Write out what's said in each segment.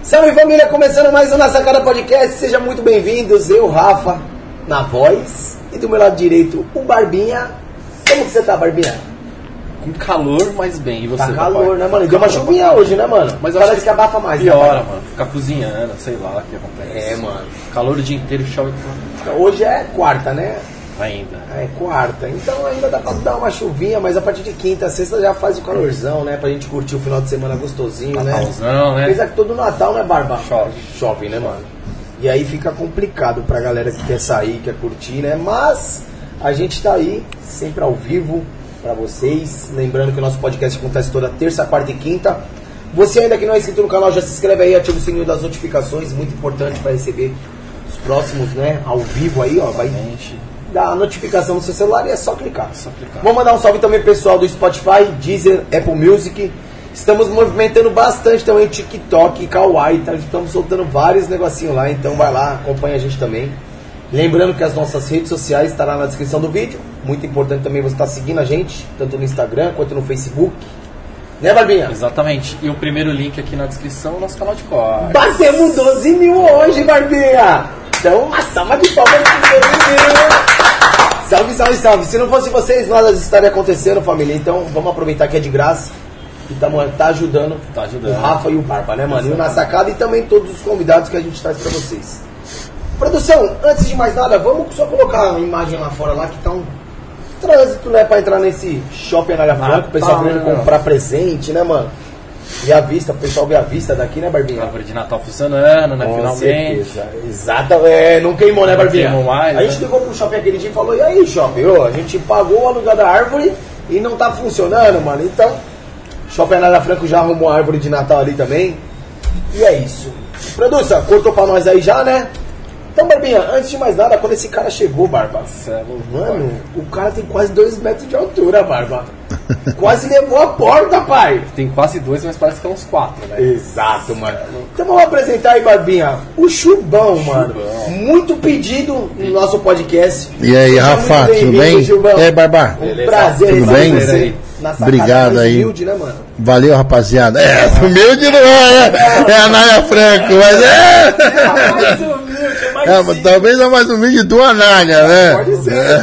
Salve família, começando mais um Na Sacada Podcast, sejam muito bem-vindos, eu, Rafa, na voz, e do meu lado direito, o Barbinha. Como que você tá, Barbinha? Com calor, mas bem, e você? Tá calor, né, mano? Deu uma chuvinha hoje, né, mano? Mas parece que abafa mais, piora, né, mano, ficar cozinhando, sei lá o que acontece. É, mano. Calor o dia inteiro, chove Hoje é quarta, né? ainda. É quarta, então ainda dá pra dar uma chuvinha, mas a partir de quinta, sexta já faz o calorzão, né? Pra gente curtir o final de semana gostosinho, Natalzão, né? Apesar que todo Natal, né, Barba? Chove. Chove, né, mano? E aí fica complicado pra galera que quer sair, quer curtir, né? Mas a gente tá aí, sempre ao vivo, pra vocês. Lembrando que o nosso podcast acontece toda terça, quarta e quinta. Você ainda que não é inscrito no canal, já se inscreve aí, ativa o sininho das notificações, muito importante pra receber os próximos, né? Ao vivo aí, ó, vai dar a notificação no seu celular e é só clicar. Vou mandar um salve também pro pessoal do Spotify, Deezer, Apple Music. Estamos movimentando bastante também TikTok, Kawaii, tá? Estamos soltando vários negocinhos lá, então vai lá, acompanha a gente também. Lembrando que as nossas redes sociais estará na descrição do vídeo. Muito importante também você estar seguindo a gente, tanto no Instagram quanto no Facebook. Né, Barbinha? Exatamente. E o primeiro link aqui na descrição é o nosso canal de corte. Batemos 12 mil hoje, Barbinha! Então, uma salva de palmas de 12 mil! Salve, salve, salve! Se não fosse vocês, nada estaria acontecendo, família. Então, vamos aproveitar que é de graça. E tá ajudando o Rafa e o Barba, né, mano? E o Na Sacada e também todos os convidados que a gente traz pra vocês. Produção, antes de mais nada, vamos só colocar a imagem lá fora, lá que tá um trânsito, né, pra entrar nesse shopping Anália Franco, o pessoal querendo comprar presente, né, mano? E a vista, o pessoal vê a vista daqui, né, Barbinha? A árvore de Natal funcionando, né, Com finalmente. certeza. Exato, não queimou, né, Barbinha? Não queimou mais, a gente ligou pro shopping aquele dia e falou, e aí, shopping, a gente pagou o aluguel da árvore e não tá funcionando, mano. Então, shopping Anália Franco já arrumou a árvore de Natal ali também. E é isso. Produção, cortou pra nós aí já, né? Então, Barbinha, antes de mais nada, quando esse cara chegou, Barba, mano, o cara tem quase 2 metros de altura, Barba. Quase levou a porta, pai. Tem quase 2, mas parece que é uns 4, né? Exato, mano. Então vamos apresentar aí, Barbinha, o Chubão, mano. Muito pedido no nosso podcast. E aí, Rafa, tudo bem? Chubão. E aí, Barbá? Um prazer tudo bem? Você na Obrigado aí. Humilde, né, mano? Valeu, rapaziada. Humilde não é a Anália Franco, mas Mais humilde, mais talvez a mais humilde do Anália, né? Pode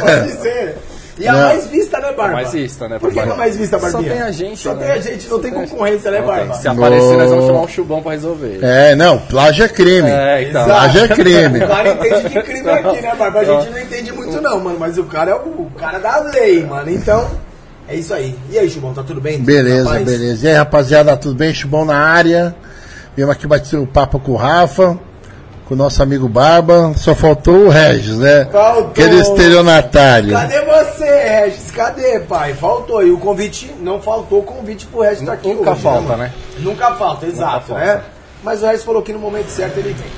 ser. E a mais vista, né, Barba? Mais vista, né? Por que a mais vista, Barbinha? Só tem a gente, Só tem a gente, não tem concorrência, né, Barba? Se aparecer, nós vamos chamar o Chubão pra resolver. Não, plágio é crime. Então. Plágio é crime. O cara entende de crime aqui, né, Barba? A gente não entende muito não, mano, mas o cara é o cara da lei, mano. Então, é isso aí. E aí, Chubão, tá tudo bem? Beleza, beleza. E aí, rapaziada, tudo bem? Chubão na área. Viemos aqui bater o papo com o Rafa, com o nosso amigo Barba. Só faltou o Regis, né? Faltou. Aquele estelionatário. Cadê você, Regis? Cadê, pai? Faltou aí o convite, não faltou o convite pro Regis estar aqui Nunca hoje, falta, né? Nunca falta, exato, falta. né? Mas o Regis falou que no momento certo ele vem.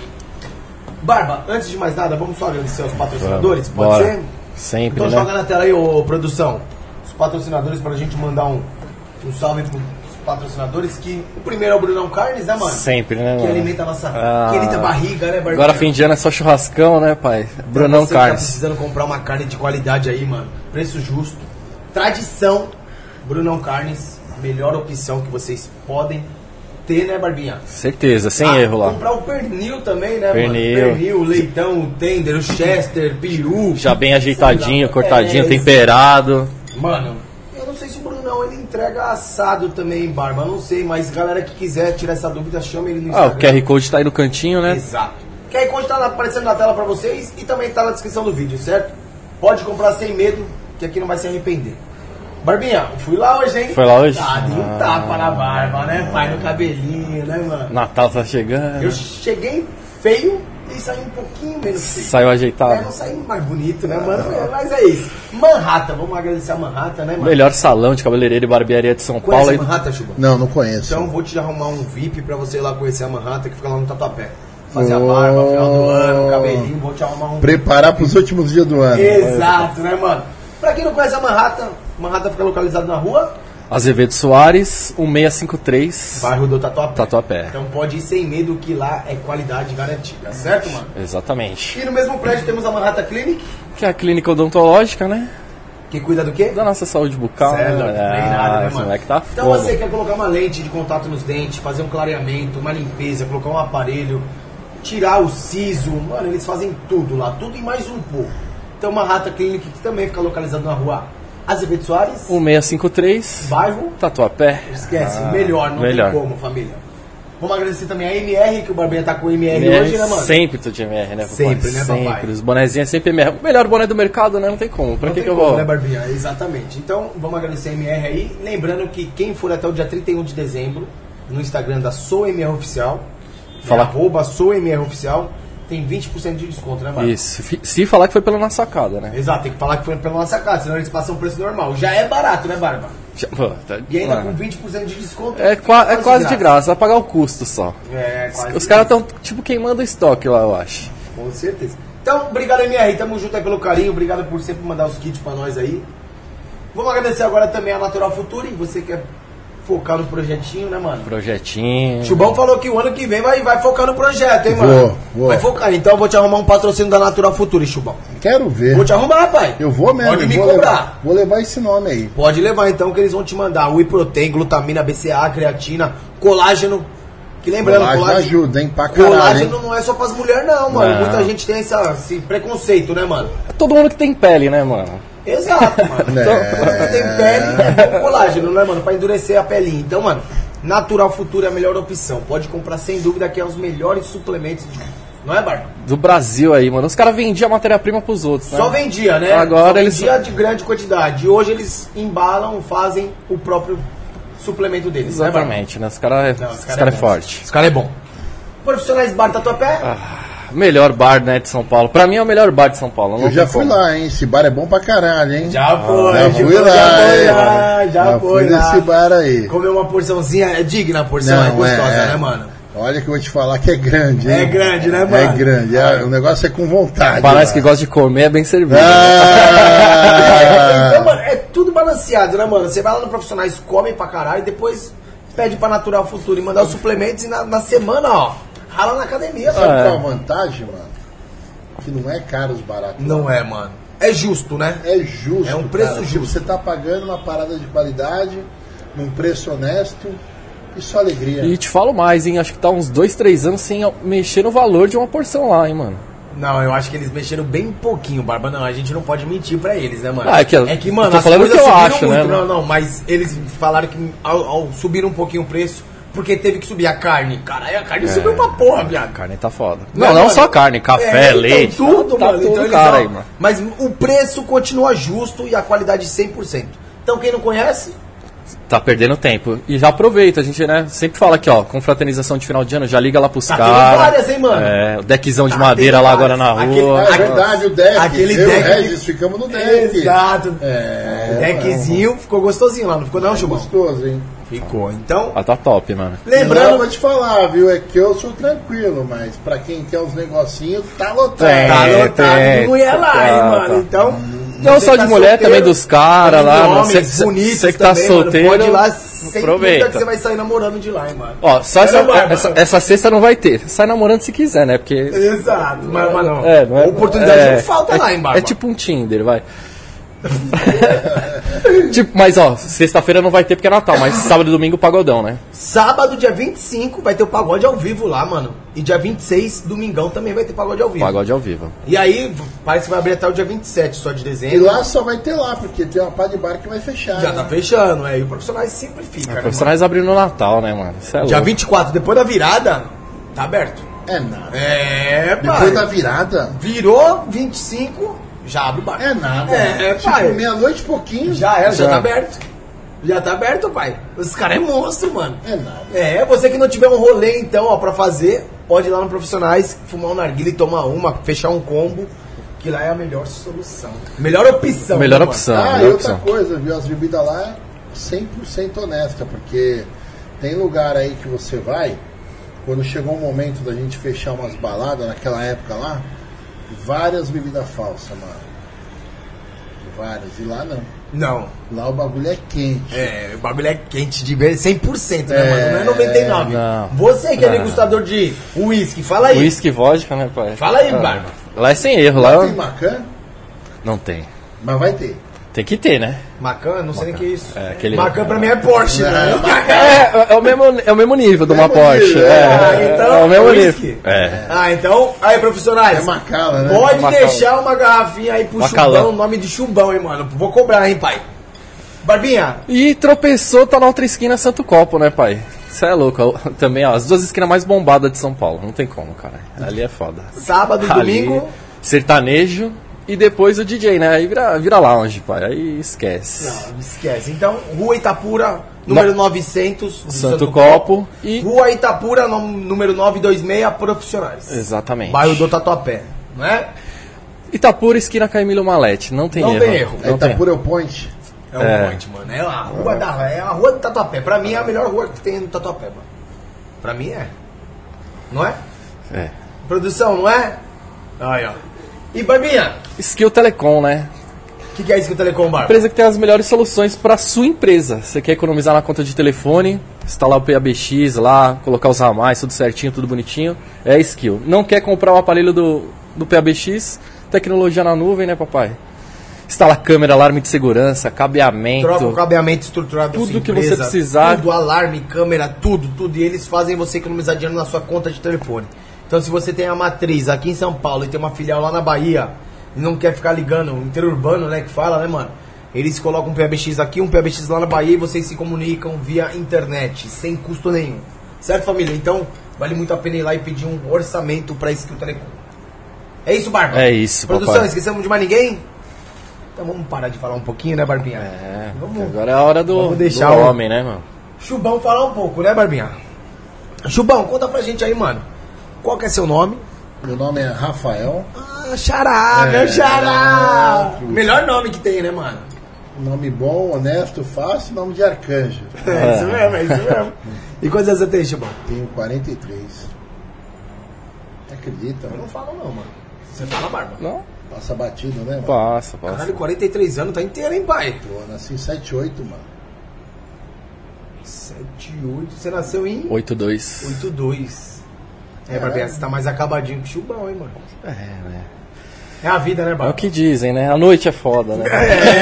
Salva, antes de mais nada, vamos só agradecer aos patrocinadores, pode Bora. ser? Sempre, Então né? joga na tela aí, ô produção, os patrocinadores pra gente mandar um salve pros patrocinadores, que o primeiro é o Brunão Carnes, né, mano? Sempre, né, Que mano? alimenta a nossa querida barriga, né, Barbinha? Agora fim de ano é só churrascão, né, pai? Brunão Você que tá Carnes. precisando comprar uma carne de qualidade aí, mano. Preço justo. Tradição. Brunão Carnes. Melhor opção que vocês podem ter, né, Barbinha? Certeza, sem erro lá. Comprar o pernil também, né, Pernil. mano? Pernil, o leitão, o tender, o chester, peru. Já bem ajeitadinho, Sei lá. cortadinho, temperado. Mano, eu não sei se o Brunão ele entrega assado também, Barba. Eu não sei, mas galera que quiser tirar essa dúvida, chama ele no Instagram. O QR Code tá aí no cantinho, né? Exato. O QR Code tá aparecendo na tela pra vocês e também tá na descrição do vídeo, certo? Pode comprar sem medo, que aqui não vai se arrepender. Barbinha, fui lá hoje, hein? Foi lá hoje? Dei um tapa na barba, né, pai? No cabelinho, né, mano? Natal tá chegando. Eu cheguei feio e saí um pouquinho menos feio. Saiu ajeitado. Não saí mais bonito, né, mano? Mas é isso. Manhattan, vamos agradecer a Manhattan, né, mano? Melhor salão de cabeleireiro e barbearia de São Conhece Paulo. a Manhattan, Chuba? Não conheço. Então vou te arrumar um VIP pra você ir lá conhecer a Manhattan, que fica lá no Tatuapé. Fazer a barba, final do ano, cabelinho, vou te arrumar um... Preparar pros últimos dias do ano. Exato, né, mano? Pra quem não conhece a Manhattan, Manhattan fica localizado na rua Azevedo Soares, 1653. bairro do Tatuapé. Tatuapé. Então pode ir sem medo que lá é qualidade garantida, certo, mano? Exatamente. E no mesmo prédio temos a Manhattan Clinic. Que é a clínica odontológica, né? Que cuida do quê? Da nossa saúde bucal. Certo, não tem nada, né, esse mano? moleque tá Então fogo. você quer colocar uma lente de contato nos dentes, fazer um clareamento, uma limpeza, colocar um aparelho, tirar o siso, mano, eles fazem tudo lá, tudo e mais um pouco. Então uma Rata Clinic que também fica localizado na rua Azevedo Soares, 1653, bairro, Tatuapé. esquece, melhor, não melhor. tem como, família. Vamos agradecer também a MR, que o Barbinha tá com MR hoje, né, mano? Sempre tô de MR, né, papai? Sempre, né, papai? Sempre. Os bonezinhos sempre MR. O melhor boné do mercado, né? Não tem como. Pra Não que tem eu como, vou? né, Barbinha? Exatamente. Então, vamos agradecer a MR aí. Lembrando que quem for até o dia 31 de dezembro, no Instagram da SouMR Oficial, Fala. @SouMR Oficial, tem 20% de desconto, né, Barbinha? Isso. Se falar que foi pela nossa sacada, né? Exato, tem que falar que foi pela nossa casa, senão eles passam o preço normal. Já é barato, né, Barba? Pô, tá- E ainda mano. com 20% de desconto. É quase de graça, vai pagar o custo só. É, quase. Os caras estão, tipo, queimando o estoque lá, eu acho. Com certeza. Então, obrigado, MR. Tamo junto aí pelo carinho. Obrigado por sempre mandar os kits pra nós aí. Vamos agradecer agora também a Natural Future. Você quer focar no projetinho, né, mano? Projetinho. Chubão falou que o ano que vem vai focar no projeto, hein, mano? Vou. Vai focar. Então eu vou te arrumar um patrocínio da Natural Future, Chubão. Quero ver. Vou te arrumar, rapaz. Eu vou mesmo. Pode eu me vou cobrar. levar, vou levar esse nome aí. Pode levar então que eles vão te mandar Whey Protein, glutamina, BCA, creatina, colágeno. Que lembrando, Colágeno ajuda, hein? Pra caralho, colágeno hein? não é só pras mulheres, não, mano. Não. Muita gente tem esse preconceito, né, mano? É todo mundo que tem pele, né, mano? Exato, mano. É. Então, você tem pele, é bom colágeno, né, mano? Pra endurecer a pelinha. Então, mano, Natural Future é a melhor opção. Pode comprar sem dúvida que é os melhores suplementos. Não é, Barba? Do Brasil aí, mano. Os caras vendiam a matéria-prima pros outros, né? Só vendia, né? Agora Só eles- vendia de grande quantidade. E hoje eles embalam, fazem o próprio suplemento deles, né, Barba? Exatamente, né? Os caras Não, é forte. Esse cara é bom. Profissionais Bar Tatuapé. Melhor bar, né, de São Paulo. Pra mim é o melhor bar de São Paulo. Não Eu já tem fui como. lá, hein? Esse bar é bom pra caralho, hein? Já foi, Já fui lá, já foi lá. nesse bar aí. Comer uma porçãozinha, é digna a porção, é gostosa, né, mano? Olha que eu vou te falar que é grande, hein? É grande, né, mano? É grande. O negócio é com vontade. Pra nós lá. que gosta de comer é bem servido. Ah! Então, mano, é tudo balanceado, né, mano? Você vai lá no Profissionais, come pra caralho e depois pede pra Natural Future mandar os suplementos e na semana, ó, rala na academia, Sabe mano. qual a vantagem, mano? Que não é caro os baratos. Não é, mano. É justo, né? É justo. É um preço cara. justo. Você tá pagando uma parada de qualidade, num preço honesto e só alegria. E te falo mais, hein? Acho que tá uns 2, 3 anos sem mexer no valor de uma porção lá, hein, mano. Não, eu acho que eles mexeram bem pouquinho, Barba. Não, a gente não pode mentir pra eles, né, mano? Ah, é que eu mano, tô as falando coisas o que eu subiram acho, muito. né? Não, mas eles falaram que ao subir um pouquinho o preço, porque teve que subir a carne. Caralho, a carne subiu pra porra, A viado. carne tá foda. Né, Não, não mano? só carne, café, então, leite. tudo, tá mano. tudo Então, eles cara dão- aí, mano. Mas o preço continua justo e a qualidade 100%. Então, quem não conhece, Tá perdendo tempo. E já aproveita, a gente, né, sempre fala aqui, ó, confraternização de final de ano, já liga lá pros Tá tendo caras. várias, hein, mano? É, o deckzão de Tá madeira tendo lá agora na várias. rua. É verdade, o deck. Aquele eu e o deck- Regis ficamos no deck. exato. É, Deckzinho ficou gostosinho lá, não ficou não, Chubão? gostoso, hein? Ficou. Então, Ah, tá top, mano. Lembrando, lembrando, vou te falar, viu? É que eu sou tranquilo, mas pra quem quer os negocinhos, tá lotado. tá É, lotado de mulher lá, hein, tá, mano? tá. Então, Não você só tá de mulher, solteiro, também dos caras lá, também de mano. homens bonitos Você que tá também, mano, solteiro, pode ir lá sem aproveita. dúvida que você vai sair namorando de lá, hein, mano. Ó, só Era Barba. essa sexta não vai ter. Sai namorando se quiser, né? Porque. Exato, mas não. É, não é, Oportunidade não falta lá, hein, Barba. É tipo um Tinder, vai. Tipo, mas ó, sexta-feira não vai ter porque é Natal, mas sábado e domingo pagodão, né? Sábado, dia 25, vai ter o pagode ao vivo lá, mano. E dia 26, domingão, também vai ter pagode ao vivo. Pagode ao vivo. E aí, parece que vai abrir até o dia 27 só de E dezembro. lá só vai ter lá, porque tem uma pá de bar que vai fechar. Já né? tá fechando, é. E o Profissionais sempre fica, né, Profissionais abrindo no Natal, né, mano? Isso é mano? Dia louco. 24, depois da virada, tá aberto. É nada. É, pai. Depois da virada, Virou 25, já abre o bar. é nada. É, tipo, pai. meia-noite e pouquinho. Já era, já Já. tá aberto. Já tá aberto, pai. Os caras é monstro, mano. É nada. É, você que não tiver um rolê, então, ó, pra fazer, pode ir lá no Profissionais, fumar um narguilha e tomar uma, fechar um combo, que lá é a melhor solução. Melhor opção. Melhor né, mano? opção. Ah, melhor e outra opção. coisa, viu? As bebidas lá é 100% honesta, porque tem lugar aí que você vai, quando chegou o momento da gente fechar umas baladas, naquela época lá, várias bebidas falsas, mano. Várias. E lá não. Não. Lá o bagulho é quente. É, o bagulho é quente de ver 100%, né, É, mano? Não é 99. não. Você que é Não. degustador de uísque, fala aí. Whisky, vodka, né, pai? Fala aí, Ah, Barba. Lá é sem erro, Lá lá tem Macan, não tem. mas vai ter. Tem que ter, né? Macan, não sei nem o que é isso. Aquele... Macan pra mim é Porsche, né? É o mesmo nível de uma Porsche. nível. Então, é o mesmo whisky. nível. Então, aí, profissionais. É Macala, né? Pode Macala. deixar uma garrafinha aí pro Macalã. Chubão, nome de Chubão, hein, mano. Vou cobrar, hein, pai. Barbinha, E tropeçou, tá na outra esquina, Santo Copo, né, pai? Isso é louco. Também, ó, as duas esquinas mais bombadas de São Paulo. Não tem como, cara. Ali é foda. sábado e Ali, domingo. sertanejo e depois o DJ, né? Aí vira lounge, pai. Aí esquece. Não, esquece. Então, Rua Itapura, número 900, do Santo Copo e... Rua Itapura, número 926, profissionais. Exatamente. Bairro do Tatuapé, não é? Itapura, esquina Camilo Malete. Não tem Não erro. tem erro. Não tem. Itapura é o point. É um monte, mano. É a rua do Tatuapé. Pra mim é a melhor rua que tem no Tatuapé, mano. Pra mim é. Não é? É. Produção, não é? Aí, ó. E Barbinha? Skill Telecom, né? O que é isso que o Telecom, Barba? Empresa que tem as melhores soluções para sua empresa. Você quer economizar na conta de telefone, instalar o PABX lá, colocar os ramais, tudo certinho, tudo bonitinho, é a Skill. Não quer comprar o aparelho do PABX, tecnologia na nuvem, né, papai? Instala câmera, alarme de segurança, cabeamento. Troca o cabeamento estruturado da Tudo sua que empresa, você precisar. Tudo, alarme, câmera, tudo. E eles fazem você economizar dinheiro na sua conta de telefone. Então, se você tem a matriz aqui em São Paulo e tem uma filial lá na Bahia e não quer ficar ligando, interurbano, né, que fala, né, mano? Eles colocam um PABX aqui, um PABX lá na Bahia e vocês se comunicam via internet, sem custo nenhum. Certo, família? Então, vale muito a pena ir lá e pedir um orçamento para Skill Telecom. É isso, Barba? É isso, Produção, papai. esquecemos de mais ninguém? Então vamos parar de falar um pouquinho, né, Barbinha? Vamos, Agora é a hora do vamos deixar do o homem, né, mano? Chubão falar um pouco, né, Barbinha? Chubão, conta pra gente aí, mano. Qual que é seu nome? Meu nome é Rafael. Ah, Xará, meu Xará! Melhor nome que tem, né, mano? Nome bom, honesto, fácil, nome de arcanjo. É isso mesmo, é isso mesmo. E quantos anos você tem, Chubão? Tenho 43. Acredita? Eu não falo não, mano. Você fala, Barba? Não? Passa batido, né, mano? Passa. Caralho, 43 anos, tá inteiro, hein, pai? Pô, nasci em 78, mano. 7, 8. Você nasceu em 8-2. 8-2. É, Barbinha, você tá mais acabadinho que o Chubão, hein, mano? É, né? É a vida, né, É o Barba? que dizem, né? A noite é foda, né?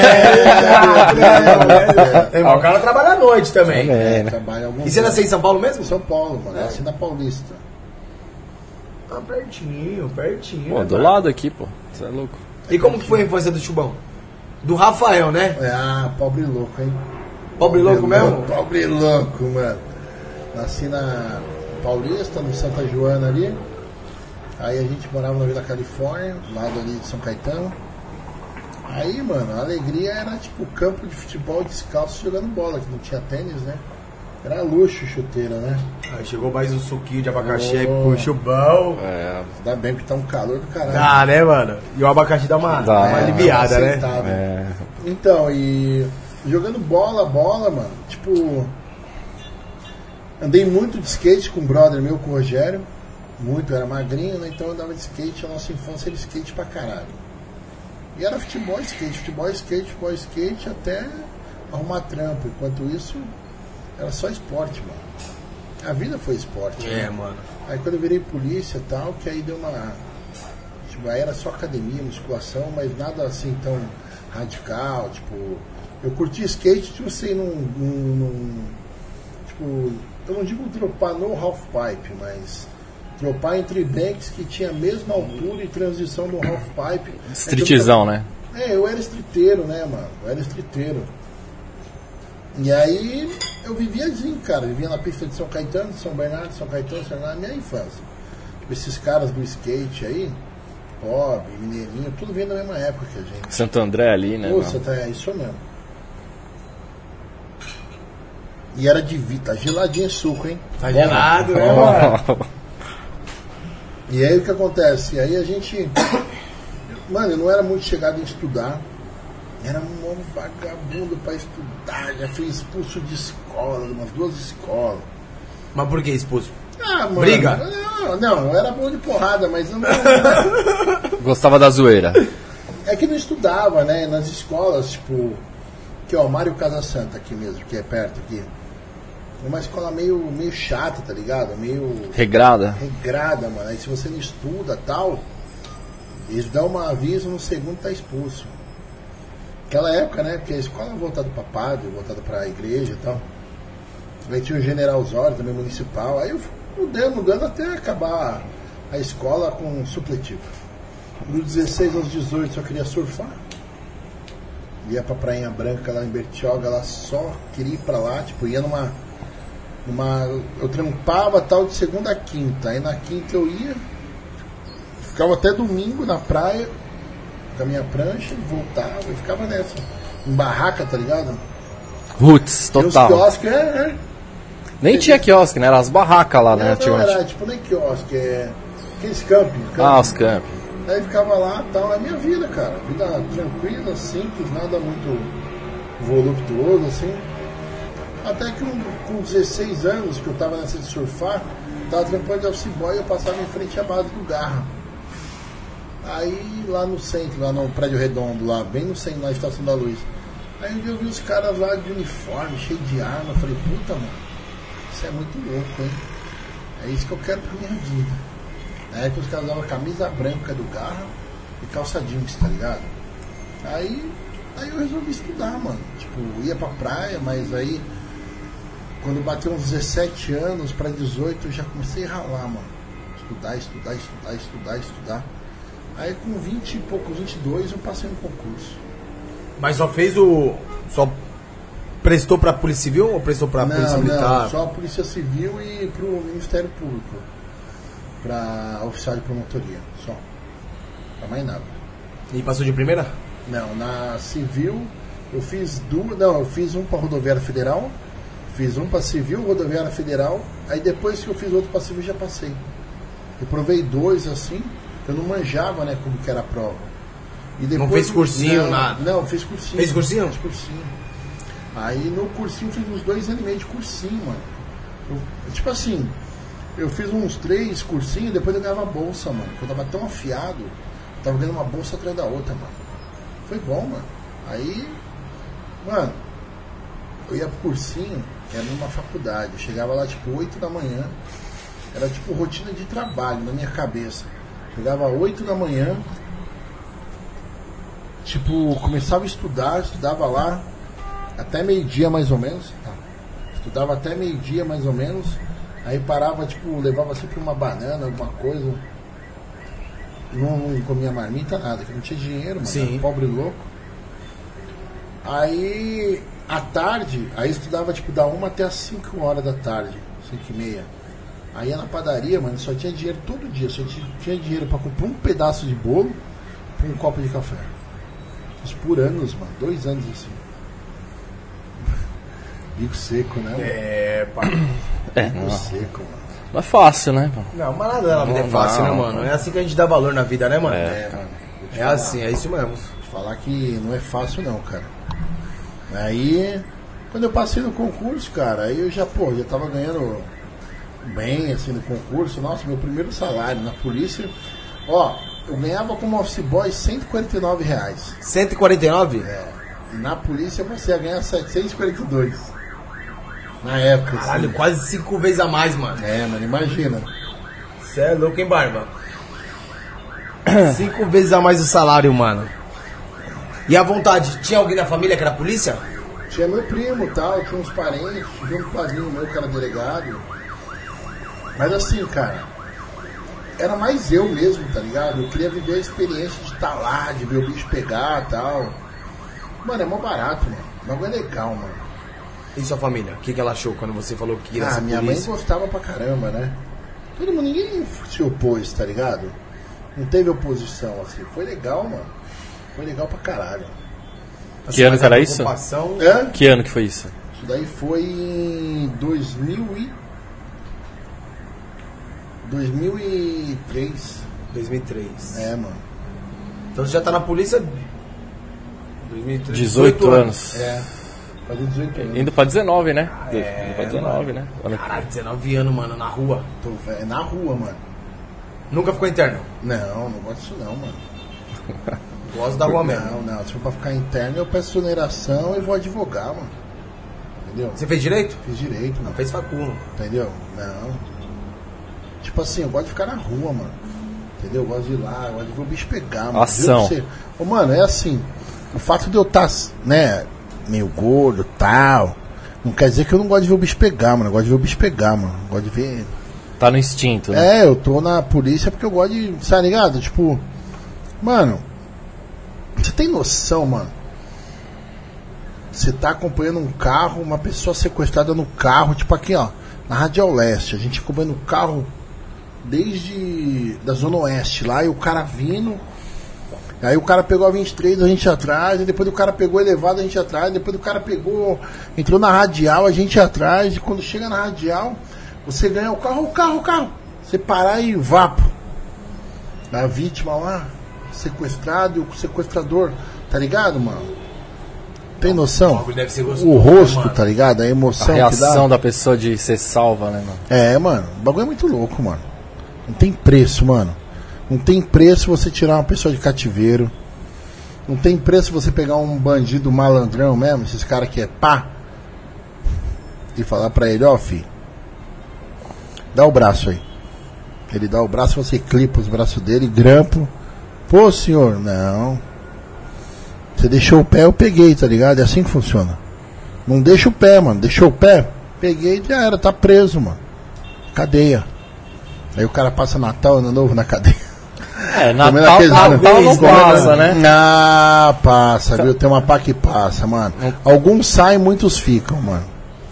O cara trabalha à noite também. É, né? Trabalho algum E você nasceu em São Paulo mesmo? em São Paulo, mano. Nasci na Paulista. Ah, pertinho. Pô, né, do Barba? lado aqui, pô. Você é louco. E como que foi a infância do Chubão? Do Rafael, né? Pobre louco, hein? Pobre louco mesmo? Pobre louco, mano. Nasci na Paulista, no Santa Joana ali. Aí a gente morava na Vila Califórnia, lado ali de São Caetano. Aí, mano, a alegria era tipo campo de futebol descalço jogando bola, que não tinha tênis, né? Era luxo chuteira, né? Aí chegou mais um suquinho de abacaxi aí Oh. pro Chubão. É, Ainda bem que tá um calor do caralho. Dá, né, mano? E o abacaxi dá uma aliviada, né? aceitável. é. Então, e jogando bola, mano, tipo, andei muito de skate com um brother meu, com o Rogério, muito, era magrinho, né, então eu andava de skate, a nossa infância era skate pra caralho. E era futebol, skate, até arrumar trampo, enquanto isso, era só esporte, mano. A vida foi esporte. É, né? mano. Aí quando eu virei polícia e tal, que aí deu uma... Tipo, aí era só academia, musculação, mas nada assim tão radical, tipo... Eu curti skate, tipo assim, tipo, eu não digo dropar no half-pipe, mas... Dropar entre banks que tinha a mesma altura e transição do half-pipe. Streetzão, né? Eu era streeteiro, né, mano? Eu era streeteiro. E aí eu vivia assim, cara. Vivia na pista de São Caetano, de São Bernardo, São Caetano, na minha infância. Tipo, esses caras do skate aí, pobre, mineirinho, tudo veio na mesma época que a gente. Santo André ali, né? Pô, você tá, é isso mesmo. E era de Vita, geladinho suco, hein? Tá gelado, né, mano? E aí o que acontece? Aí a gente... Mano, eu não era muito chegado em estudar. Era um vagabundo pra estudar. Já fui expulso de escola, de umas 2 escolas. Mas por que expulso? Ah, mano. Briga? Não, eu era bom de porrada, mas eu não... Gostava da zoeira. É que não estudava, né? Nas escolas, tipo... Que ó, Mário Casa Santa aqui mesmo, que é perto aqui. É uma escola meio chata, tá ligado? Meio... Regrada. regrada, mano. Aí se você não estuda tal, eles dão um aviso, no segundo tá expulso. Naquela época, né? Porque a escola é voltada para padre, voltada para a igreja e tal. Aí tinha o General Osório, também municipal. Aí eu fui mudando até acabar a escola com supletivo. Dos 16 aos 18 eu queria surfar. Ia pra Prainha Branca lá em Bertioga, lá só queria ir pra lá, tipo, ia numa eu trampava tal de segunda a quinta. Aí na quinta eu ia, ficava até domingo na praia com a minha prancha, voltava e ficava nessa. Em barraca, tá ligado? Roots, E os total. quiosques, Nem tinha quiosque, né? Eram as barracas lá, né? Não, antigamente. era tipo nem quiosque, aqueles camping. Ah, os campos. Aí ficava lá e tal, é minha vida, cara. Vida tranquila, simples, nada muito voluptuoso, assim. Até que com 16 anos, que eu tava nessa de surfar, tava trampando de office boy e eu passava em frente à base do Garra. Aí lá no centro, lá no prédio redondo, lá, bem no centro, na Estação da Luz. Aí um dia eu vi os caras lá de uniforme, cheio de arma. Eu falei, puta, mano, isso é muito louco, hein? É isso que eu quero pra minha vida. Na época os caras usavam camisa branca do Garra e calça jeans, tá ligado? Aí eu resolvi estudar, mano. Tipo, ia pra praia, mas aí quando bateu uns 17 anos pra 18 eu já comecei a ralar, mano. Estudar. Aí com 20 e poucos, 22 eu passei no concurso. Mas só fez só prestou pra Polícia Civil ou prestou pra Polícia Militar? Não, só a Polícia Civil e pro Ministério Público. Pra oficial de promotoria, só. Pra mais nada. E passou de primeira? Não, na Civil eu fiz duas. Não, eu fiz um pra Rodoviária Federal, fiz um pra Civil, Rodoviária Federal. Aí depois que eu fiz outro pra Civil já passei. Eu provei 2 assim, eu não manjava, né, como que era a prova. E depois, não fez cursinho, nada? Não, fiz cursinho. Fez cursinho? Fiz cursinho. Aí no cursinho fiz uns 2 anos e meio de cursinho, mano. Tipo assim, eu fiz uns 3 cursinhos, depois eu ganhava bolsa, mano. Porque eu tava tão afiado, eu tava ganhando uma bolsa atrás da outra, mano. Foi bom, mano. Aí, mano, eu ia pro cursinho, que era numa faculdade. Eu chegava lá tipo 8 da manhã. Era tipo rotina de trabalho na minha cabeça. Chegava 8 da manhã. Tipo, começava a estudar, estudava lá até meio-dia mais ou menos. Tá. Estudava até meio-dia mais ou menos. Aí parava, tipo, levava sempre uma banana, alguma coisa. Não comia marmita, nada, que não tinha dinheiro, mano. Sim. Era pobre louco. Aí, à tarde, aí estudava, tipo, da 1 até as 5 horas da tarde, 5h30. Aí ia na padaria, mano, só tinha dinheiro todo dia. Só tinha dinheiro pra comprar um pedaço de bolo e um copo de café. Isso por anos, mano. 2 anos assim. Bico seco, né, mano? É, pá. Bico seco, mano. Não é fácil, né? Não, mas nada da vida é fácil, né, mano? É assim que a gente dá valor na vida, né, mano? Mano. É assim, é isso mesmo. Vou te falar que não é fácil não, cara. Aí, quando eu passei no concurso, cara, aí eu já tava ganhando bem, assim, no concurso. Nossa, meu primeiro salário na polícia, ó, eu ganhava como office boy R$149. 149? É, e na polícia eu passei a ganhar 742. Na época, assim. Caralho, quase 5 vezes a mais, mano. É, mano, imagina. Você é louco, hein, Barba? 5 vezes a mais o salário, mano. E a vontade? Tinha alguém na família que era polícia? Tinha meu primo e tal, tinha uns parentes, tinha um padrinho meu que era delegado. Mas assim, cara, era mais eu mesmo, tá ligado? Eu queria viver a experiência de estar lá, de ver o bicho pegar e tal. Mano, é mó barato, mano. O bagulho é legal, mano. E sua família? O que ela achou quando você falou que ia ser Minha polícia? mãe gostava pra caramba, né? Todo mundo, ninguém se opôs, tá ligado? Não teve oposição, assim. Foi legal, mano. Foi legal pra caralho. Que ano que era isso? É? Que ano que foi isso? Isso daí foi em 2003. 2003. É, mano. Então você já tá na polícia... 2003. 18 anos. É. Fazia 18 anos. Indo pra 19, né? É, Indo pra 19, né? Caralho, 19 anos, mano, na rua. Tô velho. Na rua, mano. Nunca ficou interno? Não gosto disso não, mano. Gosto da rua mesmo. Não. Se for pra ficar interno, eu peço exoneração e vou advogar, mano. Entendeu? Você fez direito? Fiz direito, Não, mano. fez facundo. Entendeu? Não. Tipo assim, eu gosto de ficar na rua, mano. Entendeu? Eu gosto de ir lá, eu gosto de ver o bicho pegar, mano. Ação. Ô, mano, é assim. o fato de eu estar, né, meio gordo e tal, não quer dizer que eu não gosto de ver o bicho pegar, mano. Eu gosto de ver o bicho pegar, mano. Eu gosto de ver... Tá no instinto, né? Eu tô na polícia porque eu gosto de... Tá ligado? Tipo... Mano... Você tem noção, mano? Você tá acompanhando um carro, uma pessoa sequestrada no carro, tipo aqui, ó, na Radial Leste. A gente acompanhando o carro desde... da Zona Oeste lá, e o cara vindo... Aí o cara pegou a 23, a gente atrás, e depois o cara pegou elevado, a gente atrás, depois o cara pegou, entrou na radial, a gente atrás, e quando chega na radial, você ganha o carro. Você parar e vapo. A vítima lá, sequestrado, e o sequestrador, tá ligado, mano? Tem noção? Deve ser gostoso, o rosto, mano. Tá ligado? A emoção A reação que dá. da pessoa de ser salva, né, mano? Mano, o bagulho é muito louco, mano. Não tem preço, mano. Não tem preço você tirar uma pessoa de cativeiro. Não tem preço você pegar um bandido malandrão mesmo, esses caras que é pá, e falar pra ele, ó, filho, dá o braço aí. Ele dá o braço, você clipa os braços dele, grampo. Pô, senhor, não. Você deixou o pé, eu peguei, tá ligado? É assim que funciona. Não deixa o pé, mano. Deixou o pé, peguei, já era, tá preso, mano. Cadeia. Aí o cara passa Natal, Ano Novo na cadeia. Natal não passa, né? Ah, passa, viu? Tem uma pá que passa, mano. Alguns saem, muitos ficam, mano.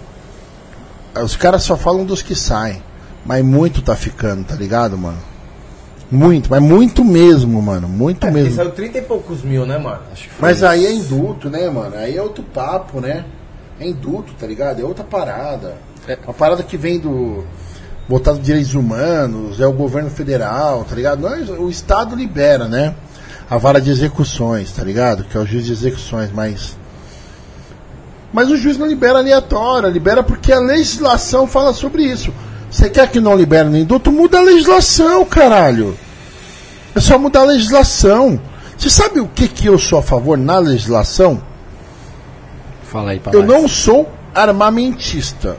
Os caras só falam dos que saem. Mas muito tá ficando, tá ligado, mano? Muito, mas muito mesmo, mano. Muito mesmo. Saiu 30 e poucos mil, né, mano? Acho que mas aí é indulto, né, mano? Aí é outro papo, né? É indulto, tá ligado? É outra parada. É uma parada que vem do... Voltado de direitos humanos, é o governo federal, tá ligado? Nós, o Estado libera, né? A vara de execuções, tá ligado? Que é o juiz de execuções, mas o juiz não libera aleatório, libera porque a legislação fala sobre isso. Você quer que não libere no indulto? Muda a legislação, caralho. É só mudar a legislação. Você sabe o que eu sou a favor na legislação? Fala aí, Eu não sou armamentista.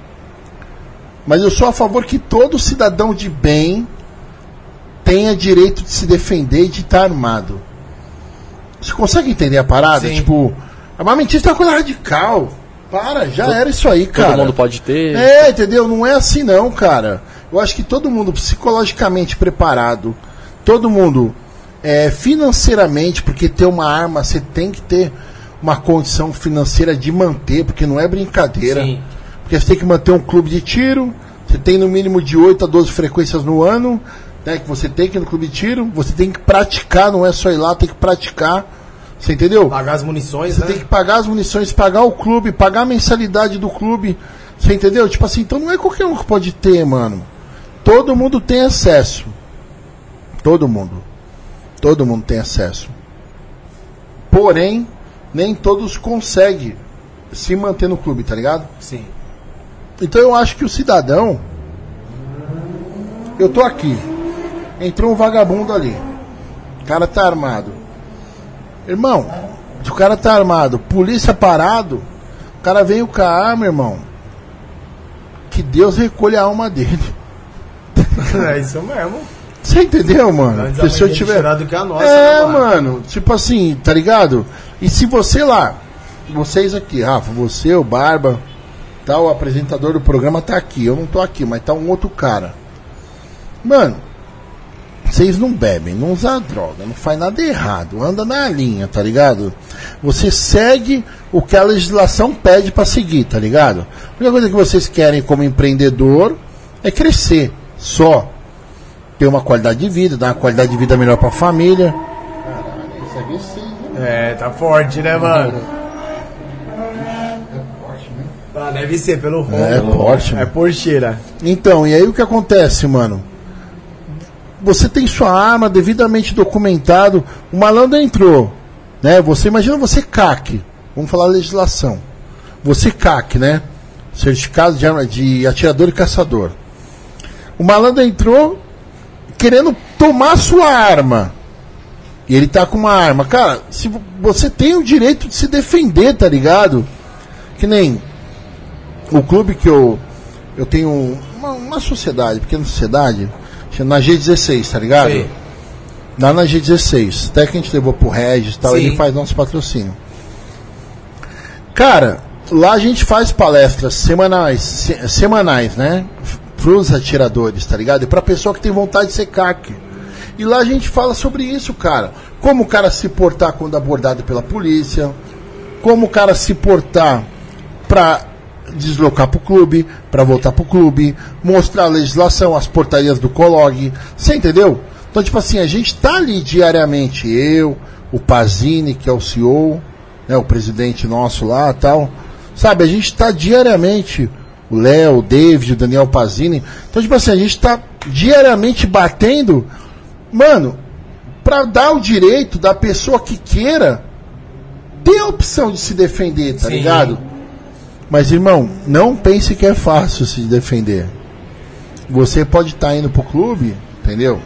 Mas eu sou a favor que todo cidadão de bem tenha direito de se defender e de estar armado. Você consegue entender a parada? Sim. Tipo, armamentista é uma coisa radical. Era isso aí, cara. Todo mundo pode ter. Entendeu? Não é assim não, cara. Eu acho que todo mundo psicologicamente preparado, todo mundo financeiramente, porque ter uma arma, você tem que ter uma condição financeira de manter, porque não é brincadeira. Sim. Porque você tem que manter um clube de tiro, você tem no mínimo de 8 a 12 frequências no ano, né, que você tem que ir no clube de tiro, você tem que praticar, não é só ir lá, tem que praticar, você entendeu? Pagar as munições, Você né? tem que pagar as munições, pagar o clube, pagar a mensalidade do clube, você entendeu? Tipo assim, então não é qualquer um que pode ter, mano. Todo mundo tem acesso. Todo mundo tem acesso. Porém, nem todos conseguem se manter no clube, tá ligado? Sim. Então eu acho que o cidadão... Eu tô aqui. Entrou um vagabundo ali. O cara tá armado. Irmão, se o cara tá armado, polícia parado, o cara veio com a arma, irmão. Que Deus recolha a alma dele. É isso mesmo. Você entendeu, mano? Se eu tiver do que a nossa, né, mano? Tipo assim, tá ligado? E se você lá, vocês aqui, Rafa, você, o Barba, tá, o apresentador do programa tá aqui, eu não tô aqui, mas tá um outro cara. Mano, vocês não bebem, não usam droga, não faz nada errado, anda na linha, tá ligado? Você segue o que a legislação pede pra seguir, tá ligado? A única coisa que vocês querem como empreendedor é crescer, só. Ter uma qualidade de vida, dar uma qualidade de vida melhor pra família. Caralho, isso aqui sim. Tá forte, né, mano? É Porsche, né? Deve ser pelo ronco. É Porsche, mano. É Porscheira. Então, e aí o que acontece, mano? Você tem sua arma devidamente documentado, o malandro entrou, né? Você imagina você CAC, vamos falar legislação. Você CAC, né? Certificado de arma de atirador e caçador. O malandro entrou querendo tomar sua arma. E ele tá com uma arma. Cara, se você tem o direito de se defender, tá ligado? Que nem o clube que eu tenho uma sociedade, pequena sociedade, na G16, tá ligado? Sim. Lá na G16. Até que a gente levou pro Regis e tal, ele faz nosso patrocínio. Cara, lá a gente faz palestras semanais, né? Pros atiradores, tá ligado? E pra pessoa que tem vontade de ser CAC. E lá a gente fala sobre isso, cara. Como o cara se portar quando abordado pela polícia. Como o cara se portar pra deslocar pro clube, pra voltar pro clube. Mostrar a legislação, as portarias do Colog. Você entendeu? Então, tipo assim, a gente tá ali diariamente. Eu, o Pazini, que é o CEO, né, o presidente nosso lá e tal. Sabe, a gente tá diariamente... O Léo, o David, o Daniel Pazini. Então, tipo assim, a gente tá diariamente batendo, mano, pra dar o direito da pessoa que queira ter a opção de se defender, tá ligado? Mas, irmão, não pense que é fácil se defender. Você pode estar indo pro clube, entendeu?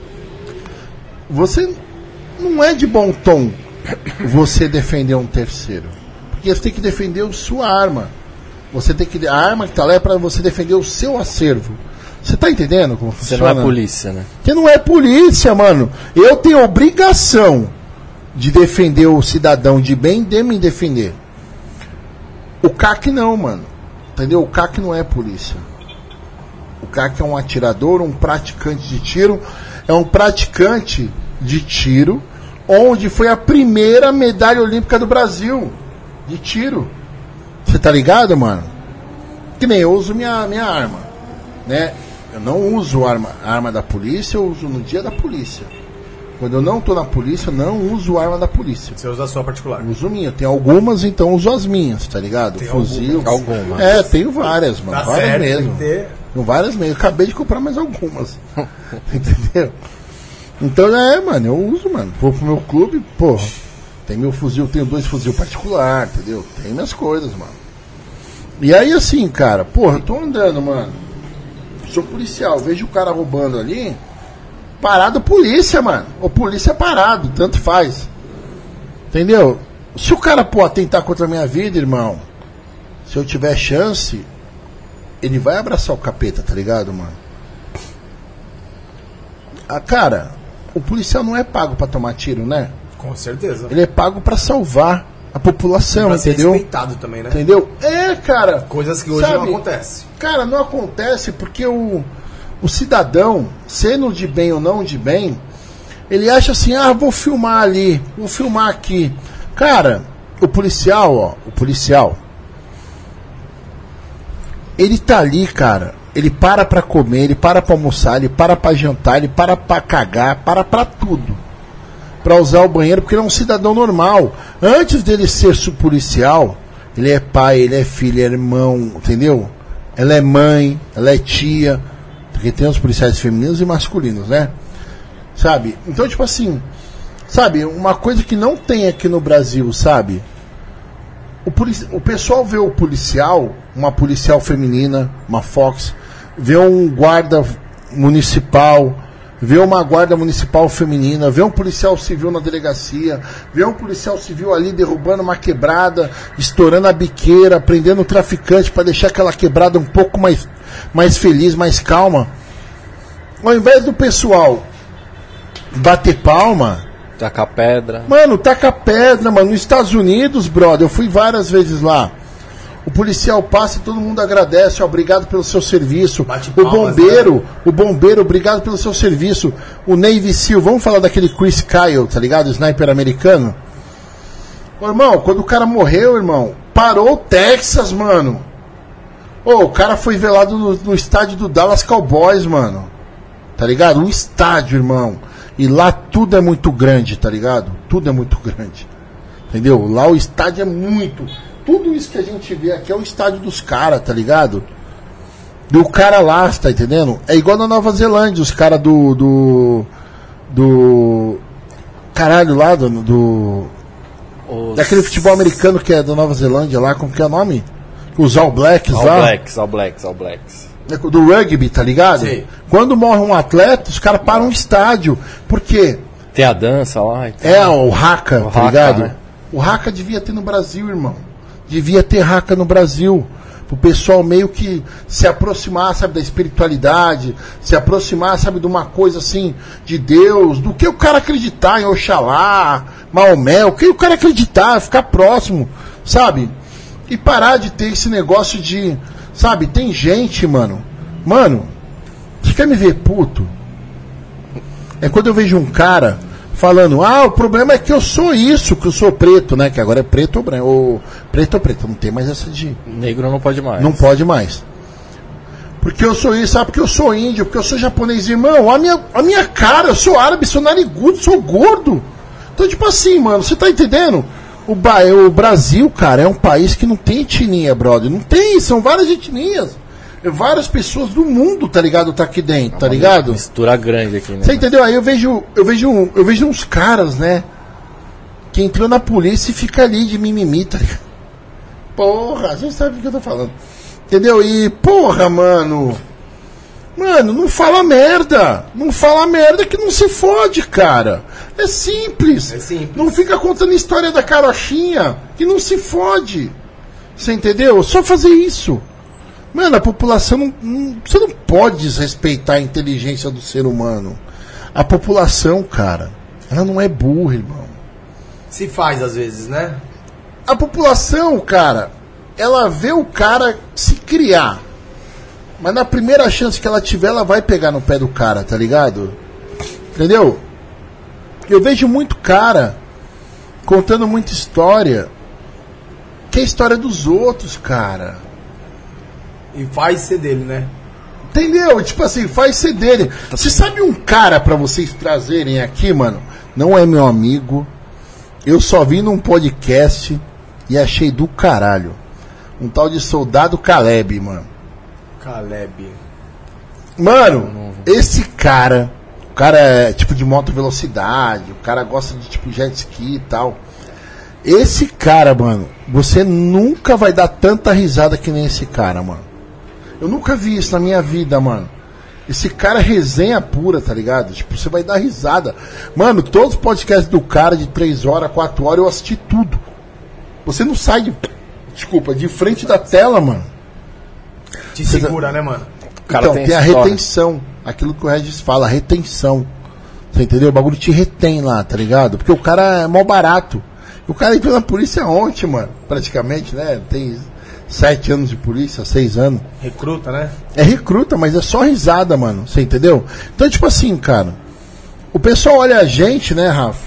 Você não é de bom tom você defender um terceiro. Porque você tem que defender a sua arma. Você tem que. A arma que tá lá é pra você defender o seu acervo. Você tá entendendo como funciona? Você não é polícia, né? Você não é polícia, mano. Eu tenho obrigação de defender o cidadão de bem de me defender. O CAC não, mano. Entendeu? O CAC não é polícia. O CAC é um atirador, um praticante de tiro. É um praticante de tiro onde foi a primeira medalha olímpica do Brasil de tiro. Você tá ligado, mano? Que nem eu uso minha arma, né? Eu não uso a arma da polícia, eu uso no dia da polícia. Quando eu não tô na polícia, eu não uso a arma da polícia. Você usa a sua particular? Eu uso minha. Tem algumas, então uso as minhas, tá ligado? Tem fuzil. Algumas? É, tenho várias, mano. Tá várias certo, mesmo. Tenho várias mesmo. Eu acabei de comprar mais algumas. Entendeu? Então, mano, eu uso, mano. Vou pro meu clube, porra. Tem meu fuzil, tenho 2 fuzil particular, entendeu? Tem minhas coisas, mano. E aí, assim, cara, porra, eu tô andando, mano. Sou policial, vejo o cara roubando ali. Parado, polícia, mano. O polícia é parado, tanto faz. Entendeu? Se o cara, pô, atentar contra a minha vida, irmão, se eu tiver chance, ele vai abraçar o capeta, tá ligado, mano? Ah, cara, o policial não é pago pra tomar tiro, né? Com certeza. Ele é pago pra salvar a população, pra entendeu? Ser respeitado também, né? Entendeu? Cara. Coisas que hoje não acontecem. Cara, não acontece porque o cidadão, sendo de bem ou não de bem, ele acha assim, vou filmar ali, vou filmar aqui. Cara, o policial, ele tá ali, cara, ele para pra comer, ele para pra almoçar, ele para pra jantar, ele para pra cagar, para pra tudo. Pra usar o banheiro, porque ele é um cidadão normal. Antes dele ser policial, ele é pai, ele é filho, ele é irmão, entendeu? Ela é mãe, ela é tia, porque tem os policiais femininos e masculinos, né? Sabe? Então, tipo assim, sabe, uma coisa que não tem aqui no Brasil, sabe? O pessoal vê o policial, uma policial feminina, uma Fox, vê um guarda municipal, vê uma guarda municipal feminina, vê um policial civil na delegacia, vê um policial civil ali derrubando uma quebrada, estourando a biqueira, prendendo o traficante para deixar aquela quebrada um pouco mais feliz, mais calma. Ao invés do pessoal bater palma, tacar pedra. Mano, taca pedra, mano. Nos Estados Unidos, brother, eu fui várias vezes lá. O policial passa e todo mundo agradece, obrigado pelo seu serviço. O bombeiro, obrigado pelo seu serviço. O Navy SEAL, vamos falar daquele Chris Kyle, tá ligado? O sniper americano. Ô, irmão, quando o cara morreu, irmão, parou o Texas, mano. O cara foi velado no estádio do Dallas Cowboys, mano. Tá ligado? Um estádio, irmão. E lá tudo é muito grande, tá ligado? Tudo é muito grande. Entendeu? Lá o estádio é muito... Tudo isso que a gente vê aqui é o estádio dos caras, tá ligado? Do cara lá, tá entendendo? É igual na Nova Zelândia, os caras do caralho lá, daquele futebol americano que é da Nova Zelândia lá, como que é o nome? Os All Blacks lá. All Blacks. Do rugby, tá ligado? Sim. Quando morre um atleta, os caras param um estádio. Por quê? Tem a dança lá. Então. O haka, tá haka, ligado? né? O haka devia ter no Brasil, irmão. Devia ter haka no Brasil. o pessoal meio que se aproximar, sabe, da espiritualidade, se aproximar, sabe, de uma coisa assim, de Deus, do que o cara acreditar em Oxalá, Maomé, o que o cara acreditar, ficar próximo, sabe? E parar de ter esse negócio de, sabe, tem gente, mano, você quer me ver puto? É quando eu vejo um cara falando, o problema é que eu sou isso, que eu sou preto, né? Que agora é preto ou branco, ou preto, não tem mais essa de... Negro não pode mais. Não pode mais. Porque eu sou isso, porque eu sou índio, porque eu sou japonês. Irmão, a minha cara, eu sou árabe, sou narigudo, sou gordo. Então, tipo assim, mano, você tá entendendo? O Brasil, cara, é um país que não tem etnia, brother. Não tem, são várias etnias. Várias pessoas do mundo, tá ligado? Tá aqui dentro, tá ligado? Mistura grande aqui, né? Você entendeu? Aí eu vejo uns caras, né? Que entrou na polícia e fica ali de mimimi, tá ligado? Porra, você sabe o que eu tô falando. Entendeu? E, porra, mano, não fala merda. Não fala merda que não se fode, cara. É simples. Não fica contando história da carochinha que não se fode. Você entendeu? Só fazer isso. Mano, a população você não pode desrespeitar a inteligência do ser humano. A população, cara, ela não é burra, irmão. Se faz às vezes, né? A população, cara, ela vê o cara se criar. Mas na primeira chance que ela tiver, ela vai pegar no pé do cara, tá ligado? Entendeu? Eu vejo muito cara contando muita história que é a história dos outros, cara. E faz ser dele, né? Entendeu? Tipo assim, faz ser dele. Você sabe um cara pra vocês trazerem aqui, mano? Não é meu amigo. Eu só vi num podcast e achei do caralho. Um tal de Soldado Caleb, mano. Caleb. Mano, esse cara... O cara é tipo de moto velocidade. O cara gosta de tipo jet ski e tal. Esse cara, mano, você nunca vai dar tanta risada que nem esse cara, mano. Eu nunca vi isso na minha vida, mano. Esse cara é resenha pura, tá ligado? Tipo, você vai dar risada. Mano, todos os podcasts do cara de 3 horas, 4 horas, eu assisti tudo. Você não sai de frente da tela, mano. Te segura, né, mano? Cara, então, tem a retenção. Aquilo que o Regis fala, retenção. Você entendeu? O bagulho te retém lá, tá ligado? Porque o cara é mó barato. O cara entrou na polícia ontem, mano. Praticamente, né? Tem 7 anos de polícia, 6 anos. Recruta, né? É recruta, mas é só risada, mano. Você entendeu? Então, tipo assim, cara. O pessoal olha a gente, né, Rafa?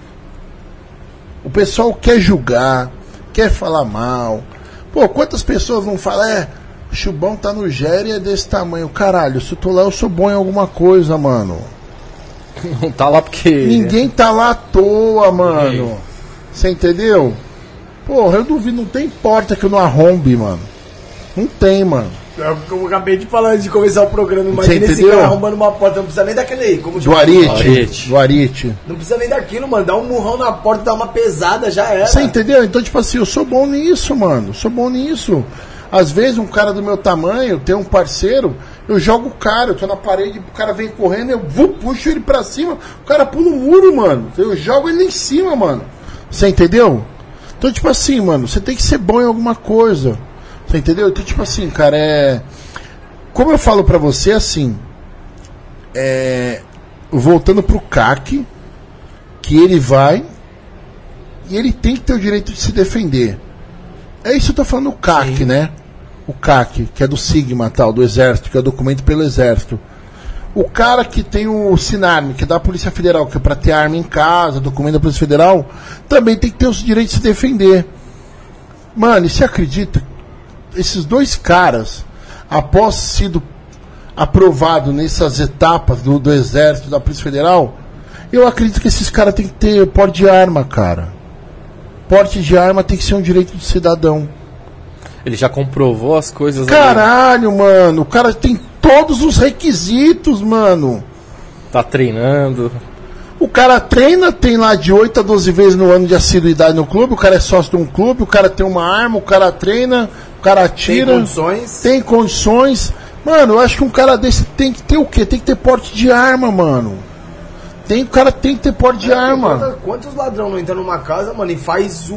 O pessoal quer julgar, quer falar mal. Pô, quantas pessoas não falam, o Chubão tá no Géria e é desse tamanho. Caralho, se eu tô lá, eu sou bom em alguma coisa, mano. Não tá lá porque... Ninguém tá lá à toa, mano. Você entendeu? Porra, eu duvido, não tem porta que eu não arrombe, mano. Não tem, mano. Eu acabei de falar antes de começar o programa. Imagina esse cara arrombando uma porta. Não precisa nem daquele... Como do Arite. Não precisa nem daquilo, mano. Dá um murrão na porta, dá uma pesada, já era. Você entendeu? Então, tipo assim, eu sou bom nisso, mano. Sou bom nisso. Às vezes, um cara do meu tamanho, tem um parceiro, eu jogo o cara, eu tô na parede, o cara vem correndo, eu puxo ele pra cima, o cara pula o muro, mano. Eu jogo ele em cima, mano. Você entendeu? Então, tipo assim, mano, você tem que ser bom em alguma coisa. Você entendeu? Então, tipo assim, cara, como eu falo pra você, assim, voltando pro CAC, que ele vai e ele tem que ter o direito de se defender. É isso que eu tô falando, o CAC, né? O CAC, que é do Sigma, tal, do Exército, que é o documento pelo Exército. O cara que tem o Sinarme, que é da Polícia Federal, que é pra ter arma em casa, documento da Polícia Federal, também tem que ter os direitos de se defender. Mano, e você acredita? Esses dois caras, após sido aprovado nessas etapas do Exército, da Polícia Federal, eu acredito que esses caras têm que ter porte de arma, cara. Porte de arma tem que ser um direito do cidadão. Ele já comprovou as coisas. Caralho, ali. Mano. O cara tem todos os requisitos, mano. Tá treinando. O cara treina, tem lá de 8 a 12 vezes no ano de assiduidade no clube. O cara é sócio de um clube, o cara tem uma arma, o cara treina, o cara atira. Tem condições. Mano, eu acho que um cara desse tem que ter o quê? Tem que ter porte de arma, mano. o cara tem que ter porte de arma. Quantos ladrão não entram numa casa, mano, e faz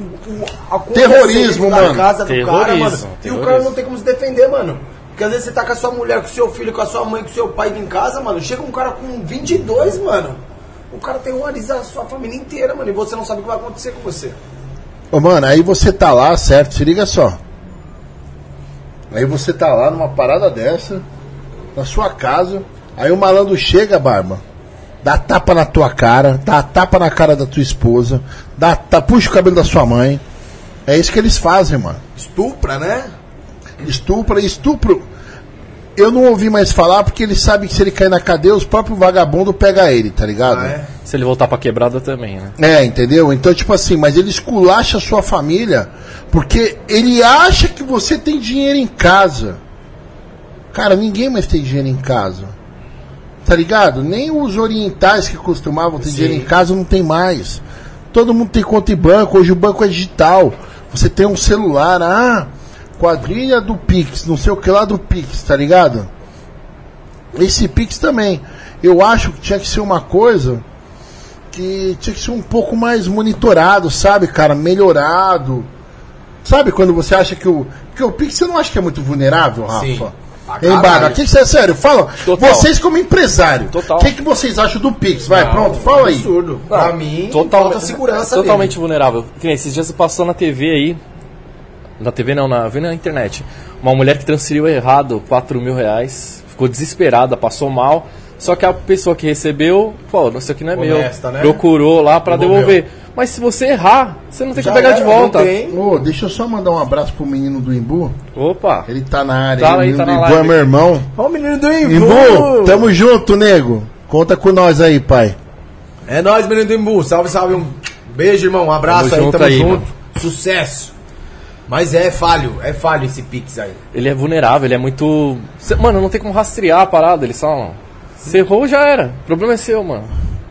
terrorismo, na mano. casa do cara, mano. E o cara não Terrorismo. tem como se defender, mano. Porque às vezes você tá com a sua mulher, com o seu filho, com a sua mãe, com o seu pai em casa, mano. Chega um cara com 22, mano. O cara terroriza a sua família inteira, mano. E você não sabe o que vai acontecer com você. Ô, mano, aí você tá lá, certo? Se liga só. Aí você tá lá numa parada dessa, na sua casa. Aí o malandro chega, Barba, dá tapa na tua cara, dá tapa na cara da tua esposa, puxa o cabelo da sua mãe. É isso que eles fazem, mano. Estupra, né? Estupro. Eu não ouvi mais falar porque ele sabe que se ele cair na cadeia, os próprios vagabundos pegam ele, tá ligado? Ah, é? Se ele voltar pra quebrada também, né? É, entendeu? Então, tipo assim, mas ele esculacha a sua família porque ele acha que você tem dinheiro em casa. Cara, ninguém mais tem dinheiro em casa. Tá ligado? Nem os orientais que costumavam ter dinheiro em casa não tem mais. Todo mundo tem conta em banco. Hoje o banco é digital. Você tem um celular, quadrilha do Pix, não sei o que lá do Pix, tá ligado? Esse Pix também. Eu acho que tinha que ser uma coisa que tinha que ser um pouco mais monitorado, sabe, cara? Melhorado. Sabe quando você acha que o Pix, você não acha que é muito vulnerável, Rafa? Sim. Hein, Baga? O que você é sério? Fala. Total. Vocês como empresário, Total. o que vocês acham do Pix? Vai, pronto, fala aí. Absurdo. Pra mim, falta segurança totalmente dele. vulnerável. Que nem esses dias passou na TV aí. Na TV não, vi na internet. Uma mulher que transferiu errado R$4.000. Ficou desesperada, passou mal. Só que a pessoa que recebeu, pô, isso aqui não é Honesta, meu. né? Procurou lá pra Devolveu. devolver. Mas se você errar, você não tem Já que pegar era, de volta. não tem. Ô, deixa eu só mandar um abraço pro menino do Imbu. Opa. Ele tá na área. Tá o aí, menino tá do na Imbu é live. meu irmão. Ó o menino do Imbu, tamo junto, nego. Conta com nós aí, pai. É nóis, menino do Imbu. Salve, salve. Um beijo, irmão. Um abraço Tamo aí, junto tamo aí, junto. mano. Sucesso. Mas é falho esse Pix aí. Ele é vulnerável, ele é muito... Mano, não tem como rastrear a parada, ele só... Você errou, já era. O problema é seu, mano.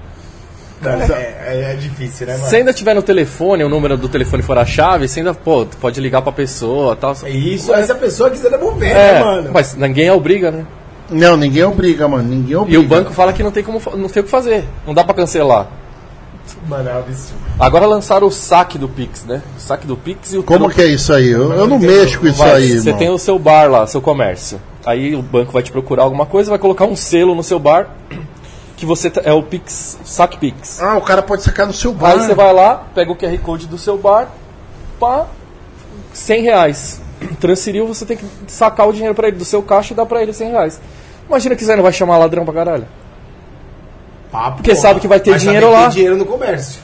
É difícil, né, mano? Se ainda tiver no telefone, o número do telefone for a chave, você ainda, pode ligar pra pessoa e tal. Isso, aí se a pessoa quiser devolver, É, né, mano? mas ninguém obriga, né? Não, ninguém obriga, mano. Ninguém E obriga. o banco fala que não tem o que fazer. Não dá pra cancelar. Mano, é um absurdo. Agora lançaram o saque do Pix, né? O saque do Pix e o... Como que é isso aí? Eu não mexo com isso aí, Você irmão. tem o seu bar lá, seu comércio. Aí o banco vai te procurar alguma coisa, vai colocar um selo no seu bar que você é o Pix, saque Pix. Ah, o cara pode sacar no seu bar. Aí você vai lá, pega o QR Code do seu bar, pá, R$100. Transferiu, você tem que sacar o dinheiro pra ele do seu caixa e dar pra ele R$100. Imagina que você não vai chamar ladrão pra caralho. Papo, Porque sabe que vai ter mas dinheiro sabe que lá. tem dinheiro no comércio.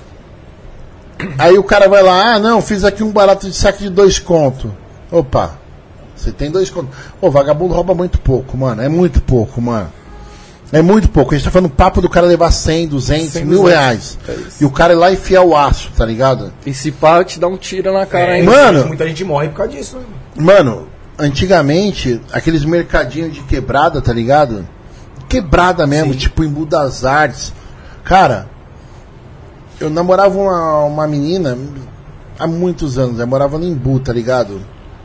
Aí o cara vai lá, não, fiz aqui um barato de saque de 2 conto. Opa, você tem 2 conto. Ô, vagabundo rouba muito pouco, mano. É muito pouco, mano. É muito pouco. A gente tá falando papo do cara levar 100, 200, 100, mil 200. reais. É isso. E o cara ir lá e enfiar o aço, tá ligado? E se pá, te dá um tiro na cara ainda. Mano. Muita gente morre por causa disso, né? Mano, antigamente, aqueles mercadinhos de quebrada, tá ligado? Quebrada mesmo, Sim. tipo Embu das Artes. Cara, eu namorava uma menina há muitos anos, eu morava no Embu, tá ligado?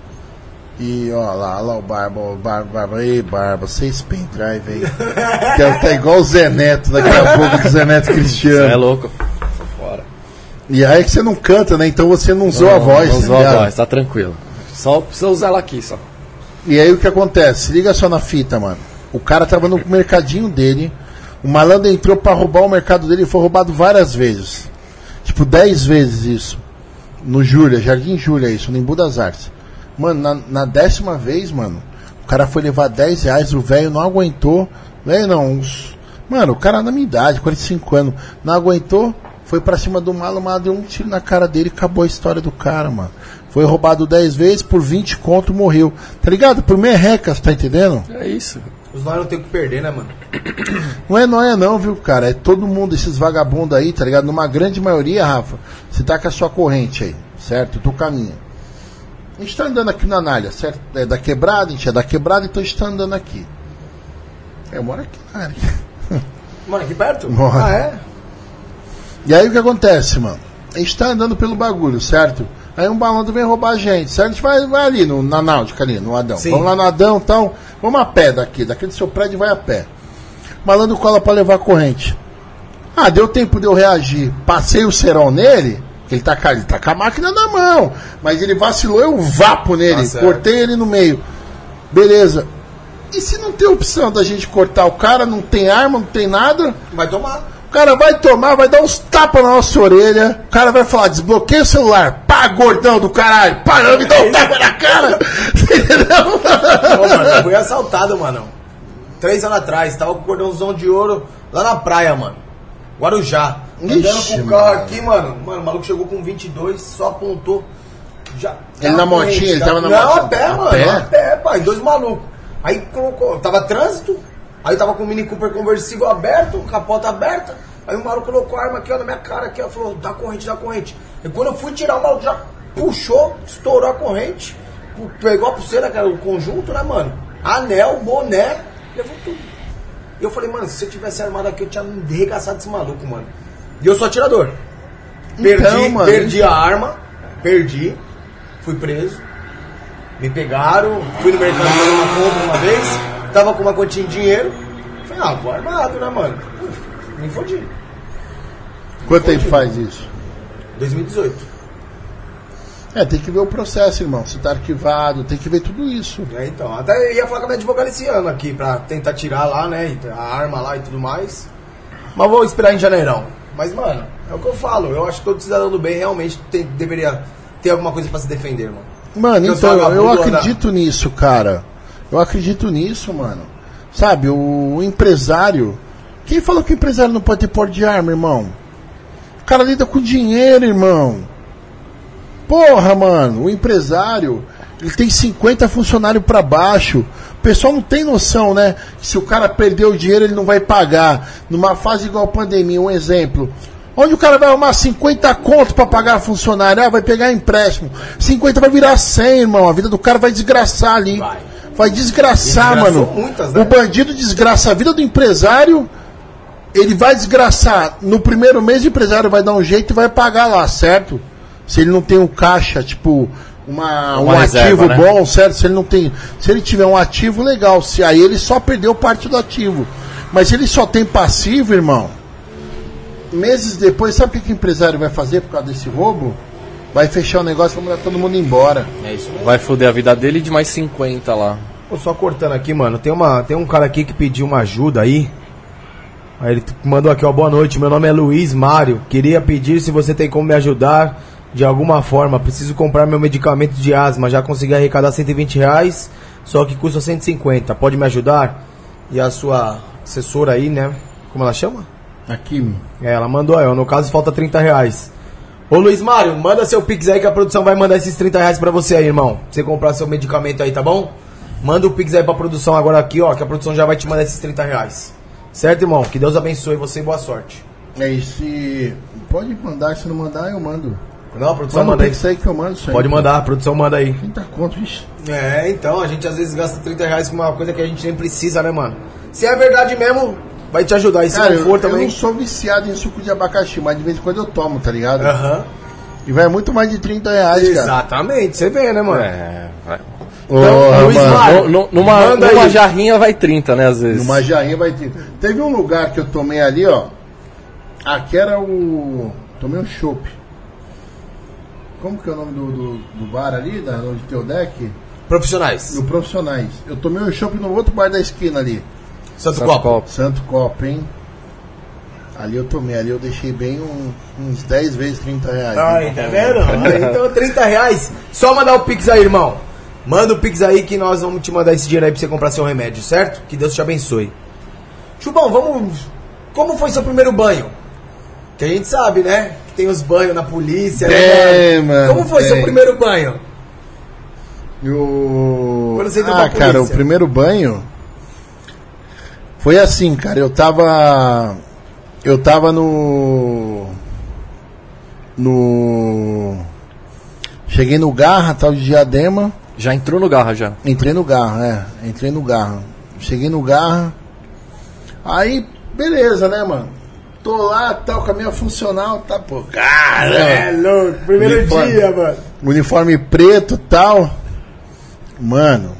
E ó lá o Barba, ei Barba, 6 pendrive aí. Tá igual o Zé Neto, daqui a pouco o Zé Neto Você é Cristiano. louco. Fora. E aí é que você não canta, né? Então você não usou a voz, Não tá usou a ligado? voz, tá tranquilo. Só precisa usar ela aqui, só. E aí o que acontece? Liga só na fita, mano. O cara tava no mercadinho dele, o malandro entrou pra roubar o mercado dele e foi roubado várias vezes. Tipo, 10 vezes isso. No Júlia, Jardim Júlia, isso, no Embu das Artes. Mano, na 10ª vez, mano, o cara foi levar R$10, o velho não aguentou. Velho não, mano, o cara na minha idade, 45 anos, não aguentou, foi pra cima do malo, o malo deu um tiro na cara dele e acabou a história do cara, mano. Foi roubado 10 vezes, por 20 conto morreu. Tá ligado? Por merrecas, tá entendendo? É isso. Os nós não tem o que perder, né, mano? Não é não, viu, cara? É todo mundo, esses vagabundos aí, tá ligado? Numa grande maioria, Rafa, você tá com a sua corrente aí, certo? Tu caminha. A gente tá andando aqui na Anália, certo? É da quebrada, a gente é da quebrada, então a gente tá andando aqui. Eu moro aqui na área. Mano, aqui perto? Mora. Ah, é? E aí o que acontece, mano? A gente tá andando pelo bagulho, certo? Aí um malandro vem roubar a gente, certo? A gente vai ali na Náutica, ali, no Adão. Sim. Vamos lá no Adão, então. Vamos a pé daqui do seu prédio vai a pé. O malandro cola pra levar a corrente. Ah, deu tempo de eu reagir. Passei o cerol nele, ele tá com a máquina na mão. Mas ele vacilou, eu vapo nele. Cortei ele no meio. Beleza. E se não tem opção da gente cortar o cara, não tem arma, não tem nada? Vai tomar. O cara vai tomar, vai dar uns tapas na nossa orelha. O cara vai falar, desbloqueia o celular. Pá, gordão do caralho. Pá, me dá um tapa na cara. Entendeu? Pô, mano, eu fui assaltado, mano. 3 anos atrás, tava com o cordãozão de ouro lá na praia, mano. Guarujá. Andando com o carro aqui, mano. Mano, o maluco chegou com 22, só apontou. Já. Ele na motinha, ele tava na motinha. Não, a pé, mano. A pé, pai. 2 malucos. Aí colocou, tava trânsito, aí tava com o Mini Cooper conversível aberto, capota aberta. Aí o maluco colocou a arma aqui, ó, na minha cara, aqui, ó, falou, dá corrente, dá corrente. E quando eu fui tirar, o maluco já puxou, estourou a corrente, pegou a pulseira, que era o conjunto, né, mano? Anel, boné, levou tudo. E eu falei, mano, se eu tivesse armado aqui, eu tinha me arregaçado desse maluco, mano. E eu sou atirador. Perdi a arma, fui preso. Me pegaram, fui no mercado fazer uma compra uma vez, tava com uma quantia de dinheiro. Falei, vou armado, né, mano? Me fodi. Quanto tempo faz isso? 2018. Tem que ver o processo, irmão. Se tá arquivado, tem que ver tudo isso. Então, até ia falar com a minha advogada esse ano aqui, pra tentar tirar lá, né, a arma lá e tudo mais. Mas vou esperar em janeirão. Mas, mano, é o que eu falo. Eu acho que todo cidadão do bem realmente deveria ter alguma coisa pra se defender, mano. Mano, então, eu acredito nisso, cara. Eu acredito nisso, mano. Sabe, o empresário... Quem falou que o empresário não pode ter porte de arma, irmão? O cara lida com dinheiro, irmão. Porra, mano, o empresário... Ele tem 50 funcionários pra baixo. O pessoal não tem noção, né? Se o cara perdeu o dinheiro, ele não vai pagar. Numa fase igual a pandemia, um exemplo... Onde o cara vai arrumar 50 conto pra pagar funcionário? Vai pegar empréstimo. 50 vai virar 100, irmão. A vida do cara vai desgraçar ali. Vai desgraçar, mano. Muitas, né? O bandido desgraça a vida do empresário. Ele vai desgraçar. No primeiro mês, o empresário vai dar um jeito e vai pagar lá, certo? Se ele não tem um caixa, tipo, um reserva, ativo, né? Bom, certo? Se ele tiver um ativo legal. Aí ele só perdeu parte do ativo. Mas se ele só tem passivo, irmão... Meses depois, sabe o que o empresário vai fazer por causa desse roubo? Vai fechar o negócio e vai mandar todo mundo embora. É isso mesmo. Vai foder a vida dele de mais 50 lá. Só cortando aqui, mano. Tem um cara aqui que pediu uma ajuda aí. Aí ele mandou aqui, ó, boa noite. Meu nome é Luiz Mário. Queria pedir se você tem como me ajudar de alguma forma. Preciso comprar meu medicamento de asma. Já consegui arrecadar R$120, só que custa 150. Pode me ajudar? E a sua assessora aí, né? Como ela chama? Aqui. Ela mandou aí, no caso falta R$30. Ô Luiz Mário, manda seu Pix aí que a produção vai mandar esses R$30 pra você aí, irmão. Pra você comprar seu medicamento aí, tá bom? Manda o Pix aí pra produção agora aqui, ó, que a produção já vai te mandar esses R$30. Certo, irmão? Que Deus abençoe você e boa sorte. Pode mandar, se não mandar, eu mando. Não, a produção manda aí. Aí que eu mando isso aí. Pode mandar, a produção manda aí. 30 conto, vixe. Então, a gente às vezes gasta R$30 com uma coisa que a gente nem precisa, né, mano? Se é verdade mesmo... Vai te ajudar, e se cara, não for também... Eu não sou viciado em suco de abacaxi, mas de vez em quando eu tomo, tá ligado? E vai muito mais de R$30, cara. Exatamente, você vê, né, mano? Vai. Então, Luiz Mário, numa jarrinha vai 30, né, às vezes. Numa jarrinha vai 30. Teve um lugar que eu tomei ali, ó. Aqui era tomei um chopp. Como que é o nome do bar ali, onde tem o deck? Profissionais. No Profissionais. Eu tomei um chopp no outro bar da esquina ali. Santo Copo. Santo Copo, hein? Ali eu tomei, ali eu deixei bem uns 10 vezes R$30. Ai, tá vendo? Então R$30. Só mandar o Pix aí, irmão. Manda o Pix aí que nós vamos te mandar esse dinheiro aí pra você comprar seu remédio, certo? Que Deus te abençoe. Chubão, como foi seu primeiro banho? Que a gente sabe, né? Que tem os banhos na polícia, né, mano? Como foi seu primeiro banho? Quando você entrou pra polícia? Cara, o primeiro banho... Foi assim, cara, eu tava cheguei no Garra, tal de Diadema. Já entrou no Garra, já? Entrei no Garra. Cheguei no Garra. Aí, beleza, né, mano? Tô lá, tal, com a minha funcional, tá, pô, cara. É louco, primeiro dia, mano. Uniforme preto, tal. Mano,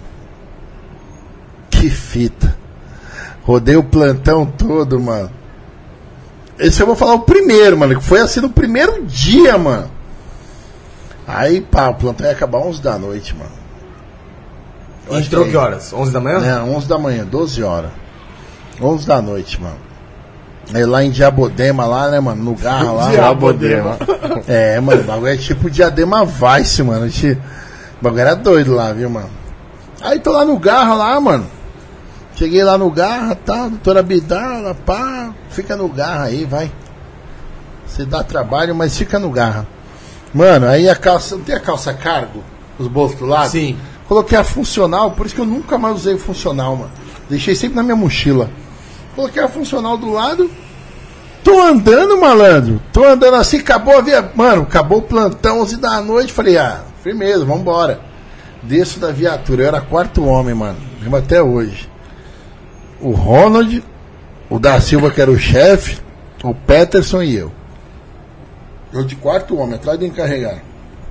que fita. Rodei o plantão todo, mano. esse eu vou falar o primeiro, mano, que foi assim no primeiro dia, mano. Aí, pá, o plantão ia acabar 11 da noite, mano. Entrou que horas? 11 da manhã? É, 11 da manhã, 12 horas. 11 da noite, mano. Aí lá em Diabodema, lá, né, mano, no Garra lá. Diabodema. É, mano, o bagulho é tipo Diadema Vice, mano. O bagulho era doido lá, viu, mano? Aí tô lá no Garra, lá, mano. Cheguei lá no Garra, tá, doutora Bidala, pá, fica no Garra aí, vai. Você dá trabalho, mas fica no Garra. Mano, aí a calça, não tem a calça cargo? Os bolsos do lado? Sim. Coloquei a funcional, por isso que eu nunca mais usei funcional, mano. Deixei sempre na minha mochila. Coloquei a funcional do lado. Tô andando, malandro. Tô andando assim, acabou a via. Mano, acabou o plantão, 11 da noite. Falei, firmeza, vambora. Desço da viatura. Eu era quarto homem, mano. Lembro até hoje. O Ronald, o da Silva, que era o chefe, o Peterson e eu. Eu de quarto homem, atrás do encarregado.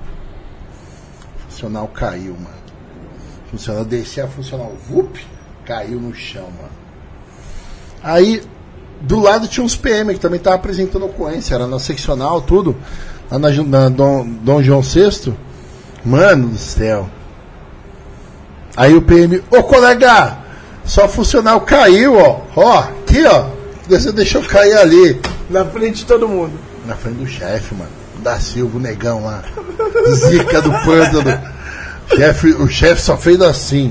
O funcional caiu, mano. O funcional descia a funcional, vup, caiu no chão, mano. Aí, do lado tinha uns PM que também tava apresentando ocorrência, era na seccional, tudo. Lá na Dom João VI. Mano do céu. Aí o PM, ô colega, só funcional caiu, ó, aqui, ó. Você deixou cair ali. Na frente de todo mundo. Na frente do chefe, mano. Da Silva, o negão lá. Zica do pântano. O chefe só fez assim.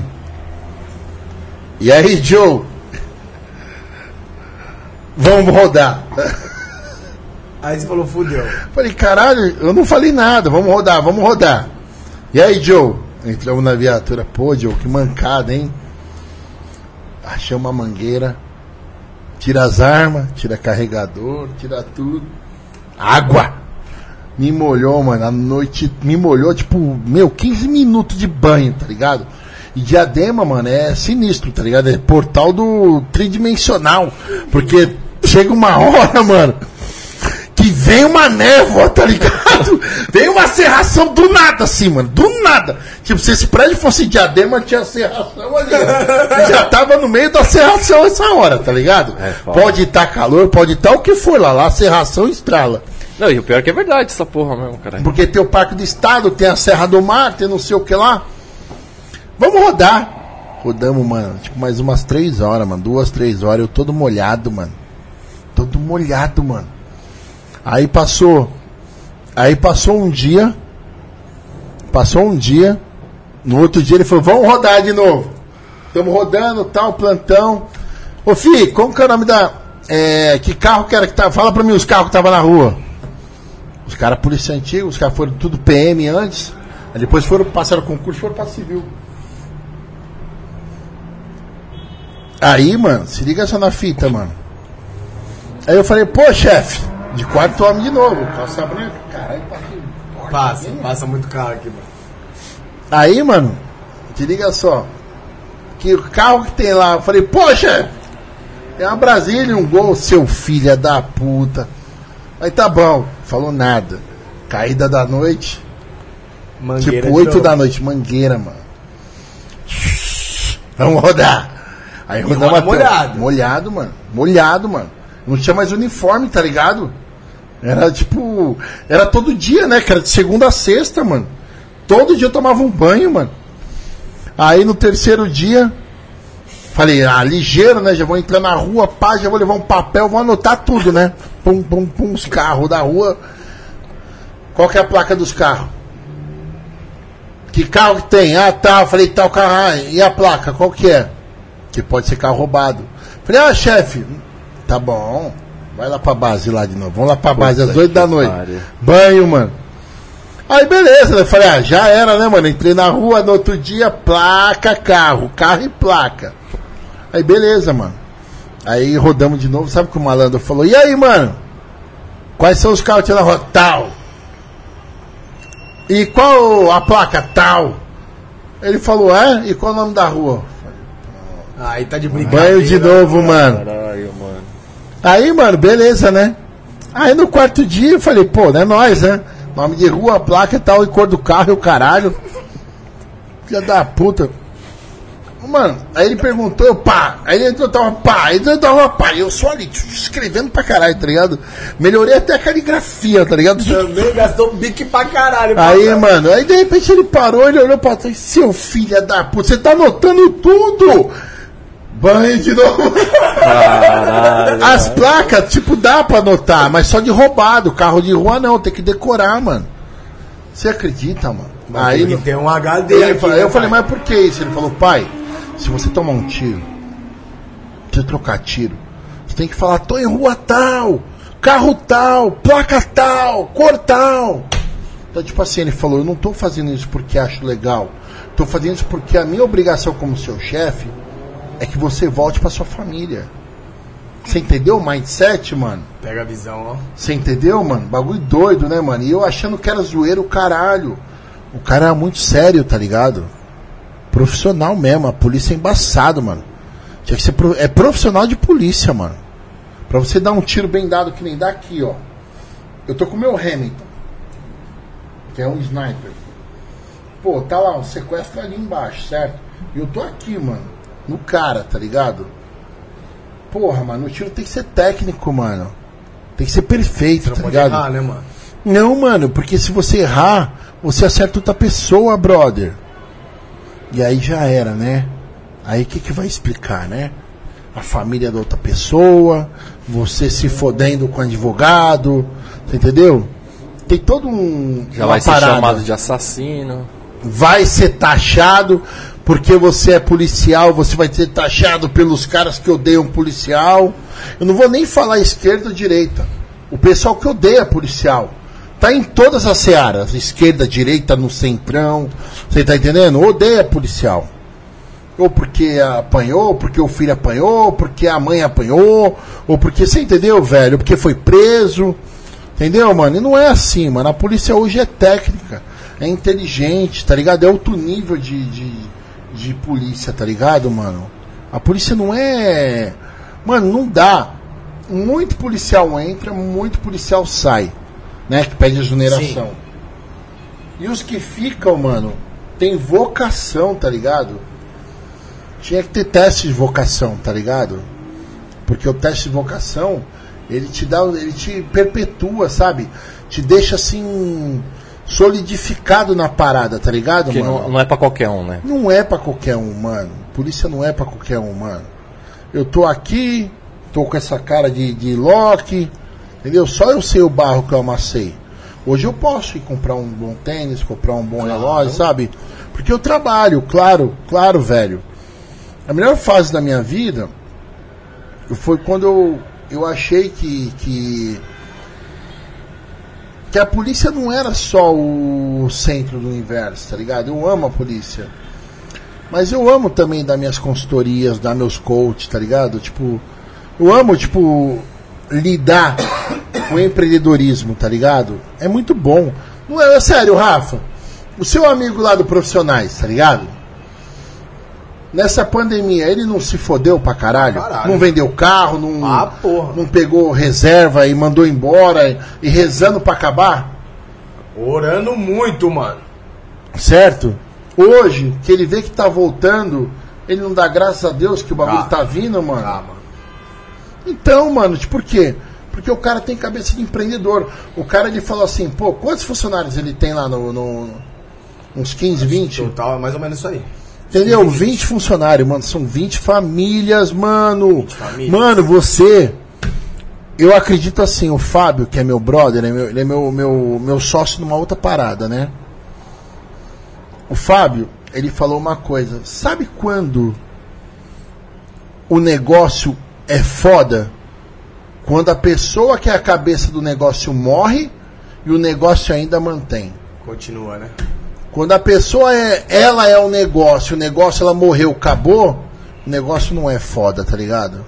E aí, Joe? Vamos rodar. Aí você falou, fudeu. Falei, caralho, eu não falei nada. Vamos rodar. E aí, Joe? Entramos na viatura. Pô, Joe, que mancada, hein? Achamos uma mangueira. Tira as armas, tira carregador, tira tudo. Água! Me molhou, mano, a noite me molhou, tipo, 15 minutos de banho, tá ligado? E Diadema, mano, é sinistro, tá ligado? É portal do tridimensional, porque chega uma hora, mano, que vem uma névoa, tá ligado? Vem uma serração do nada, assim, mano, do nada. Tipo, se esse prédio fosse Diadema, tinha serração ali, ó. Já tava no meio da serração essa hora, tá ligado? Pode estar calor, pode estar o que for lá a serração estrala. Não, e o pior é que é verdade essa porra mesmo, caralho. Porque tem o Parque do Estado, tem a Serra do Mar, tem não sei o que lá. Vamos rodar. Rodamos, mano, tipo mais umas 3 horas, mano. 2, 3 horas, eu todo molhado, mano. Todo molhado, mano. Aí passou um dia. No outro dia ele falou, vamos rodar de novo. Estamos rodando, tal, plantão. Ô, filho, como que é o nome da... que carro que era que tava... Fala pra mim os carros que estavam na rua. Os caras polícia antiga, os caras foram tudo PM antes. Aí depois passaram concurso e foram pra civil. Aí, mano, se liga só na fita, mano. Aí eu falei, pô, chefe, de quarto homem de novo. Calça branca, caralho, Passa muito carro aqui, mano. Aí, mano, te liga só. Que o carro que tem lá, eu falei, pô, chefe, é uma Brasília, um Gol, seu filho da puta. Aí tá bom, falou nada. Caída da noite. Mangueira tipo 8 da noite, mangueira, mano. Vamos rodar. Aí rodamos até. Molhado, mano. Não tinha mais uniforme, tá ligado? Era tipo. Era todo dia, né? Que era de segunda a sexta, mano. Todo dia eu tomava um banho, mano. Aí no terceiro dia. Falei, ligeiro, né? Já vou entrar na rua, pá, já vou levar um papel, vou anotar tudo, né? Pum, pum, pum, os carros da rua. Qual que é a placa dos carros? Que carro que tem? Tá. Falei, tal carro. E a placa, qual que é? Que pode ser carro roubado. Falei, chefe, tá bom. Vai lá pra base lá de novo. Vamos lá pra base às 8 da noite. Banho, mano. Aí beleza, né? Falei, já era, né, mano? Entrei na rua no outro dia, placa, carro e placa. Aí beleza, mano. Aí rodamos de novo, sabe o que o malandro falou? E aí, mano? Quais são os carros que tinha na rua? Tal. E qual a placa? Tal. Ele falou, e qual o nome da rua? Aí tá de brincadeira. Banho de novo, mano. Caralho, mano. Aí, mano, beleza, né? Aí no quarto dia eu falei, pô, não é nóis, né? Nome de rua, placa e tal, e cor do carro e o caralho. Filha da puta. Mano, aí ele perguntou, eu pá. Aí ele entrou, tava pá. Aí eu tava pá. E eu só ali, escrevendo pra caralho, tá ligado? Melhorei até a caligrafia, tá ligado? Também gastou bique pra caralho. Aí, mano, aí de repente ele parou, ele olhou pra trás, seu filho da puta, você tá anotando tudo! Banho de novo. Caralho. As placas, tipo, dá pra anotar, mas só de roubado. Carro de rua não, tem que decorar, mano. Você acredita, mano? Mas Aí tem que ter um HD eu aqui, falei, né, eu falei, pai? mas por que isso? Ele falou, pai, se você tomar um tiro, você trocar tiro, você tem que falar, tô em rua tal, carro tal, placa tal, cor tal. Então, tipo assim, ele falou, eu não tô fazendo isso porque acho legal. Tô fazendo isso porque a minha obrigação como seu chefe é que você volte pra sua família. Você entendeu o mindset, mano? Pega a visão, ó. Você entendeu, mano? Bagulho doido, né, mano? E eu achando que era zoeiro, caralho. O cara era muito sério, tá ligado? Profissional mesmo, a polícia é embaçado, mano. Tinha que ser é profissional de polícia, mano. Pra você dar um tiro bem dado que nem dá aqui, ó. Eu tô com o meu Hamilton, que é um sniper. Pô, tá lá, um sequestro ali embaixo, certo? E eu tô aqui, mano, no cara, tá ligado? Porra, mano, o tiro tem que ser técnico, mano. Tem que ser perfeito, Você não tá pode ligado? errar, né, mano? Não, mano, porque se você errar, você acerta outra pessoa, brother. E aí já era, né? Aí o que vai explicar, né? A família da outra pessoa, você se fodendo com o advogado, você entendeu? Tem todo um... Já uma vai ser parada. chamado de assassino. Vai ser taxado, porque você é policial, você vai ser taxado pelos caras que odeiam policial. Eu não vou nem falar esquerda ou direita. O pessoal que odeia policial tá em todas as searas, esquerda, direita, no centrão. Você tá entendendo? Odeia policial. Ou porque apanhou, ou porque o filho apanhou, ou porque a mãe apanhou, ou porque, você entendeu, velho? Ou porque foi preso. Entendeu, mano? E não é assim, mano. A polícia hoje é técnica, é inteligente, tá ligado? É outro nível de polícia, tá ligado, mano? A polícia não é... Mano, não dá. Muito policial entra, muito policial sai, né? Que pede exoneração. Sim. E os que ficam, mano, tem vocação, tá ligado? Tinha que ter teste de vocação, tá ligado? Porque o teste de vocação, ele te perpetua, sabe? Te deixa assim solidificado na parada, tá ligado, Porque mano? não é pra qualquer um, né? Não é pra qualquer um, mano. Polícia não é pra qualquer um, mano. Eu tô aqui, tô com essa cara de Loki, entendeu? Só eu sei o barro que eu amassei. Hoje eu posso ir comprar um bom tênis, comprar um bom relógio, sabe? Porque eu trabalho, claro, velho. A melhor fase da minha vida foi quando eu achei que a polícia não era só o centro do universo, tá ligado? Eu amo a polícia. Mas eu amo também dar minhas consultorias, dar meus coaches, tá ligado? Tipo, eu amo, tipo, lidar com o empreendedorismo, tá ligado? É muito bom. Não é sério, Rafa. O seu amigo lá do Profissionais, tá ligado? Nessa pandemia, ele não se fodeu pra caralho? Não vendeu carro, não pegou reserva e mandou embora e rezando pra acabar? Orando muito, mano. Certo? Hoje, que ele vê que tá voltando, ele não dá graças a Deus que o bagulho tá vindo, mano? Mano. Então, mano, por quê? Porque o cara tem cabeça de empreendedor. O cara, ele falou assim, pô, quantos funcionários ele tem lá uns 15, 20? Total, é mais ou menos isso aí. Entendeu? 20 funcionários, mano. São 20 famílias, mano. 20 famílias. Mano, eu acredito assim, o Fábio, que é meu brother, ele é meu sócio numa outra parada, né? O Fábio, ele falou uma coisa. Sabe quando o negócio é foda? Quando a pessoa que é a cabeça do negócio morre e o negócio ainda mantém. Continua, né? Quando a pessoa ela é o negócio ela morreu, acabou, o negócio não é foda, tá ligado?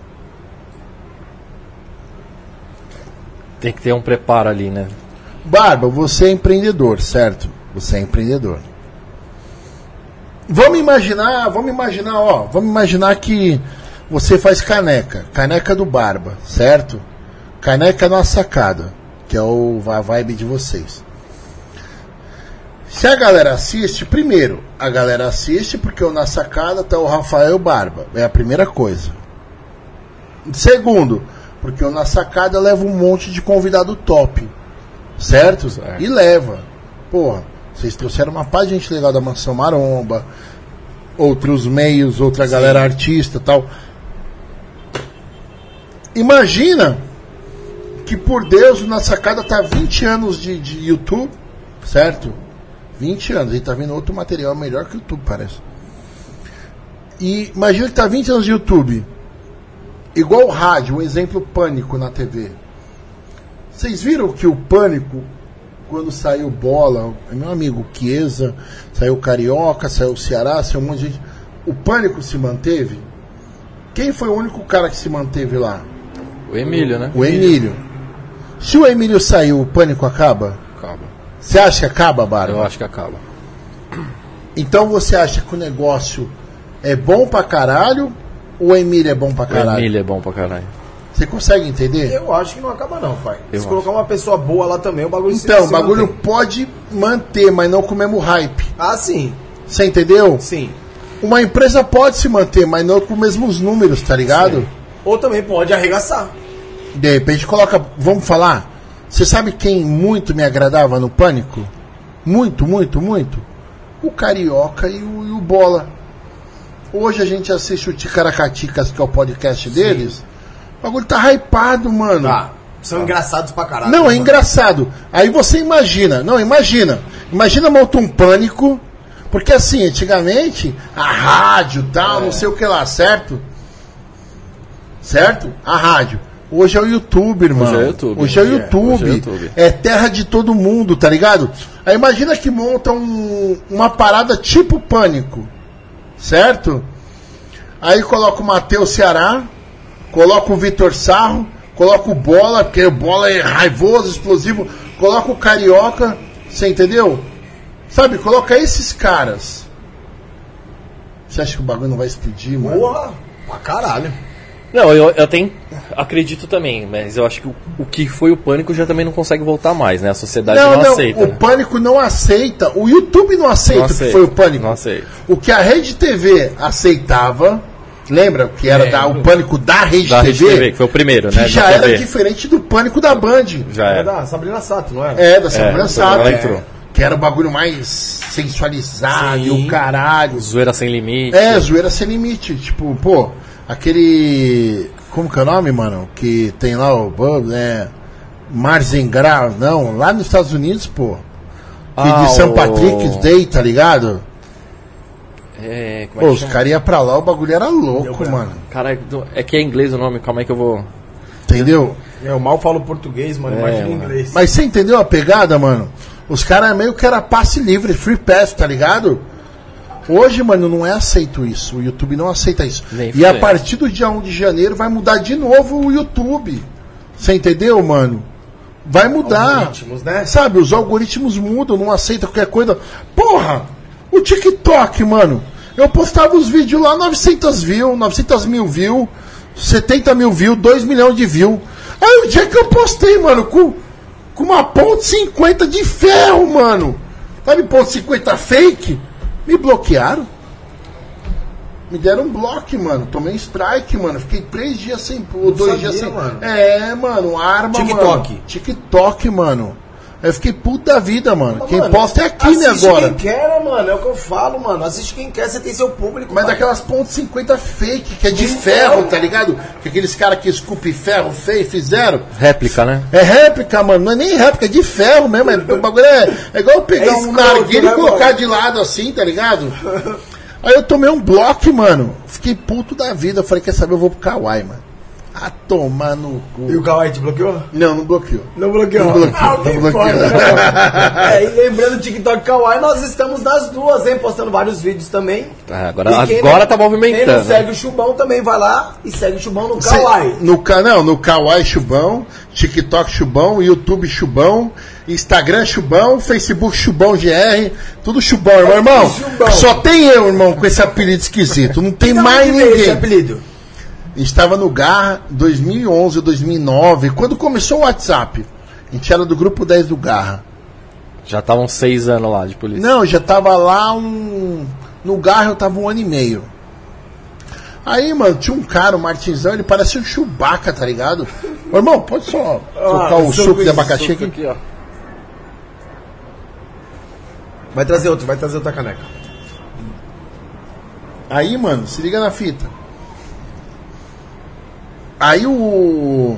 Tem que ter um preparo ali, né? Barba, você é empreendedor, certo? Você é empreendedor. Vamos imaginar que você faz caneca do Barba, certo? Caneca na sacada, que é a vibe de vocês. Se a galera assiste, primeiro, a galera assiste porque Na Sacada tá o Rafael Barba. É a primeira coisa. Segundo, porque o Na Sacada leva um monte de convidado top. Certo? E leva. Porra, vocês trouxeram uma paz de gente legal da Mansão Maromba, outros meios, outra galera artista e tal. Imagina que, por Deus, o Na Sacada tá 20 anos de YouTube, certo? 20 anos, ele tá vendo outro material melhor que o YouTube, parece. E imagina que tá 20 anos de YouTube. Igual o rádio, um exemplo, Pânico na TV. Vocês viram que o Pânico, quando saiu Bola, meu amigo Chiesa, saiu Carioca, saiu Ceará, saiu um monte de gente. O Pânico se manteve? Quem foi o único cara que se manteve lá? O Emílio, né? O Emílio. Se o Emílio saiu, o Pânico acaba? Acaba. Você acha que acaba, Barba? Eu acho que acaba. Então você acha que o negócio é bom pra caralho ou o Emílio é bom pra caralho? O Emílio é bom pra caralho. Você consegue entender? Eu acho que não acaba não, pai. Eu Se colocar uma pessoa boa lá também, o bagulho Então, o se bagulho mantém. pode manter, mas não com o mesmo hype. Ah, sim. Você entendeu? Sim. Uma empresa pode se manter, mas não com os mesmos números, tá ligado? Sim. Ou também pode arregaçar. De repente coloca... Vamos falar? Você sabe quem muito me agradava no Pânico? Muito, muito, muito? O Carioca e o Bola. Hoje a gente assiste o Ticaracaticas, que é o podcast deles. O bagulho tá hypado, mano. Tá. São engraçados pra caralho. Não, é mano. engraçado. Aí você imagina. Não, imagina. Imagina montar um Pânico. Porque assim, antigamente, a rádio tal, não sei o que lá, certo? Certo? A rádio. Hoje é o YouTube, irmão. Hoje é o YouTube. Hoje é o YouTube. É terra de todo mundo, tá ligado? Aí imagina que monta uma parada tipo Pânico. Certo? Aí coloca o Matheus Ceará, coloca o Vitor Sarro, coloca o Bola, porque o Bola é raivoso, explosivo, coloca o Carioca, você entendeu? Sabe, coloca esses caras. Você acha que o bagulho não vai explodir, mano? Porra, pra caralho. Não, eu até acredito também, mas eu acho que o que foi o Pânico já também não consegue voltar mais, né? A sociedade não aceita. O né? Pânico não aceita, o YouTube não aceita o que foi o Pânico. Não aceita. O que a Rede TV aceitava, lembra? Que era o Pânico da Rede Da TV, Rede TV, que foi o primeiro, que né? já da era TV. diferente do Pânico da Band. Já É era. da Sabrina Sato, não era? É, da Sabrina Sato. ela entrou. Que era o bagulho mais sensualizado e o caralho. Zoeira sem limite. É, zoeira sem limite. Tipo, pô, aquele... Como que é o nome, mano? Que tem lá o... Marzengrau, não. Lá nos Estados Unidos, pô. Que de St. Patrick's Day, tá ligado? É, como Pô, é que os chama? caras iam pra lá, o bagulho era louco, mano. Caralho, é que é inglês o nome, calma aí que eu vou... Entendeu? Eu mal falo português, mano, imagina inglês. Mas você entendeu a pegada, mano? Os caras meio que era passe livre, free pass, tá ligado? Hoje, mano, não é aceito isso. O YouTube não aceita isso. Nem E a fudendo. partir do dia 1 de janeiro vai mudar de novo o YouTube. Você entendeu, mano? Vai mudar. Algoritmos, né? Sabe, os algoritmos mudam, não aceita qualquer coisa. Porra! O TikTok, mano. Eu postava os vídeos lá, 900 mil views, 70 mil views, 2 milhões de views. Aí o dia que eu postei, mano, com uma ponto .50 de ferro, mano. Sabe, ponto .50 fake? Me bloquearam. Me deram um bloco, mano. Tomei strike, mano. Fiquei 3 dias sem... Ou 2 dias sem... mano. É, mano, arma, TikTok. mano. TikTok, mano. Aí eu fiquei puta da vida, mano. Quem Mano, posta é aqui, né, assiste agora. quem quer, né, mano? É o que eu falo, mano. Assiste quem quer, você tem seu público. Mas pai. daquelas pontos .50 fake, que é de Então. ferro, tá ligado? Que aqueles caras que esculpem ferro feio fizeram. Réplica, né? É réplica, mano. Não é nem réplica, é de ferro mesmo. O bagulho é igual pegar É um escroto, narguilho né, e colocar mano? de lado assim, tá ligado? Aí eu tomei um bloco, mano. Fiquei puto da vida. Eu falei, quer saber, eu vou pro Kawaii, mano. A tomar no cu. E o Kawaii te bloqueou? Não, não bloqueou. Não bloqueou. Não bloqueou, Ah, não não bloqueou. importa, né? E lembrando o TikTok Kawaii, nós estamos nas duas, hein? Postando vários vídeos também. Agora E quem tá Quem não movimentando. segue o Chubão também vai lá e segue o Chubão no Cê- Kawaii. No Kawaii Chubão, TikTok Chubão, YouTube Chubão, Instagram Chubão, Facebook Chubão GR, tudo Chubão, irmão. Chubão. Só tem eu, irmão, com esse apelido esquisito. Não tem Então, mais onde veio esse ninguém. apelido? A gente estava no Garra 2011, 2009, quando começou o WhatsApp. A gente era do grupo 10 do Garra. Já estavam 6 anos lá de polícia. Não, já tava lá no Garra eu tava 1 ano e meio. Aí, mano, tinha um cara, o Martinzão, ele parecia um Chewbacca, tá ligado? Ô, irmão, pode só colocar o suco de abacaxi aqui? Ó. Vai trazer outra caneca. Aí, mano, se liga na fita. Aí o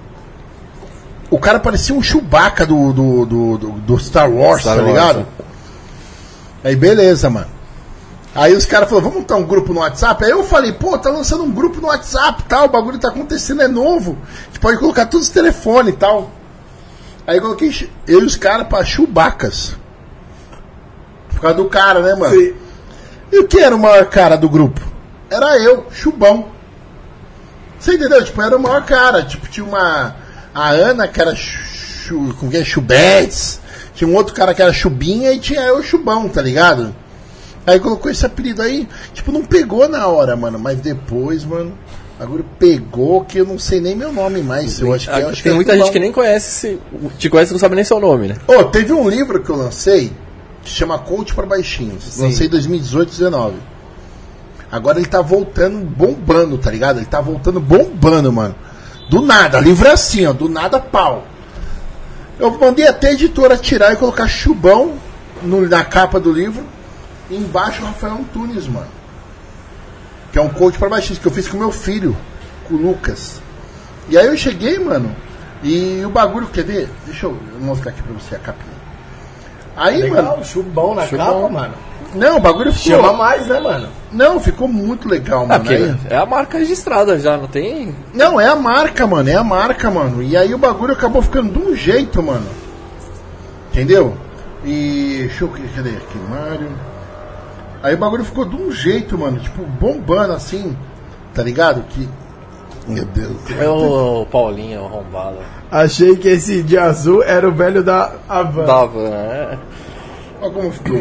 cara parecia um Chewbacca do Star Wars, tá ligado? Aí beleza, mano. Aí os caras falaram, vamos montar um grupo no WhatsApp? Aí eu falei, pô, tá lançando um grupo no WhatsApp, tal, o bagulho tá acontecendo, é novo. A gente pode colocar todos os telefones e tal. Aí eu coloquei eu e os caras pra Chewbaccas. Por causa do cara, né, mano? Sim. E o que era o maior cara do grupo? Era eu, Chubão. Você entendeu? Tipo, era o maior cara. Tipo, tinha a Ana, que era como que é? Chubetes. Tinha um outro cara que era Chubinha e tinha eu, Chubão, tá ligado? Aí colocou esse apelido aí. Tipo, não pegou na hora, mano. Mas depois, mano, agora pegou que eu não sei nem meu nome mais. Eu acho que tem muita gente que nem conhece, te conhece e não sabe nem seu nome, né? Ô, teve um livro que eu lancei que chama Coach para Baixinhos. Sim. Lancei em 2018, 2019. Agora ele tá voltando bombando, tá ligado? Ele tá voltando bombando, mano. Do nada, livro é assim, ó. Do nada, pau. Eu mandei até a editora tirar e colocar Chubão na capa do livro. E embaixo Rafael Antunes, mano. Que é um coach para baixinhos, que eu fiz com meu filho, com o Lucas. E aí eu cheguei, mano. E o bagulho, quer ver? Deixa eu mostrar aqui pra você a capinha. Aí, legal, mano. Chubão na capa, mano. Não, o bagulho ficou. Chama mais, né, mano? Não, ficou muito legal, mano. Aí... É a marca registrada já, não tem. Não, é a marca, mano. É a marca, mano. E aí o bagulho acabou ficando de um jeito, mano. Entendeu? E. Deixa eu. Cadê aqui? Mário. Aí o bagulho ficou de um jeito, mano. Tipo, bombando assim. Tá ligado? Que. Meu Deus. É o Paulinho, arrombado. Achei que esse de azul era o velho da Havan. É. Olha como ficou.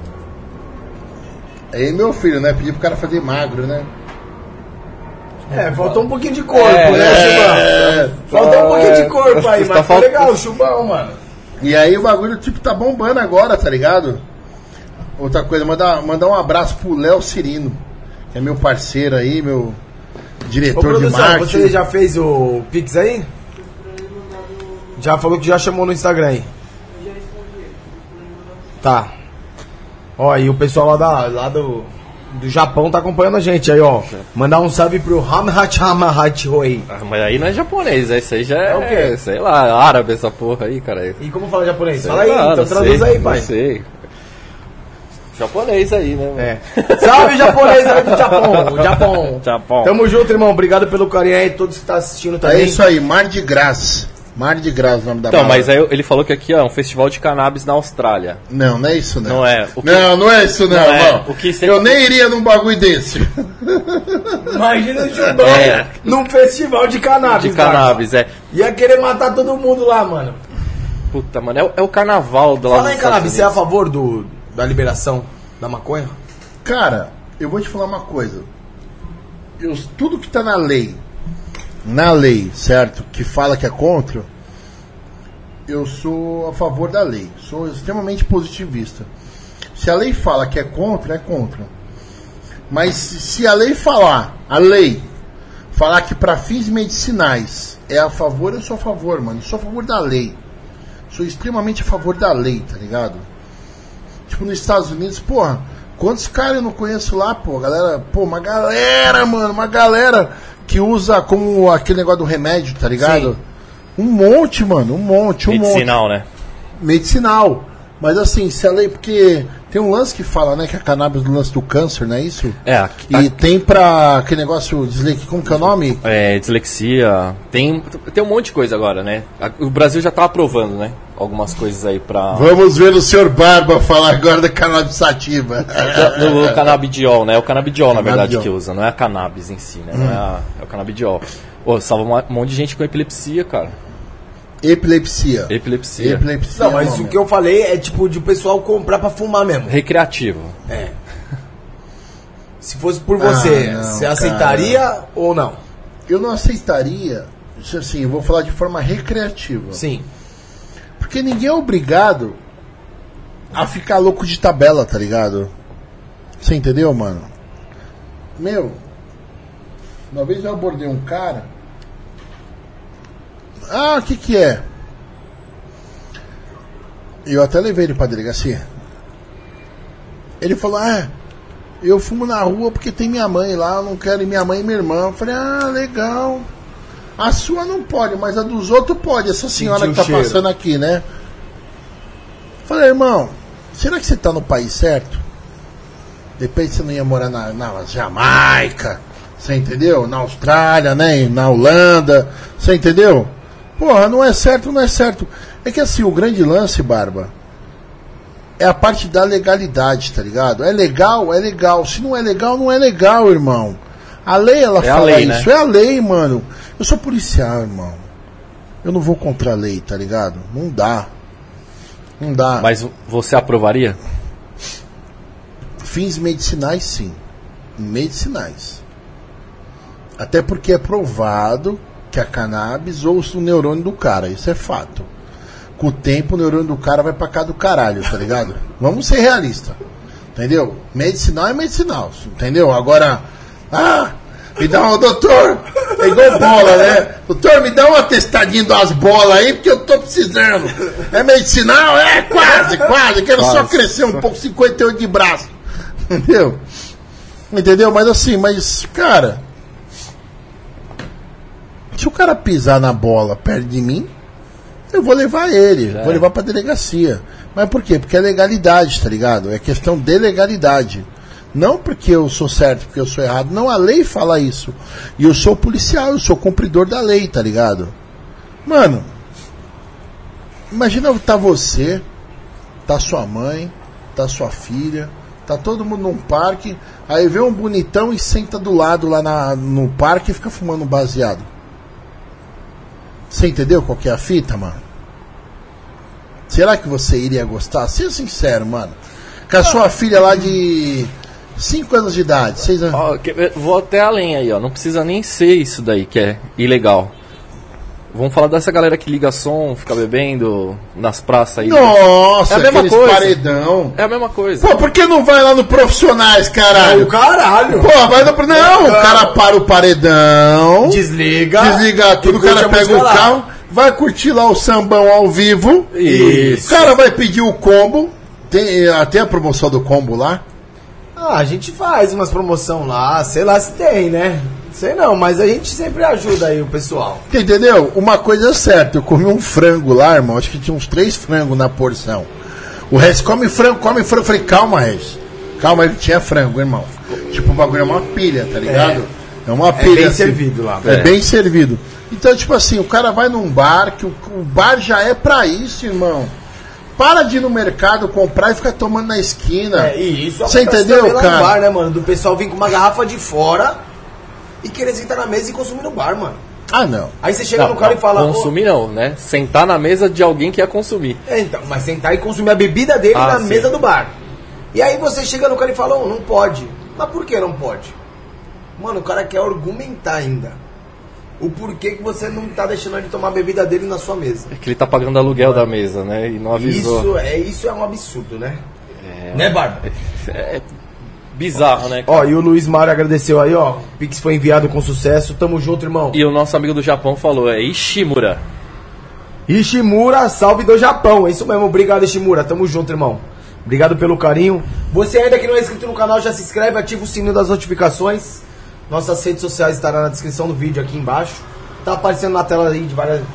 Aí meu filho, né? Pedi pro cara fazer magro, né? É, faltou um pouquinho de corpo, né, Chubão? Faltou um pouquinho de corpo aí, mas foi legal o Chubão, mano. E aí o bagulho, tipo, tá bombando agora, tá ligado? Outra coisa, mandar um abraço pro Léo Cirino, que é meu parceiro aí, meu diretor de marketing. Você já fez o Pix aí? Já falou que já chamou no Instagram aí. Tá. Ó, e o pessoal lá do Japão tá acompanhando a gente aí, ó. Mandar um salve pro Hamhachamahachioi. Mas aí não é japonês, isso aí já é o quê? Sei lá, árabe essa porra aí, cara. E como fala japonês? Sei Fala aí, lá, então traduz aí, pai. Não sei. Japonês aí, né? É. Salve japonês aí do Japão. Japão. Tamo junto, irmão. Obrigado pelo carinho aí, todos que tá assistindo também. É isso aí, Mar de Graça. Mar de Graça, o nome da Então, balada. mas aí ele falou que aqui é um festival de cannabis na Austrália. Não é isso não. Não é. Não é isso não, irmão. Eu nem iria num bagulho desse. Imagina o Chubão num festival de cannabis. De cannabis, cara. Ia querer matar todo mundo lá, mano. Puta, mano, é o carnaval do lado. Fala aí, cannabis, você é a favor da liberação da maconha? Cara, eu vou te falar uma coisa. Tudo que tá na lei, certo? Que fala que é contra, eu sou a favor da lei. Sou extremamente positivista. Se a lei fala que é contra, é contra. Mas se a lei falar que para fins medicinais é a favor, eu sou a favor, mano. Eu sou a favor da lei. Sou extremamente a favor da lei, tá ligado? Tipo, nos Estados Unidos, porra, quantos caras eu não conheço lá, pô, galera, pô, uma galera que usa como aquele negócio do remédio, tá ligado? Sim. Um monte, mano, um monte. Medicinal, né? Medicinal. Mas assim, se a lei, porque tem um lance que fala, né, que a cannabis do lance do câncer, não é isso? É. E tem pra aquele negócio, como que é o nome? É, dislexia, tem um monte de coisa agora, né? O Brasil já tá aprovando, né? Algumas coisas aí pra... Vamos ver o Sr. Barba falar agora da cannabis sativa. Do canabidiol, né? É o canabidiol, na verdade, que usa, não é a cannabis em si, né? Não é o canabidiol. Pô, salva um monte de gente com epilepsia, cara. Epilepsia. Não, mas o que eu falei é tipo de o pessoal comprar pra fumar mesmo. Recreativo. É. Se fosse por você, você aceitaria, cara, ou não? Eu não aceitaria, assim, eu vou falar de forma recreativa. Sim. Porque ninguém é obrigado a ficar louco de tabela, tá ligado? Você entendeu, mano? Meu, uma vez eu abordei um cara. O que é? Eu até levei ele pra delegacia. Ele falou, eu fumo na rua porque tem minha mãe lá, eu não quero ir minha mãe e minha irmã. Eu falei, legal. A sua não pode, mas a dos outros pode. Essa senhora que tá passando aqui, né? Falei, irmão, será que você tá no país certo? De repente você não ia morar na Jamaica, você entendeu? Na Austrália, né? Na Holanda, você entendeu? Porra, não é certo, não é certo. É que assim, o grande lance, Barba, é a parte da legalidade, tá ligado? É legal, é legal. Se não é legal, não é legal, irmão. A lei, ela fala lei, isso, né? É a lei, mano. Eu sou policial, irmão. Eu não vou contra a lei, tá ligado? Não dá. Não dá. Mas você aprovaria? Fins medicinais, sim. Medicinais. Até porque é provado que a cannabis ouça o neurônio do cara. Isso é fato. Com o tempo, o neurônio do cara vai pra cá do caralho, tá ligado? Vamos ser realistas. Entendeu? Medicinal é medicinal. Entendeu? Agora... me dá um, doutor, é igual bola, né? Doutor, me dá um atestadinho das bolas aí, porque eu tô precisando. É medicinal? É, quase. Quero só crescer um pouco, 58 de braço. Entendeu? Mas assim, cara, se o cara pisar na bola perto de mim, eu vou levar ele, vou levar pra delegacia. Mas por quê? Porque é legalidade, tá ligado? É questão de legalidade. Não porque eu sou certo, porque eu sou errado. Não, a lei fala isso. E eu sou policial, eu sou cumpridor da lei, tá ligado? Mano, imagina tá você, tá sua mãe, tá sua filha, tá todo mundo num parque, aí vê um bonitão e senta do lado lá no parque e fica fumando um baseado. Você entendeu qual que é a fita, mano? Será que você iria gostar? Seja sincero, mano. Com a sua filha lá de 5 anos de idade, 6 anos. Vou até além aí, ó. Não precisa nem ser isso daí que é ilegal. Vamos falar dessa galera que liga som, fica bebendo nas praças aí. Nossa, é a mesma coisa. Paredão. É a mesma coisa. Pô, por que não vai lá no Profissionais, caralho? Caralho. Pô, vai no... Não, o cara para o paredão. Desliga tudo, o cara pega o carro, vai curtir lá o sambão ao vivo. Isso. O cara vai pedir o combo. Tem até a promoção do combo lá? A gente faz umas promoção lá, sei lá se tem, né? Sei não, mas a gente sempre ajuda aí o pessoal. Entendeu? Uma coisa é certa, eu comi um frango lá, irmão, acho que tinha uns 3 frangos na porção. O resto come frango. Eu falei, calma, Regis. Calma aí que tinha frango, irmão. Tipo, o bagulho é uma pilha, tá ligado? É uma pilha. É bem assim, servido lá. É bem servido. Então, tipo assim, o cara vai num bar, que o bar já é pra isso, irmão. Para de ir no mercado, comprar e ficar tomando na esquina. E isso você entendeu, cara? No bar, né, mano? Do pessoal vir com uma garrafa de fora e querer sentar na mesa e consumir no bar, mano. Não. Aí você chega no cara e fala... Consumir não, né? Sentar na mesa de alguém que ia consumir. Então, mas sentar e consumir a bebida dele na mesa do bar. E aí você chega no cara e fala, não pode. Mas por que não pode? Mano, o cara quer argumentar ainda o porquê que você não tá deixando ele tomar a bebida dele na sua mesa. É que ele tá pagando aluguel da mesa, né? E não avisou. Isso é um absurdo, né? Né, Barba? É bizarro, né? Ó, e o Luiz Mário agradeceu aí, ó. Pix foi enviado com sucesso. Tamo junto, irmão. E o nosso amigo do Japão falou, Ishimura. Ishimura, salve do Japão. É isso mesmo, obrigado, Ishimura. Tamo junto, irmão. Obrigado pelo carinho. Você ainda que não é inscrito no canal, já se inscreve, ativa o sininho das notificações. Nossas redes sociais estarão na descrição do vídeo aqui embaixo. Tá aparecendo na tela aí de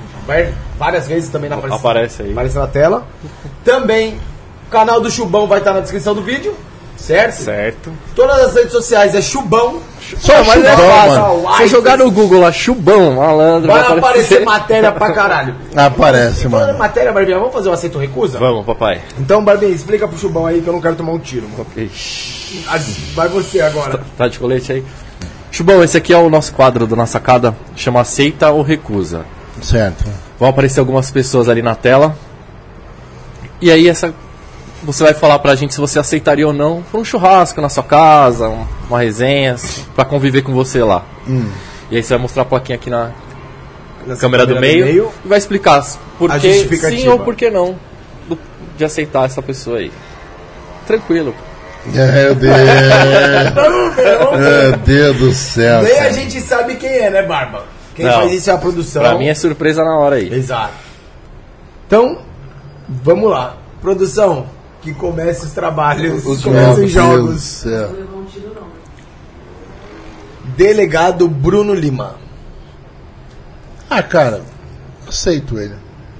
várias vezes também na aparece aí. Aparece na tela. Também o canal do Chubão vai estar na descrição do vídeo. Certo? Certo. Todas as redes sociais é Chubão. Só Chubão, é mano. Se jogar no Google lá, Chubão, malandro, vai aparecer matéria pra caralho. Aparece, mano. Falando em matéria, Barbinha, vamos fazer o aceito ou recusa? Vamos, papai. Então, Barbinha, explica pro Chubão aí que eu não quero tomar um tiro. Okay. Vai você agora. Tá de colete aí? Chubão, esse aqui é o nosso quadro da nossa sacada, chama Aceita ou Recusa. Certo. Vão aparecer algumas pessoas ali na tela. E aí você vai falar pra gente se você aceitaria ou não por um churrasco na sua casa, uma resenha, pra conviver com você lá. E aí você vai mostrar a plaquinha aqui na câmera do meio e vai explicar por que sim ou por que não de aceitar essa pessoa aí. Tranquilo. Meu Deus. Meu Deus do céu. Nem cara. a gente sabe quem é, né, Barba? Quem Não. faz isso é a produção. Pra mim é surpresa na hora aí. Exato. Então, vamos lá. Produção, que comece os trabalhos, comece os Meu Deus do jogos. céu. Delegado Bruno Lima. Ah, cara, aceito ele.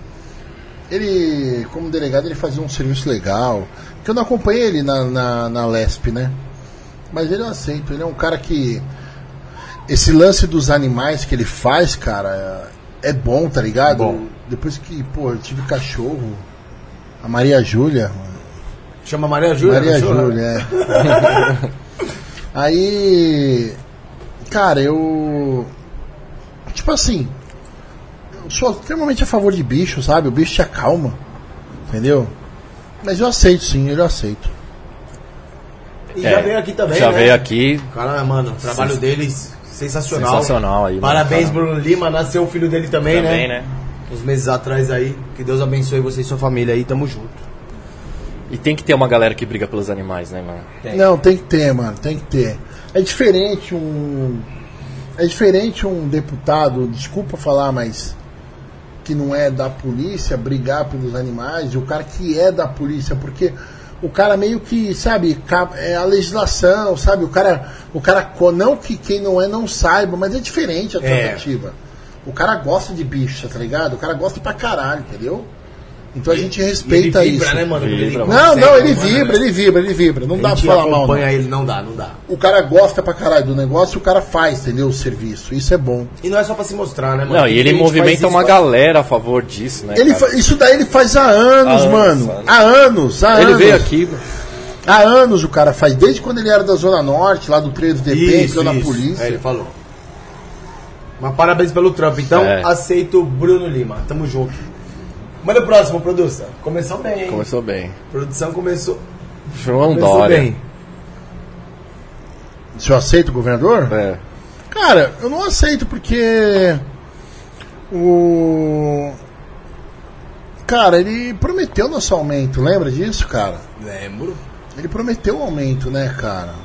Ele, como delegado, ele fazia um serviço legal. Porque eu não acompanhei ele na Lesp, né? Mas ele eu aceito. Ele é um cara que... Esse lance dos animais que ele faz, cara, é bom, tá ligado? Bom. Depois que, pô, eu tive cachorro. A Maria Júlia. Chama Maria Júlia? Maria cachorra? Júlia, é. Aí... Cara, eu... Tipo assim... Eu sou extremamente a favor de bicho, sabe? O bicho te acalma. Entendeu? Mas eu aceito, sim, eu aceito. E já veio aqui também, Já né? veio aqui. Cara, mano, o trabalho deles, sensacional. Sensacional aí, mano. Parabéns, Cara. Bruno Lima. Nasceu o filho dele também, Também, né? né? Uns meses atrás aí. Que Deus abençoe você e sua família aí. Tamo junto. E tem que ter uma galera que briga pelos animais, né, mano? Tem. Não, tem que ter, mano, tem que ter. É diferente um deputado, desculpa falar, mas que não é da polícia brigar pelos animais, e o cara que é da polícia, porque o cara meio que, sabe, é a legislação, sabe, o cara não que quem não é não saiba, mas é diferente a tratativa. O cara gosta de bicho, tá ligado? O cara gosta pra caralho, entendeu? Então a gente respeita ele vibra, isso. né, mano? Vibra, Não, consegue, ele mano, vibra. Não A dá pra gente falar mal, não. acompanha ele, não dá. O cara gosta pra caralho do negócio e o cara faz, entendeu? O serviço. Isso é bom. E não é só pra se mostrar, né, mano? Não, e ele Tem gente que movimenta faz isso uma pra- galera a favor disso, né? cara? Isso daí ele faz há anos, Há anos, mano. anos. Há anos. Ele veio aqui. Há anos o cara faz. Desde quando ele era da Zona Norte, lá do 3DP, entrou na polícia. É, ele falou. Mas parabéns pelo trampo. Então, É. aceito Bruno Lima. Tamo junto. Manda o próximo, produção. Começou bem, hein? Começou bem. Produção começou João Dória. bem. Se eu aceito o governador? É. Cara, eu não aceito porque o... Cara, ele prometeu nosso aumento, lembra disso, cara? Lembro. Ele prometeu um aumento, né, cara?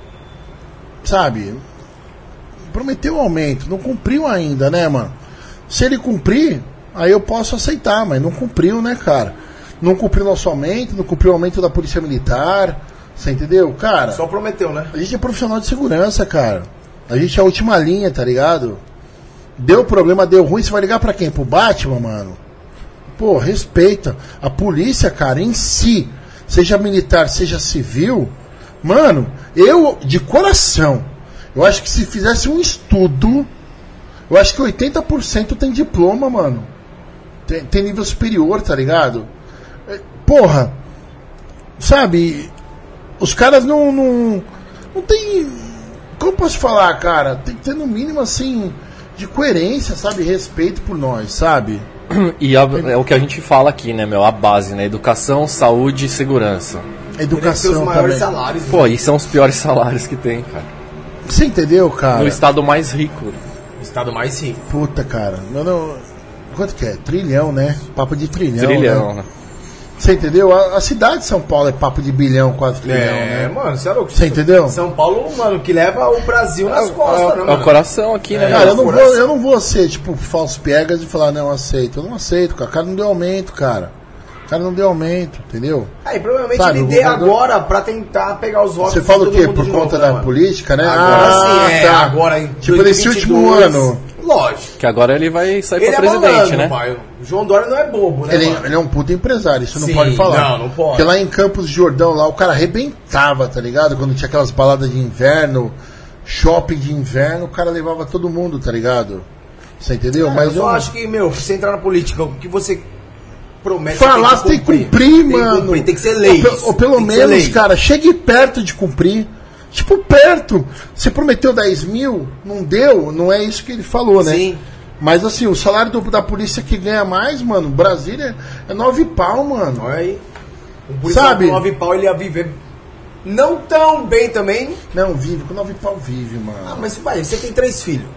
Sabe? Prometeu um aumento, não cumpriu ainda, né, mano? Se ele cumprir, aí eu posso aceitar, mas não cumpriu, né, cara? Não cumpriu nosso aumento, não cumpriu o aumento da Polícia Militar, você entendeu? Cara, Só prometeu, né? a gente é profissional de segurança, cara. A gente é a última linha, tá ligado? Deu problema, deu ruim, você vai ligar pra quem? Pro Batman, mano? Pô, respeita. A polícia, cara, em si, seja militar, seja civil, mano, eu, de coração, eu acho que se fizesse um estudo, eu acho que 80% tem diploma, mano. Tem nível superior, tá ligado? Porra, sabe, os caras não tem... Como eu posso falar, cara? Tem que ter no mínimo, assim, de coerência, sabe? Respeito por nós, sabe? E é o que a gente fala aqui, né, meu? A base, né? Educação, saúde e segurança. Tem Educação os maiores também. salários. Pô, né? e são os piores salários que tem, cara. Você entendeu, cara? No estado mais rico. O estado mais rico. Puta, cara. Quanto que é? Trilhão, né? Papo de trilhão. Trilhão, Né? né? Você entendeu? A cidade de São Paulo é papo de bilhão, quase trilhão, né? Mano, você é louco. Você entendeu? São Paulo, mano, que leva o Brasil nas costas, né, É o mano? coração aqui, né? Cara, meu? eu não vou ser, tipo, falso piegas e falar, não, aceito. Eu não aceito, cara. O cara não deu aumento, cara. O cara não deu aumento, entendeu? Aí, provavelmente Sabe, ele o dê governador- agora pra tentar pegar os votos. Você fala de o todo quê? mundo Por de conta novo, né, da mano? política, né? Agora sim, tá. agora em Tipo, nesse 2022, último ano. Lógico. Que agora ele vai sair Ele pra é presidente, malandro, né? pai. O João Dória não é bobo, né, mano? Ele é um puta empresário, isso Sim, não pode falar. não pode. Porque lá em Campos de Jordão, lá o cara arrebentava, tá ligado? Quando tinha aquelas baladas de inverno, shopping de inverno, o cara levava todo mundo, tá ligado? Você entendeu? Mas eu só acho que, meu, você entrar na política, o que você promete... falar, você tem que cumprir, mano. Tem que ser lei. Ou pelo menos, cara, chegue perto de cumprir. Tipo, perto. Você prometeu 10 mil, não deu, não é isso que ele falou, né? Sim. Mas assim, o salário da polícia que ganha mais, mano, Brasília é 9 pau, mano. Olha aí. Um policial Sabe? com 9 pau, ele ia viver não tão bem também. Não, vive, com 9 pau vive, mano. Ah, mas vai, você tem 3 filhos.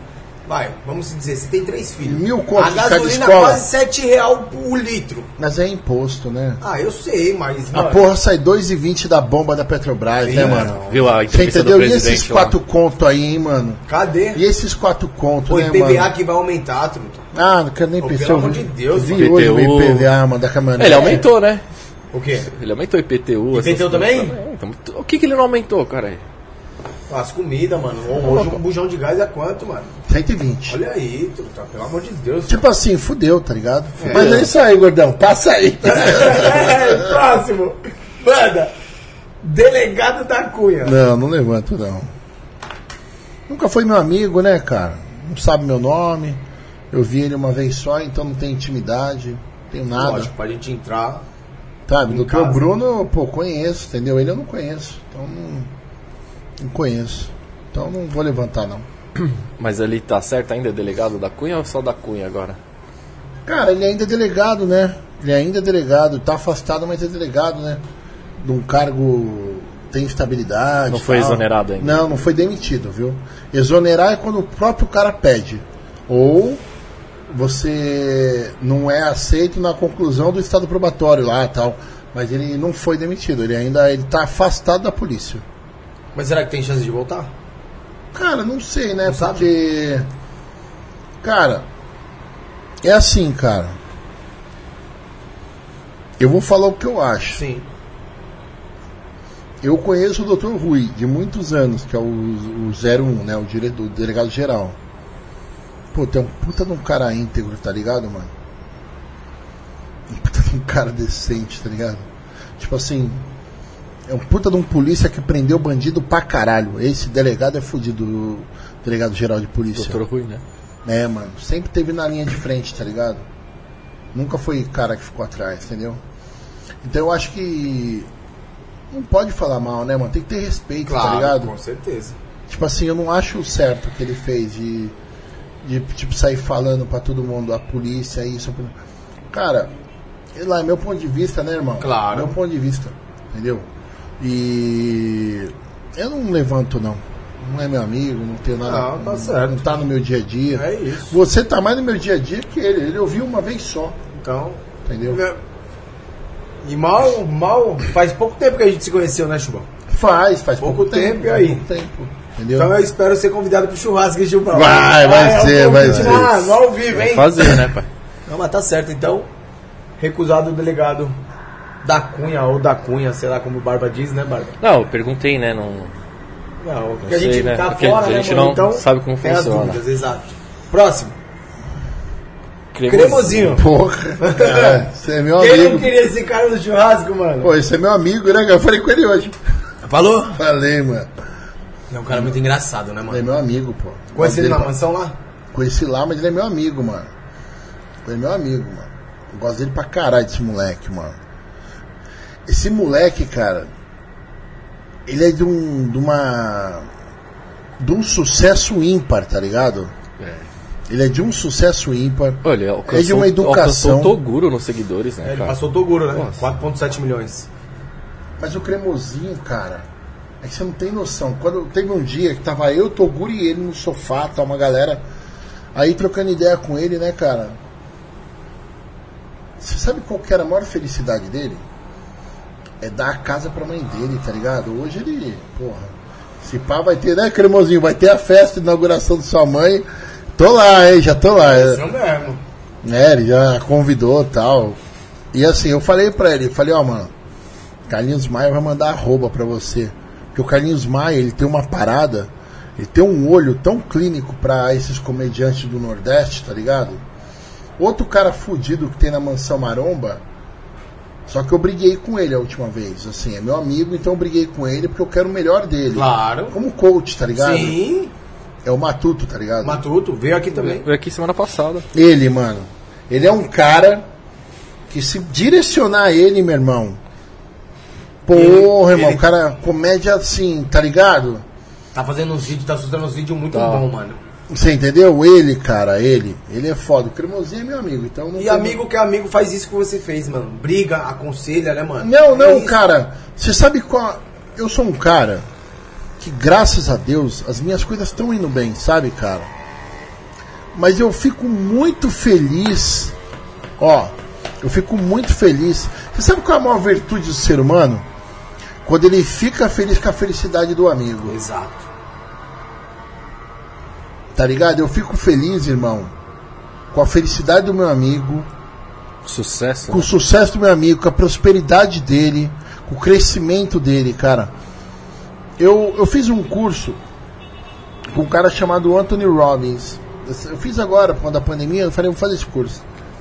Vai, vamos dizer, você tem 3 filhos. 1.000 conto a de cada gasolina escola. quase R$7 por litro. Mas é imposto, né? Ah, eu sei, mas... A mano, porra sai 2,20 da bomba da Petrobras, né, mano? Viu a Você entrevista do entendeu? E presidente esses lá? 4 conto aí, hein, mano? Cadê? E esses 4 conto, O né, IPVA mano? que vai aumentar, truto. Ah, não quero nem Pô, pensar. pelo amor de Deus, vi mano. hoje o IPTU. IPVA, mano, da caminhonete. Ele aumentou, né? O quê? Ele aumentou o IPTU. essas IPTU coisas também? Então, o que ele não aumentou, cara? As comidas, mano. Hoje um bujão de gás é quanto, mano? 120. Olha aí, truta, pelo amor de Deus. Tipo assim, fudeu, tá ligado? É. Mas é isso aí, gordão. Passa aí. Próximo. Manda. Delegado da Cunha. Não levanto, não. Nunca foi meu amigo, né, cara? Não sabe meu nome. Eu vi ele uma vez só, então não tem intimidade. Não tenho nada. Lógico, pra gente entrar. Sabe, em doutor casa. Bruno, pô, conheço, entendeu? Ele eu não conheço. Então não conheço. Então não vou levantar, não. Mas ele tá certo ainda, é delegado da Cunha ou só da Cunha agora? Cara, ele ainda é delegado, né? Ele ainda é delegado. Tá afastado, mas é delegado, né? De um cargo tem estabilidade. Não foi tal. exonerado ainda? Não foi demitido, viu? Exonerar é quando o próprio cara pede. Ou você não é aceito na conclusão do estado probatório lá e tal. Mas ele não foi demitido. Ele tá afastado da polícia. Mas será que tem chance de voltar? Cara, não sei, né? Não sabe? Porque... Cara, é assim, cara. Eu vou falar o que eu acho. Sim. Eu conheço o Dr. Rui de muitos anos, que é o 01, né? O delegado geral. Pô, tem um puta de um cara íntegro, tá ligado, mano? Um puta de um cara decente, tá ligado? Tipo assim, é um puta de um polícia que prendeu bandido pra caralho. Esse delegado é fudido, o delegado geral de polícia. Doutor Rui, né? É, mano, sempre teve na linha de frente, tá ligado? Nunca foi cara que ficou atrás, entendeu? Então eu acho que não pode falar mal, né, mano? Tem que ter respeito, Claro, tá ligado? com certeza. Tipo assim, eu não acho certo o que ele fez de tipo, sair falando pra todo mundo, a polícia, isso. Cara, sei lá, é meu ponto de vista, né, irmão? Claro. Meu ponto de vista, entendeu? E eu não levanto, não. Não é meu amigo, não tenho nada. Não, tá certo. Não tá no meu dia a dia. É isso. Você tá mais no meu dia a dia que ele. Ele ouviu uma vez só, Então... entendeu? E mal... Faz pouco tempo que a gente se conheceu, né, Chubão? Faz Pouco tempo, e faz aí? pouco tempo, entendeu? Então eu espero ser convidado pro churrasco de Chubão. Vai ser. No ao vivo, hein? Fazer, né, pai? Não, mas tá certo, então. Recusado o delegado da Cunha, ou da Cunha, sei lá como o Barba diz, né, Barba? Não, eu perguntei, né? Não Porque a sei, gente né? tá Porque fora, a né, gente mano? não Então, sabe como tem as funciona. dúvidas, exato. Próximo. Cremosinho. Porra, cara, você é meu Quem amigo. não queria esse cara no churrasco, mano? Pô, esse é meu amigo, né, cara? Eu falei com ele hoje. Falou? Falei, mano. É um cara muito engraçado, né, Ele é mano? meu amigo, pô. Conhece ele na Gosto dele mansão lá? Conheci lá, mas ele é meu amigo, mano. Ele é meu amigo, mano. Eu gosto dele pra caralho, desse moleque, mano. Esse moleque, cara, ele é de um sucesso ímpar, tá ligado? Ele é de um sucesso ímpar. Olha, é de uma educação. Alcançou o Toguro nos seguidores, né, Ele cara? passou o Toguro, né? Nossa. 4,7 milhões. Mas o Cremosinho, cara, é que você não tem noção. Quando teve um dia que tava eu, Toguro e ele no sofá, tá uma galera aí trocando ideia com ele, né, cara? Você sabe qual que era a maior felicidade dele? É dar a casa pra mãe dele, tá ligado? Hoje ele, porra, se pá vai ter, né, Cremosinho? Vai ter a festa de inauguração de sua mãe. Tô lá, hein, já tô lá. Isso mesmo. Ele já convidou e tal. E assim, eu falei pra ele, ó, mano, Carlinhos Maia vai mandar arroba pra você. Porque o Carlinhos Maia, ele tem uma parada, ele tem um olho tão clínico pra esses comediantes do Nordeste, tá ligado? Outro cara fudido que tem na Mansão Maromba, só que eu briguei com ele a última vez. Assim, é meu amigo, então eu briguei com ele porque eu quero o melhor dele. Claro. Como coach, tá ligado? Sim. É o Matuto, tá ligado? Matuto, veio aqui também. Veio aqui semana passada. Ele, mano, ele é um cara que se direcionar ele, meu irmão. Porra, irmão, o cara, comédia assim, tá ligado? Tá fazendo uns vídeos, tá soltando uns vídeos muito Tá. bom, mano. Você entendeu? Ele, cara, ele é foda. O Cremosinho é meu amigo, então não E tem- amigo que é amigo faz isso que você fez, mano. Briga, aconselha, né, mano? Não, É isso. cara, você sabe qual. Eu sou um cara que, graças a Deus, as minhas coisas estão indo bem, sabe, cara? Mas eu fico muito feliz. Ó, eu fico muito feliz. Você sabe qual é a maior virtude do ser humano? Quando ele fica feliz com a felicidade do amigo. Exato. Tá ligado? Eu fico feliz, irmão, com a felicidade do meu amigo. Sucesso. Com o sucesso do meu amigo, com a prosperidade dele, com o crescimento dele, cara. Eu fiz um curso com um cara chamado Anthony Robbins. Eu fiz agora, por conta da pandemia, eu falei, vou fazer esse curso.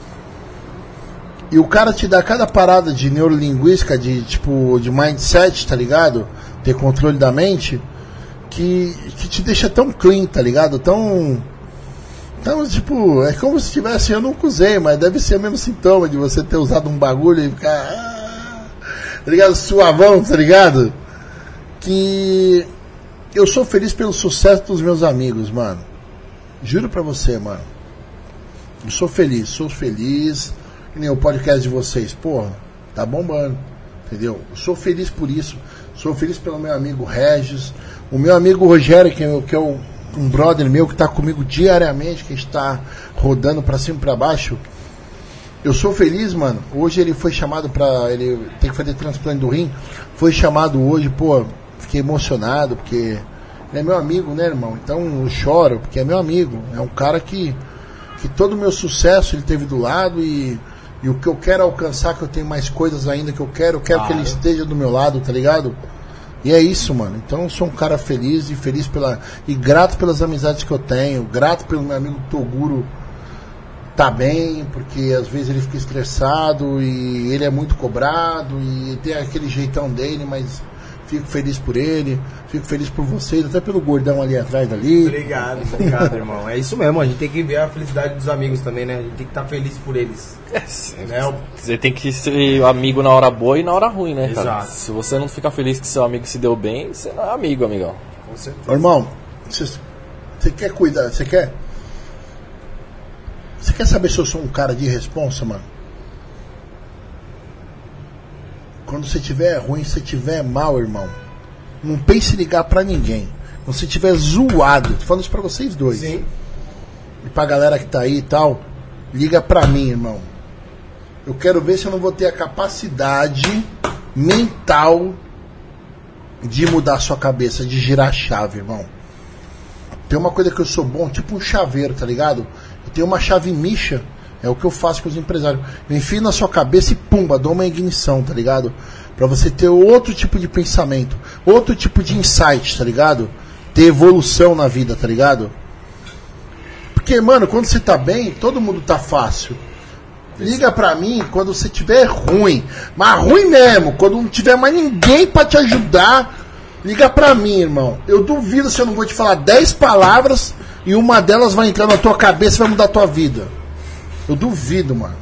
E o cara te dá cada parada de neurolinguística, de mindset, tá ligado? Ter controle da mente, que te deixa tão clean, tá ligado? Tão, tipo, é como se tivesse, eu nunca usei, mas deve ser o mesmo sintoma de você ter usado um bagulho e ficar, tá ligado? Suavão, tá ligado? Que eu sou feliz pelo sucesso dos meus amigos, mano. Juro pra você, mano. Eu sou feliz. Que nem o podcast de vocês, porra, tá bombando, entendeu? Eu sou feliz por isso. Sou feliz pelo meu amigo Regis, o meu amigo Rogério, que é um brother meu que tá comigo diariamente, que está rodando pra cima e pra baixo. Eu sou feliz, mano. Hoje ele foi chamado pra... Ele tem que fazer transplante do rim. Foi chamado hoje, pô, fiquei emocionado, porque ele é meu amigo, né, irmão? Então eu choro, porque é meu amigo. É um cara que todo o meu sucesso ele teve do lado e o que eu quero alcançar, que eu tenho mais coisas ainda que eu quero que ele esteja do meu lado, tá ligado? E é isso, mano. Então eu sou um cara feliz e grato pelas amizades que eu tenho, grato pelo meu amigo Toguro tá bem, porque às vezes ele fica estressado e ele é muito cobrado e tem aquele jeitão dele, mas fico feliz por ele, fico feliz por vocês, até pelo gordão ali atrás dali. Obrigado, irmão. É isso mesmo, a gente tem que ver a felicidade dos amigos também, né? A gente tem que estar feliz por eles. Né? Você tem que ser amigo na hora boa e na hora ruim, né, cara? Exato. Se você não ficar feliz que seu amigo se deu bem, você não é amigo, amigão. Com certeza. Irmão, você quer cuidar, você quer saber se eu sou um cara de responsa, mano? Quando você tiver ruim, se tiver mal, irmão, não pense em ligar pra ninguém. Quando você tiver zoado, tô falando isso pra vocês dois. Sim. E pra galera que tá aí e tal, liga pra mim, irmão. Eu quero ver se eu não vou ter a capacidade mental de mudar a sua cabeça, de girar a chave, irmão. Tem uma coisa que eu sou bom, tipo um chaveiro, tá ligado? Eu tenho uma chave micha. É o que eu faço com os empresários. Eu enfio na sua cabeça e pumba, dou uma ignição, tá ligado? Pra você ter outro tipo de pensamento, outro tipo de insight, tá ligado? Ter evolução na vida, tá ligado? Porque, mano, quando você tá bem, todo mundo tá fácil. Liga pra mim quando você tiver ruim. Mas ruim mesmo, quando não tiver mais ninguém pra te ajudar, liga pra mim, irmão. Eu duvido se eu não vou te falar 10 palavras e uma delas vai entrar na tua cabeça e vai mudar a tua vida. Eu duvido, mano.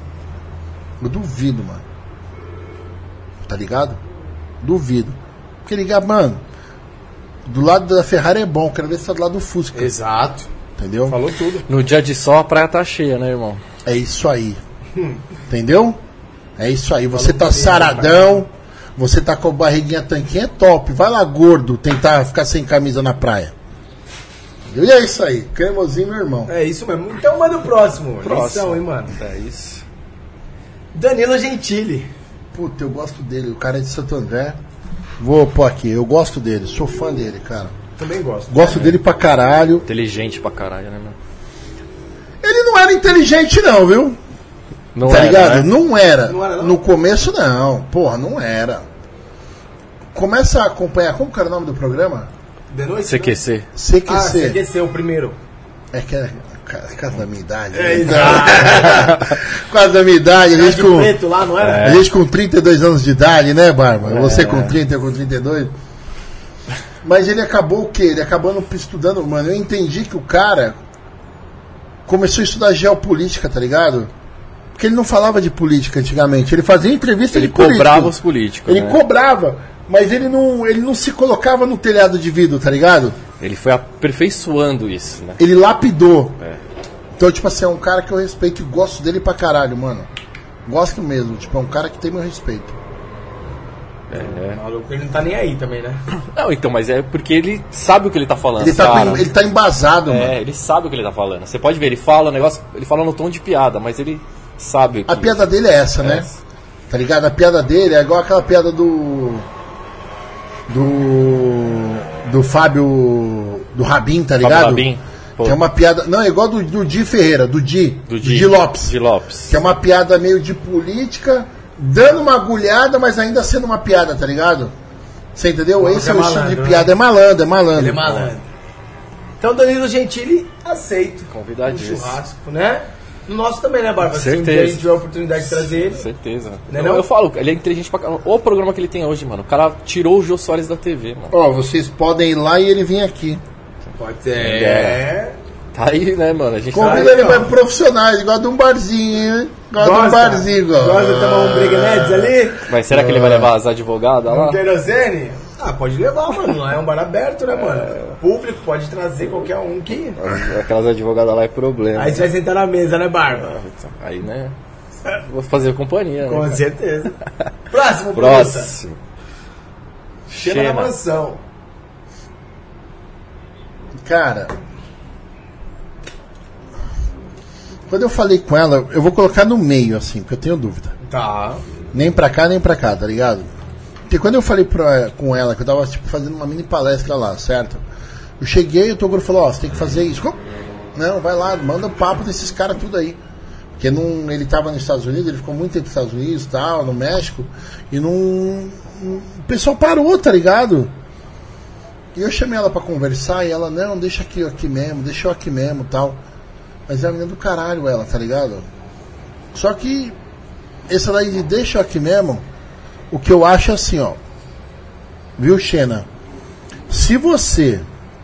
Tá ligado? Duvido. Porque ligar, mano, do lado da Ferrari é bom, quero ver se tá do lado do Fusca. Exato. Entendeu? Falou tudo. No dia de sol a praia tá cheia, né, irmão? É isso aí. Entendeu? É isso aí. Você tá saradão, você tá com a barriguinha tanquinha, é top. Vai lá, gordo, tentar ficar sem camisa na praia. E é isso aí, cremosinho, meu irmão. É isso mesmo. Então manda o próximo. Lição, hein, mano? É isso. Danilo Gentili. Puta, eu gosto dele, o cara é de Santo André. Vou pôr aqui, eu gosto dele, sou fã dele, cara. Também gosto. Gosto dele pra caralho. Inteligente pra caralho, né, mano? Ele não era inteligente não, viu? Não tá era, ligado? né? Não era. Não era, não? No começo não, porra, não era. Começa a acompanhar, como que era o nome do programa? De noite, CQC. né? CQC. Ah, CQC, o primeiro. É que é quase da minha idade. É, né? exato. Quase da minha idade. A gente, De com, preto lá, não era? a gente com 32 anos de idade, né, Barba? É. Você com 30, eu com 32. Mas ele acabou o quê? Ele acabou estudando, mano. Eu entendi que o cara começou a estudar geopolítica, tá ligado? Porque ele não falava de política antigamente. Ele fazia entrevista Ele de político. cobrava os políticos. Ele né? cobrava, mas ele não se colocava no telhado de vidro, tá ligado? Ele foi aperfeiçoando isso, né? Ele lapidou. É. Então, tipo assim, é um cara que eu respeito e gosto dele pra caralho, mano. Gosto mesmo. Tipo, é um cara que tem meu respeito. O maluco, ele não tá nem aí também, né? Não, então, mas é porque ele sabe o que ele tá falando. Ele tá embasado, mano. Ele sabe o que ele tá falando. Você pode ver, ele fala o negócio, ele fala no tom de piada, mas ele sabe. A piada dele é essa, né? Tá ligado? A piada dele é igual aquela piada do Fábio, do Rabin, tá ligado? Rabin. Que é uma piada. Não, é igual do Di Ferreira, do Di Lopes. Di Lopes. Que é uma piada meio de política, dando uma agulhada, mas ainda sendo uma piada, tá ligado? Você entendeu? Esse é o estilo de piada. Né? É malandro. Ele é malandro. Então, Danilo Gentili, aceito. Convidadíssimo. Um churrasco, né? No nosso também, né, Barba? Certeza. Se a gente tiver a oportunidade de trazer ele. Certeza. Não? Eu falo, ele é inteligente pra caramba. O programa que ele tem hoje, mano. O cara tirou o Jô Soares da TV, mano. Ó, vocês podem ir lá e ele vir aqui. Pode ser. Tá aí, né, mano? A gente convida ele para profissionais, igual de um barzinho, hein? Gosta de um barzinho, Gosta de tomar um breguenetes ali? Mas será que ele vai levar as advogadas lá? Um querosene? Pode levar, mano. Lá é um bar aberto, né, mano? O público pode trazer qualquer um que... Aquelas advogadas lá é problema. Aí você vai sentar na mesa, né, Barba? Aí, né? Vou fazer companhia, com né, certeza. Próximo. Xena na mansão. Cara... Quando eu falei com ela, eu vou colocar no meio, assim, porque eu tenho dúvida. Tá. Nem pra cá, tá ligado? Porque quando eu falei com ela, que eu tava tipo, fazendo uma mini palestra lá, certo? Eu cheguei e o Toguro falou, você tem que fazer isso. Não, vai lá, manda o papo desses caras tudo aí. Porque ele tava nos Estados Unidos, ele ficou muito tempo nos Estados Unidos, tal, no México, e o pessoal parou, tá ligado? E eu chamei ela pra conversar, e ela, não, deixa eu aqui mesmo, tal. Mas é a menina do caralho ela, tá ligado? Só que essa daí de deixa aqui mesmo, o que eu acho é assim, ó. Viu, Xena? Se você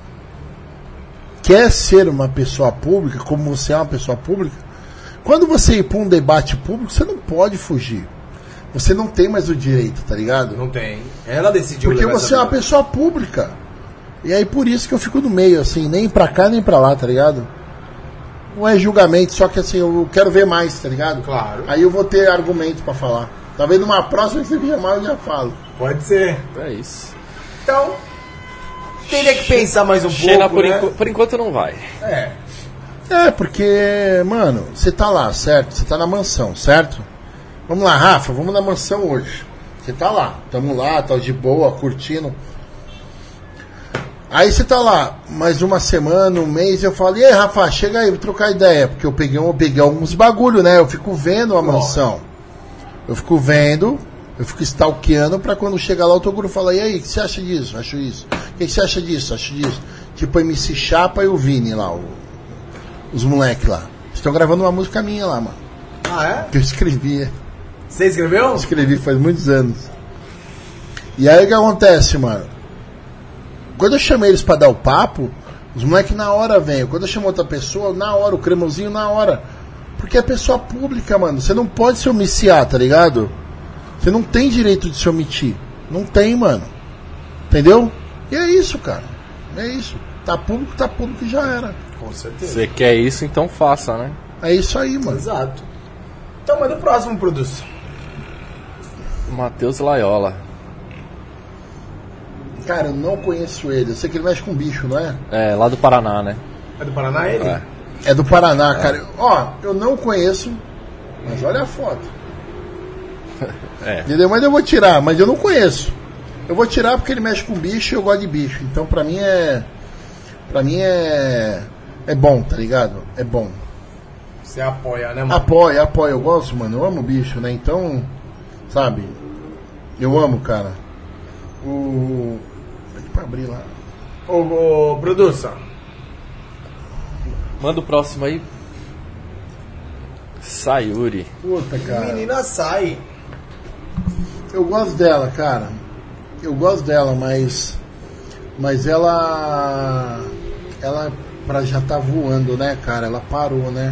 quer ser uma pessoa pública, como você é uma pessoa pública, quando você ir pra um debate público, você não pode fugir. Você não tem mais o direito, tá ligado? Não tem. Ela decidiu. Porque você é uma pessoa pública. E aí por isso que eu fico no meio, assim, nem pra cá nem pra lá, tá ligado? Não é julgamento, só que assim, eu quero ver mais, tá ligado? Claro. Aí eu vou ter argumento pra falar. Talvez numa próxima que você me chamar eu já falo. Pode ser. É isso. Então, teria que pensar mais um Xena, pouco, né? Por enquanto não vai. É, porque, mano, você tá lá, certo? Você tá na mansão, certo? Vamos lá, Rafa, vamos na mansão hoje. Você tá lá, tamo lá, tá de boa, curtindo. Aí você tá lá, mais uma semana, um mês, eu falo, e aí, Rafa, chega aí, vou trocar ideia. Porque eu peguei uns bagulho, né? Eu fico vendo a mansão. Eu fico vendo, eu fico stalkeando pra quando chegar lá o Toguro fala, e aí, o que você acha disso? Acho isso. O que você acha disso? Acho disso. Tipo, MC Chapa e o Vini lá, os moleques lá. Estão gravando uma música minha lá, mano. Ah, é? Que eu escrevi. Você escreveu? Escrevi faz muitos anos. E aí o que acontece, mano? Quando eu chamei eles pra dar o papo, os moleques na hora vêm. Quando eu chamo outra pessoa, na hora, o cremosinho na hora. Porque é pessoa pública, mano. Você não pode se omiciar, tá ligado? Você não tem direito de se omitir. Não tem, mano. Entendeu? E é isso, cara. É isso. Tá público e já era. Com certeza. Você quer isso, então faça, né? É isso aí, mano. Exato. Então manda o próximo, produção. Matheus Laiola. Cara, eu não conheço ele. Eu sei que ele mexe com bicho, não é? É, lá do Paraná, né? É do Paraná ele? É do Paraná, cara. Ó, eu não conheço, mas olha a foto. Entendeu? Mas eu vou tirar, mas eu não conheço. Eu vou tirar porque ele mexe com bicho e eu gosto de bicho. Então pra mim é bom, tá ligado? É bom. Você apoia, né, mano? Apoia. Eu gosto, mano. Eu amo bicho, né? Então, sabe? Eu amo, cara. Pra abrir lá. Ô, produção. Manda o próximo aí. Sayuri. Puta, cara. Menina sai. Eu gosto dela, cara. Eu gosto dela, mas ela pra já tá voando, né, cara? Ela parou, né?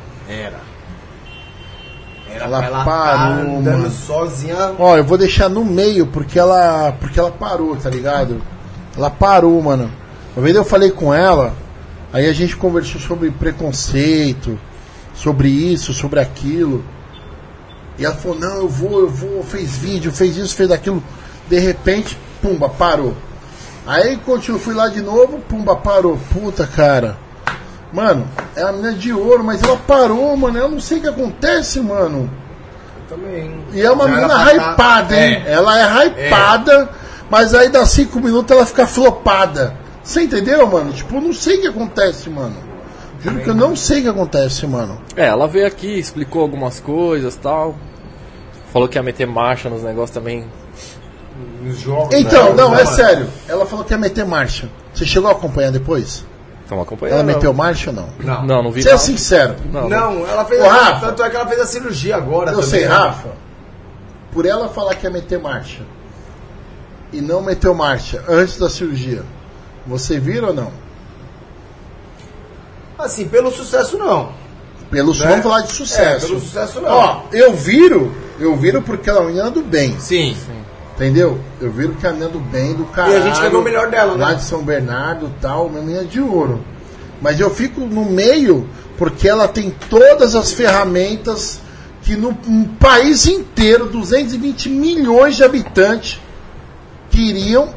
Ela parou, andando mano. Sozinha. Ó, eu vou deixar no meio porque ela parou, tá ligado? Ela parou, mano. Uma vez eu falei com ela, aí a gente conversou sobre preconceito, sobre isso, sobre aquilo. E ela falou, não, eu vou, fez vídeo, fez isso, fez aquilo. De repente, pumba, parou. Aí continuo, fui lá de novo, pumba, parou. Puta, cara. Mano, é a menina de ouro, mas ela parou, mano. Eu não sei o que acontece, mano. Eu também. E é uma Já menina era pra hypada, hein? Ela é hypada, mas aí dá 5 minutos ela fica flopada. Você entendeu, mano? Tipo, eu não sei o que acontece, mano. Juro que eu não sei o que acontece, mano. Ela veio aqui, explicou algumas coisas e tal. Falou que ia meter marcha nos negócios também. Nos jogos. Então, né? não, é sério. Ela falou que ia meter marcha. Você chegou a acompanhar depois? Estamos acompanhando. Ela meteu marcha ou não? Não vi. Seja sincero. Não, ela fez. Ô, Rafa, tanto é que ela fez a cirurgia agora. Eu também, sei, né? Rafa. Por ela falar que ia meter marcha e não meteu marcha antes da cirurgia, você vira ou não? Assim, pelo sucesso não. Vamos falar de sucesso. Pelo sucesso não. Ó, eu viro porque ela é uma menina do bem. Sim. Entendeu? Eu viro que é a menina do bem, do caralho. E a gente quer ver o melhor dela, né? Lá de São Bernardo e tal, uma menina de ouro. Mas eu fico no meio porque ela tem todas as ferramentas que no país inteiro, 220 milhões de habitantes, queriam.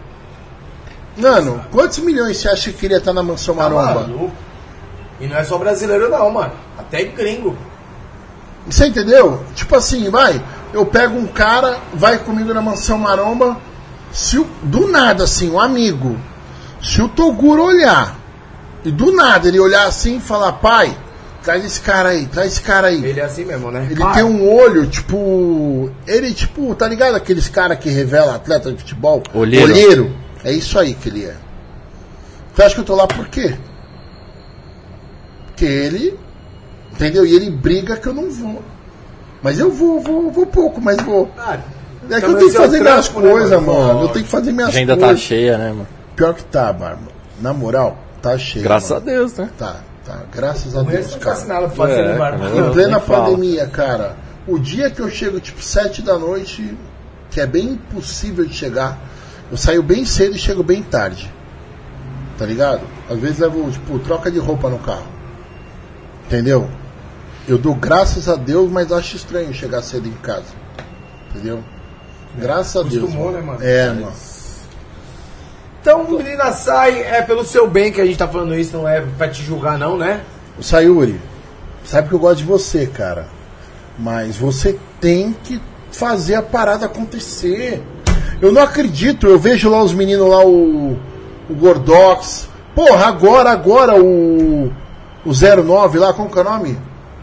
Mano, quantos milhões você acha que queria estar na Mansão Maromba? Maluco. E não é só brasileiro não, mano. Até gringo. Você entendeu? Tipo assim, vai, eu pego um cara, vai comigo na Mansão Maromba, se do nada assim, um amigo, se o Toguro olhar, e do nada ele olhar assim e falar, pai, traz esse cara aí. Ele é assim mesmo, né? Ele tem um olho, tipo, tá ligado aqueles caras que revela atleta de futebol? Olheiro. É isso aí que ele é. Você acha que eu tô lá por quê? Porque ele, entendeu? E ele briga que eu não vou. Mas eu vou pouco, mas vou. É que eu tenho que fazer minhas coisas, mano. Eu tenho que fazer minhas coisas. A agenda tá cheia, né, mano? Pior que tá, Barba. Na moral, tá cheio. Graças mano. a Deus, né? Tá. Graças a Deus, Não cara. faço nada pra fazer no bar. Em plena pandemia, cara. O dia que eu chego, tipo, 7 da noite, que é bem impossível de chegar, eu saio bem cedo e chego bem tarde. Tá ligado? Às vezes levo, tipo, troca de roupa no carro. Entendeu? Eu dou graças a Deus, mas acho estranho chegar cedo em casa. Entendeu? Graças a Deus. Acostumou, né, mano? É, mano. Então, menina, sai, é pelo seu bem que a gente tá falando isso, não é pra te julgar não, né? O Sayuri, sabe que eu gosto de você, cara. Mas você tem que fazer a parada acontecer. Eu não acredito, eu vejo lá os meninos lá, o Gordox. Porra, agora o 09 lá, como que é o nome?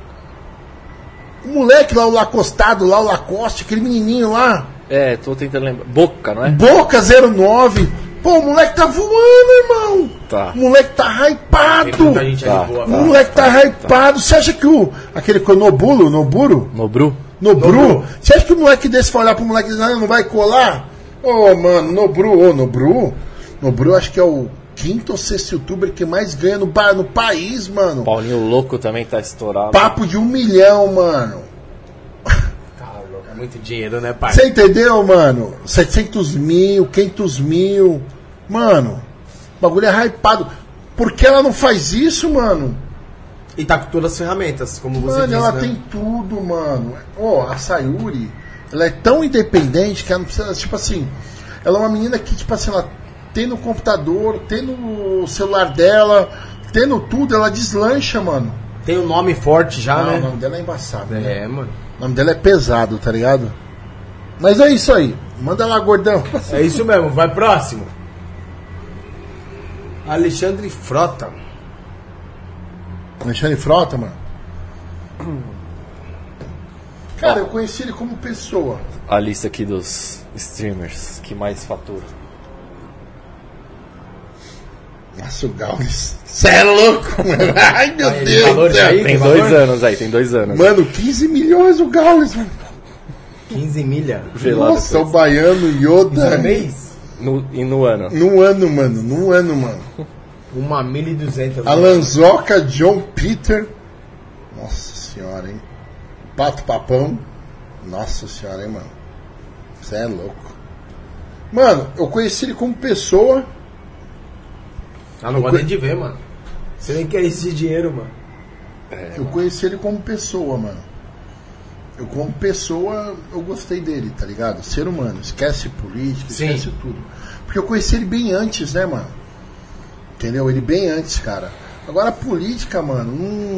O moleque lá, o Lacostado lá, o Lacoste, aquele menininho lá. É, tô tentando lembrar. Boca, não é? Boca 09. Pô, o moleque tá voando, irmão. Tá. O moleque tá hypado. Tem muita gente Tá. aí boa, O moleque tá hypado. Você acha que aquele que é o Noburo? Nobru? Nobru? Você acha que o moleque desse vai olhar pro moleque e dizer, não vai colar? Ô, mano, Nobru, eu acho que é o 5º ou 6º youtuber que mais ganha no país, mano. Paulinho Louco também tá estourado. Papo de 1 milhão, mano. Tá louco, é muito dinheiro, né, pai? Você entendeu, mano? 700 mil, 500 mil. Mano, o bagulho é hypado. Por que ela não faz isso, mano? E tá com todas as ferramentas, como você Mano, disse, ela né? tem tudo, mano. Ó, a Sayuri, ela é tão independente que ela não precisa, tipo assim, ela é uma menina que, tipo assim, ela tem no computador, tem no celular dela, tendo tudo, ela deslancha, mano. Tem um nome forte já, Não, né? o nome dela é embaçado, né? É, mano. O nome dela é pesado, tá ligado? Mas é isso aí. Manda lá, gordão. É isso mesmo, vai próximo. Alexandre Frota. Alexandre Frota, mano. Cara, eu conheci ele como pessoa. A lista aqui dos streamers que mais fatura. Nossa, o Gaules. Você é louco, mano. Ai, meu Aí, Deus do valores céu. aí? Tem 2 anos aí, tem 2 anos. Mano, 15 milhões o Gaules, mano. 15 milha. Vê lá Nossa, o depois. baiano Yoda. No mês? No ano. Num ano, mano. 1.200. Alanzoca, John Peter. Nossa senhora, hein? Pato Papão. Nossa senhora, hein, mano. Você é louco. Mano, eu conheci ele como pessoa. Ah, não gosto nem de ver, mano. Você nem quer esse dinheiro, mano. Eu conheci ele como pessoa, mano. eu como pessoa, eu gostei dele, tá ligado? Ser humano, esquece política, esquece tudo. Porque eu conheci ele bem antes, né, mano? Entendeu? Ele bem antes, cara. Agora a política, mano,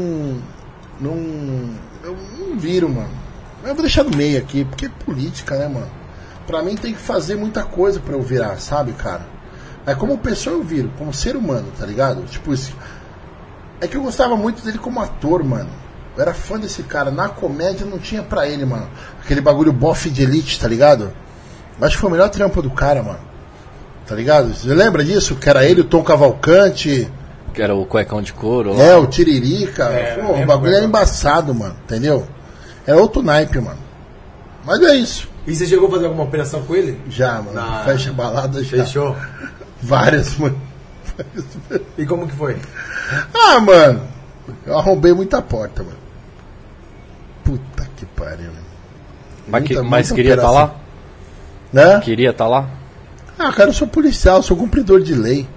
eu não viro, mano. Eu vou deixar no meio aqui, porque é política, né, mano? Pra mim tem que fazer muita coisa pra eu virar, sabe, cara? Mas como pessoa eu viro, como ser humano, tá ligado? Tipo, isso. É que eu gostava muito dele como ator, mano. Eu era fã desse cara. Na comédia não tinha pra ele, mano. Aquele bagulho bofe de elite, tá ligado? Eu acho que foi o melhor trampo do cara, mano. Tá ligado? Você lembra disso? Que era ele, o Tom Cavalcante. Que era o cuecão de couro. Lá. É, o Tiririca. Pô, o bagulho era embaçado, mano. Entendeu? Era outro naipe, mano. Mas é isso. E você chegou a fazer alguma operação com ele? Já, mano. Fecha balada já. Fechou? Várias, mano. E como que foi? Ah, mano. Eu arrombei muita porta, mano. Puta que pariu, mano. Mas queria estar lá? Né? Queria estar lá? Ah, cara, eu sou policial, sou cumpridor de lei.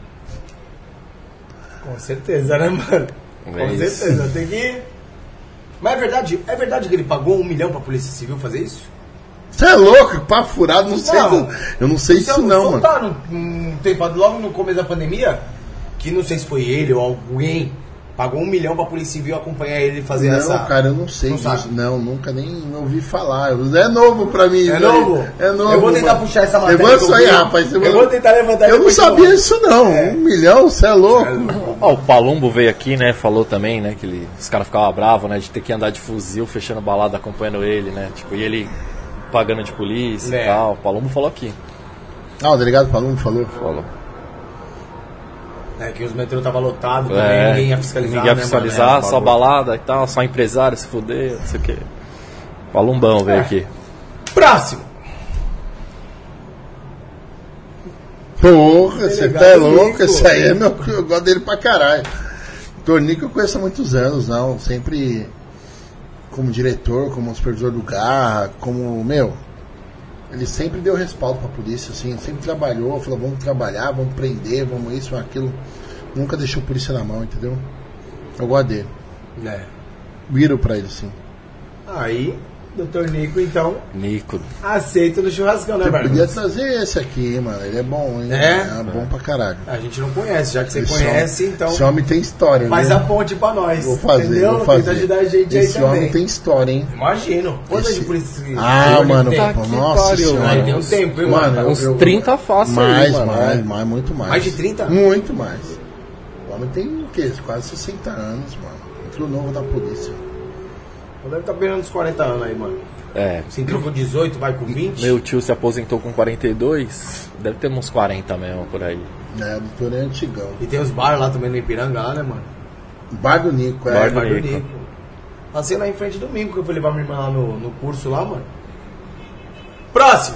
Com certeza, né, mano? Com certeza, tem que... Mas é verdade que ele pagou 1 milhão pra Polícia Civil fazer isso? Você é louco, papo furado, não sei. Eu não sei isso não, mano. Tá num tempo, logo no começo da pandemia, que não sei se foi ele ou alguém, pagou 1 milhão pra Polícia Civil acompanhar ele e fazer essa... Não, cara, eu não sei disso. Não, nunca nem ouvi falar. É novo pra mim. É novo? É novo. Eu vou tentar puxar essa matéria. Levanta isso aí, rapaz. Eu vou tentar levantar. Eu não sabia isso não. 1 milhão, você é louco. O Palumbo veio aqui, né, falou também, né, que os caras ficavam bravos, né, de ter que andar de fuzil, fechando balada, acompanhando ele, né, tipo, e ele pagando de polícia e tal. O Palumbo falou aqui. Ah, o delegado Palumbo falou? Falou. É que os metrô tava lotado também, ninguém ia fiscalizar. Ninguém ia fiscalizar, né, só balada e tal, só empresário se fuder, não sei o que. Palumbão veio aqui. Próximo! Porra, você tá louco? Esse aí é meu. Eu gosto dele pra caralho. Tornico eu conheço há muitos anos, não. Sempre como diretor, como supervisor do Garra, como. Meu. Ele sempre deu respaldo pra polícia, assim. Sempre trabalhou, falou: vamos trabalhar, vamos prender, vamos isso, aquilo. Nunca deixou a polícia na mão, entendeu? Eu gosto dele. Viro pra ele, sim. Aí, Dr. Nico, então. Nico. Aceita no churrascão, né, Você Barba? podia trazer esse aqui, mano. Ele é bom, hein? É bom pra caralho. A gente não conhece, já que você conhece, então. Esse homem tem história, faz né? a ponte pra nós. Vou fazer, entendeu? vou fazer. Tenta ajudar a gente esse aí também. Esse homem tem história, hein? Imagino. Quanto de polícia civil? Mano, nossa senhora. Ele tem um tempo, hein, mano? Uns 30 fácil aí, mano. Mais, muito mais. Mais de 30? Muito mais. O homem tem o quê? Quase 60 anos, mano. Entrou novo da polícia. Eu deve estar beirando uns 40 anos aí, mano. Se entrou com 18, vai com 20. Meu tio se aposentou com 42, deve ter uns 40 mesmo por aí. O doutor é antigão. E tem os bares lá também no Ipiranga, lá, né, mano? Bar do Nico, Bar do Nico. Passei lá em frente domingo, que eu fui levar minha irmã lá no curso lá, mano. Próximo!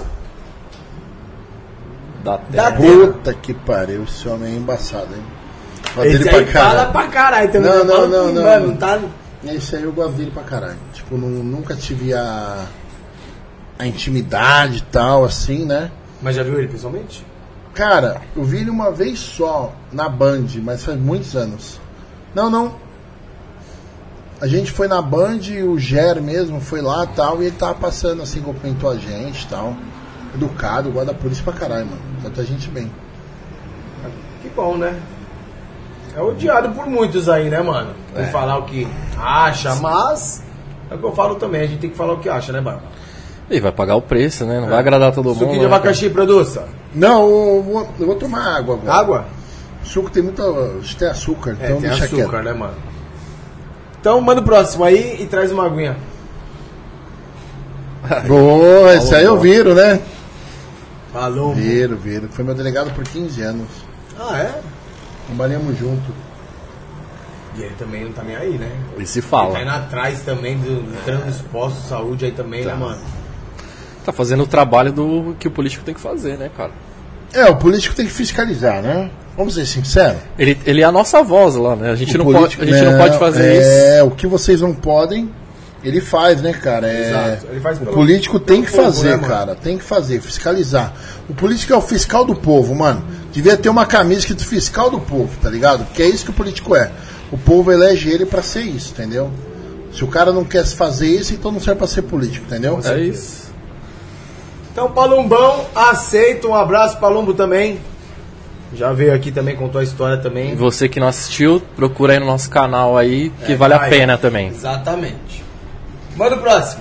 Da Puta que pariu, esse homem é embaçado, hein? Esse aí fala pra caralho também. Não. Mano, tá... Esse aí eu gosto dele pra caralho. Tipo, nunca tive a intimidade e tal, assim, né? Mas já viu ele pessoalmente? Cara, eu vi ele uma vez só na Band, mas faz muitos anos. Não. A gente foi na Band e o Ger mesmo foi lá e tal, e ele tava passando assim, cumprimentou a gente e tal. Educado, gosta da polícia pra caralho, mano. Trata a gente bem. Que bom, né? É odiado por muitos aí, né, mano? Por falar o que acha, mas é o que eu falo também, a gente tem que falar o que acha, né, Barba? E vai pagar o preço, né? Não vai agradar todo mundo. Suquinho de abacaxi, produça? Não, eu vou tomar água agora. Água? O suco tem muita. Tem açúcar, então tem deixa açúcar, quieto. né, mano? Então manda o próximo aí e traz uma aguinha. Boa, esse aí eu viro, né? Falou. Viro. Foi meu delegado por 15 anos. Ah, é? Trabalhamos junto. E ele também não tá nem aí, né? E se fala. Ele tá indo atrás também, entrando nos postos de saúde aí também, né, mano? Tá fazendo o trabalho do que o político tem que fazer, né, cara? O político tem que fiscalizar, né? Vamos ser sinceros. Ele é a nossa voz lá, né? A gente não pode fazer isso. O que vocês não podem, ele faz, né, cara? Exato. Ele faz o político tem que povo, fazer, né, cara. Tem que fazer, fiscalizar. O político é o fiscal do povo, mano. Devia ter uma camisa escrito fiscal do povo, tá ligado? Porque é isso que o político é. O povo elege ele pra ser isso, entendeu? Se o cara não quer fazer isso, então não serve pra ser político, entendeu? É isso. Então, Palumbão, aceita. Um abraço, Palumbo também. Já veio aqui também, contou a história também. E você que não assistiu, procura aí no nosso canal aí, que vale a pena também. Exatamente. Manda o próximo.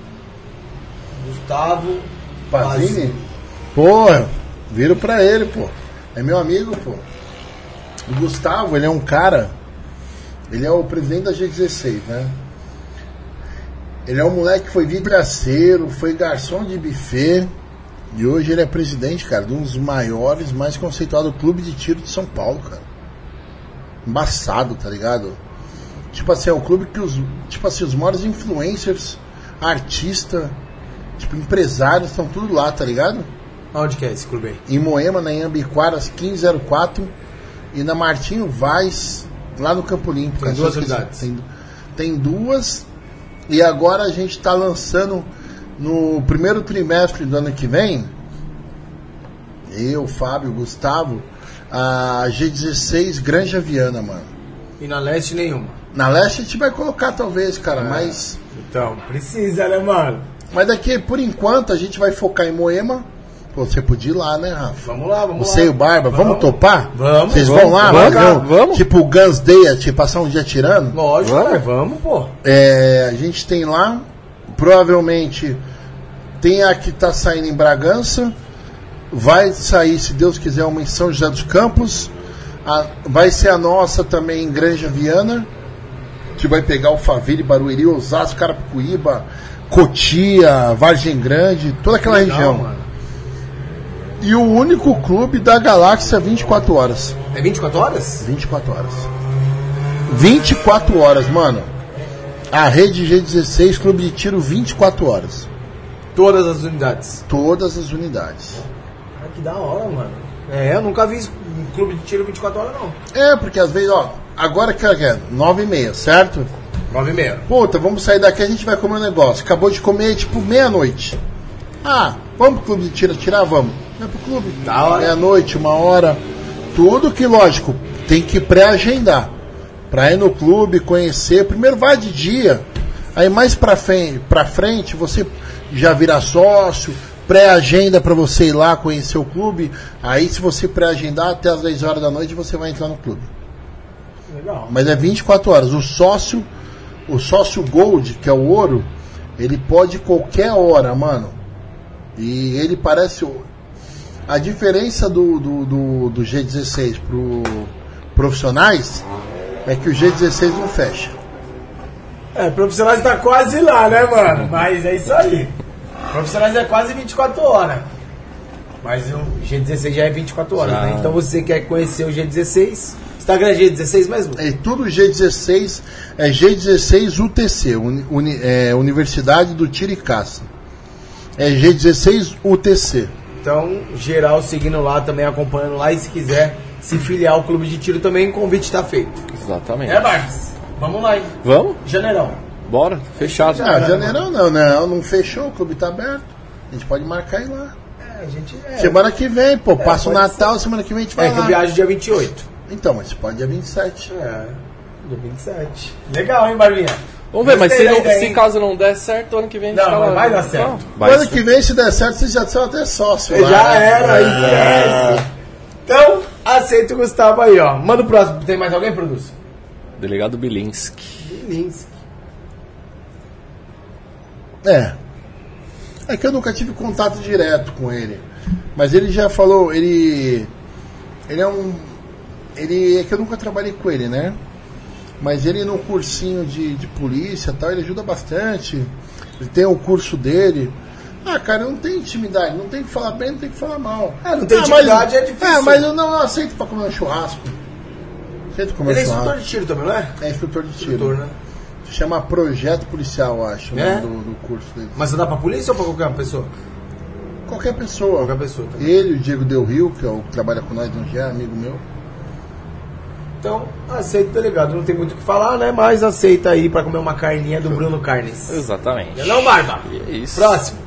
Gustavo Pazini? Pô, viro pra ele, pô. É meu amigo, pô. O Gustavo, ele é um cara... Ele é o presidente da G16, né? Ele é um moleque que foi vidraceiro, foi garçom de buffet... E hoje ele é presidente, cara, de um dos maiores, mais conceituados clube de tiro de São Paulo, cara. Embaçado, tá ligado? Tipo assim, é um clube que os maiores influencers, artistas, tipo, empresários, estão tudo lá, tá ligado? Onde que é esse clube aí? Em Moema, na Iambiquaras 1504 e na Martinho Vaz, lá no Campo Limpo. Tem duas unidades. Tem duas, e agora a gente tá lançando... No primeiro trimestre do ano que vem, eu, Fábio, Gustavo, a G16 Granja Viana, mano. E na Leste nenhuma? Na Leste a gente vai colocar talvez, cara, mas... Então, precisa, né, mano? Mas daqui, por enquanto, a gente vai focar em Moema. Pô, você podia ir lá, né, Rafa? Vamos lá. Você e o Barba, vamos topar? Vamos. Vocês vão lá? Vamos. Tipo o Guns Day, tipo, passar um dia tirando? Lógico, vamos, pô. A gente tem lá... Provavelmente tem a que está saindo em Bragança, vai sair, se Deus quiser, uma em São José dos Campos, vai ser a nossa também em Granja Viana, que vai pegar Alphaville, Barueri, Osasco, Carapicuíba, Cotia, Vargem Grande, toda aquela região. Mano. E o único clube da galáxia 24 horas. É 24 horas? 24 horas. 24 horas, mano. A rede G16, clube de tiro 24 horas. Todas as unidades? Todas as unidades. Ah, que da hora, mano. Eu nunca vi um clube de tiro 24 horas, não. Porque às vezes, agora que é 9h30, certo? 9h30. Puta, vamos sair daqui, a gente vai comer um negócio. Acabou de comer, tipo, meia-noite. Vamos pro clube de tiro atirar? Vamos. Vai pro clube. Da hora. Meia-noite, 1h. Tudo que, lógico, tem que pré-agendar. Pra ir no clube, conhecer. Primeiro vai de dia. Aí mais pra frente você já vira sócio. Pré-agenda pra você ir lá conhecer o clube. Aí se você pré-agendar até as 10 horas da noite você vai entrar no clube. Legal. Mas é 24 horas. O sócio Gold, que é o ouro, ele pode qualquer hora, mano. E ele parece... A diferença do G16 pro profissionais é que o G16 não fecha. Profissionais tá quase lá, né, mano? Mas é isso aí. Profissionais é quase 24 horas. Mas o G16 já é 24 horas, né? Então você quer conhecer o G16... Instagram é G16 mesmo? É tudo G16, é G16 UTC, Universidade do Tiro e Caça. É G16 UTC. Então, geral seguindo lá, também acompanhando lá, e se quiser se filiar ao clube de tiro também, o convite está feito. Exatamente. Marcos? Vamos lá, hein? Vamos? Janeirão. Bora, fechado. Janeirão não fechou, o clube tá aberto. A gente pode marcar ir lá. Semana que vem, pô, passa o Natal, ser. Semana que vem a gente vai lá. Que eu viajo dia 28. Então, mas pode dia 27. Dia 27. Legal, hein, Barbinha? Vamos ver, mas se caso não der certo, ano que vem a gente não vai dar certo. Ano que vem, se der certo, vocês já são até sócio. Já era, Então, aceita o Gustavo aí, ó. Manda o próximo. Tem mais alguém, produz? Delegado Bilinski. É que eu nunca tive contato direto com ele. Mas ele já falou, ele é que eu nunca trabalhei com ele, né? Mas ele no cursinho de polícia e tal, ele ajuda bastante. Ele tem o curso dele. Cara, não tem intimidade, não tem que falar bem, não tem que falar mal. Não tem intimidade, é difícil. Mas eu não aceito pra comer um churrasco. Aceito comer ele um churrasco. é instrutor de tiro também, não é? É instrutor de tiro. Né? Se chama Projeto Policial, eu acho, do curso dele. Mas você dá pra polícia ou pra qualquer pessoa? Qualquer pessoa. Também. Ele, o Diego Del Rio, que trabalha com nós no GE, amigo meu. Então, aceita o delegado. Não tem muito o que falar, né? Mas aceita aí pra comer uma carninha do Bruno Carnes. Exatamente. Não, Barba? Isso. Próximo.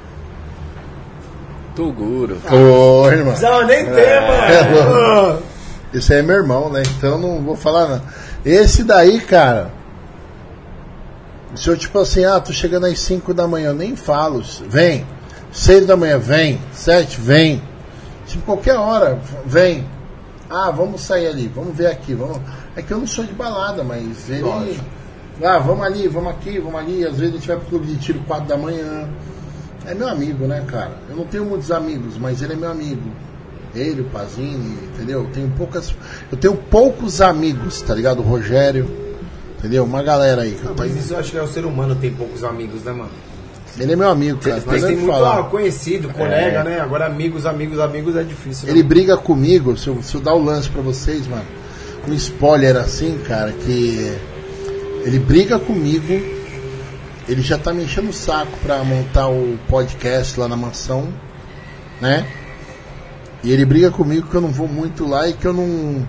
Toguro. Ô, irmão. Não, nem tem, mano. Esse aí é meu irmão, né? Então não vou falar nada. Esse daí, cara. Se eu, tipo assim, tô chegando às 5 da manhã, eu nem falo. Vem. 6 da manhã, vem. 7, vem. Tipo, qualquer hora, vem. Vamos sair ali, vamos ver aqui. Vamos... É que eu não sou de balada, mas ele... Lógico. Vamos ali, vamos aqui, vamos ali. Às vezes a gente vai pro clube de tiro 4 da manhã. É meu amigo, né, cara? Eu não tenho muitos amigos, mas ele é meu amigo. Ele, o Pazini, entendeu? Eu tenho poucos amigos, tá ligado? O Rogério, entendeu? Uma galera aí. Mas isso eu acho que é o ser humano tem poucos amigos, né, mano? Ele é meu amigo, cara. Mas tem muito conhecido, colega, né? Agora amigos é difícil. Né? Ele briga comigo, se eu dar o lance pra vocês, mano. Um spoiler assim, cara, que ele briga comigo. Ele já tá me enchendo o saco pra montar o podcast lá na mansão, né? E ele briga comigo que eu não vou muito lá e que eu não...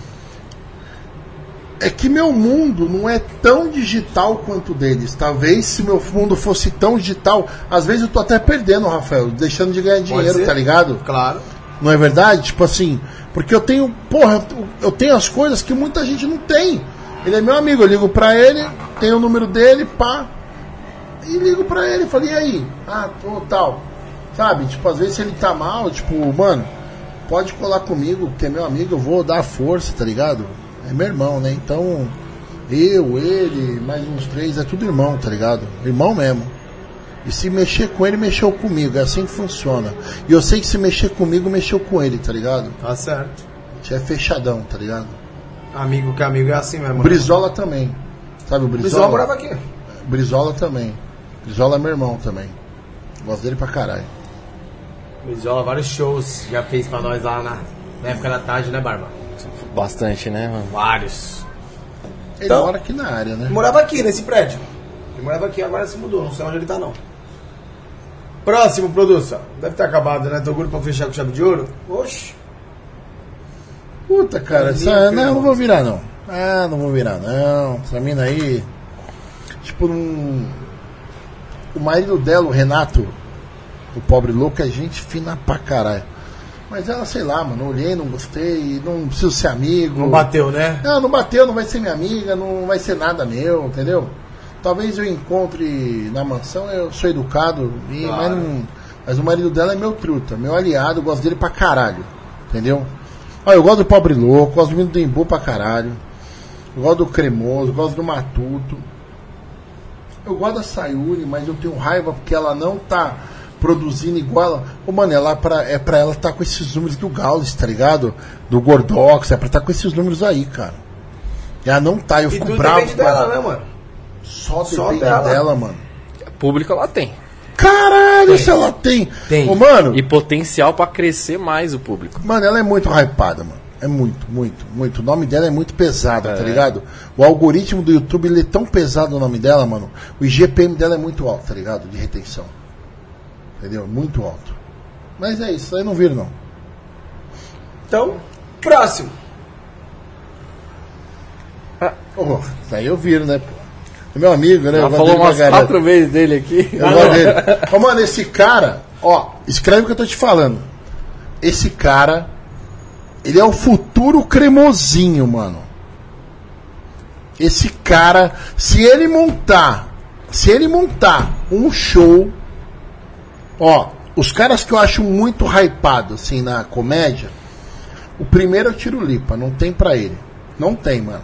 É que meu mundo não é tão digital quanto o deles. Talvez se meu mundo fosse tão digital, às vezes eu tô até perdendo, Rafael, deixando de ganhar dinheiro, tá ligado? Claro. Não é verdade? Tipo assim, porque eu tenho, eu tenho as coisas que muita gente não tem. Ele é meu amigo, eu ligo pra ele, tenho o número dele, pá, e ligo pra ele, falei, e aí? Tô tal. Sabe? Tipo, às vezes se ele tá mal, tipo, mano, pode colar comigo, porque é meu amigo, eu vou dar força, tá ligado? É meu irmão, né? Então, ele, mais uns 3, é tudo irmão, tá ligado? Irmão mesmo. E se mexer com ele, mexeu comigo. É assim que funciona. E eu sei que se mexer comigo, mexeu com ele, tá ligado? Tá certo. A gente é fechadão, tá ligado? Amigo que amigo é assim mesmo. Brizola também. Sabe o Brizola? Brizola morava aqui. Brizola também. Brizola é meu irmão também. Gosto dele pra caralho. Brizola, vários shows já fez pra nós lá na época da tarde, né, Barba? Bastante, né, mano? Vários. Ele Então, mora aqui na área, né? Ele morava aqui, nesse prédio. Ele morava aqui, agora se mudou. Não sei onde ele tá, não. Próximo, produção. Deve ter acabado, né? Tô gordo pra fechar com chave de ouro. Oxi. Puta, cara. Não, eu não vou virar, não. Não vou virar, não. Essa mina aí... Tipo, o marido dela, o Renato, o pobre louco, é gente fina pra caralho. Mas ela, sei lá, mano, olhei, não gostei, não preciso ser amigo. Não bateu, né? Não bateu, não vai ser minha amiga, não vai ser nada meu, entendeu? Talvez eu encontre na mansão, eu sou educado, claro. Mas o marido dela é meu truta, meu aliado, eu gosto dele pra caralho, entendeu? Eu gosto do pobre louco, gosto do menino do Embu pra caralho, eu gosto do Cremoso, eu gosto do Matuto, eu gosto da Sayuri, mas eu tenho raiva porque ela não tá produzindo igual. Mano, é pra ela tá com esses números do Gaules, tá ligado? Do Gordox, é pra tá com esses números aí, cara. E ela não tá, eu fico bravo. Depende dela, né, mano? Só depende dela, mano. Público ela tem. Caralho, se ela tem. Mano. E potencial pra crescer mais o público. Mano, ela é muito hypada, mano. É muito, muito, muito. O nome dela é muito pesado, tá ligado? O algoritmo do YouTube, ele é tão pesado o nome dela, mano. O IGPM dela é muito alto, tá ligado? De retenção. Entendeu? Muito alto. Mas é isso, aí não viro não. Então, próximo. Isso aí eu viro, né, pô? É meu amigo, né? Já falou umas 4 vezes dele aqui. Eu gosto dele. Mano, esse cara, escreve o que eu tô te falando. Esse cara, ele é o futuro cremosinho, mano. Esse cara, se ele montar um show... os caras que eu acho muito hypado, assim, na comédia, o primeiro é o Tiro Lipa, não tem pra ele. Não tem, mano.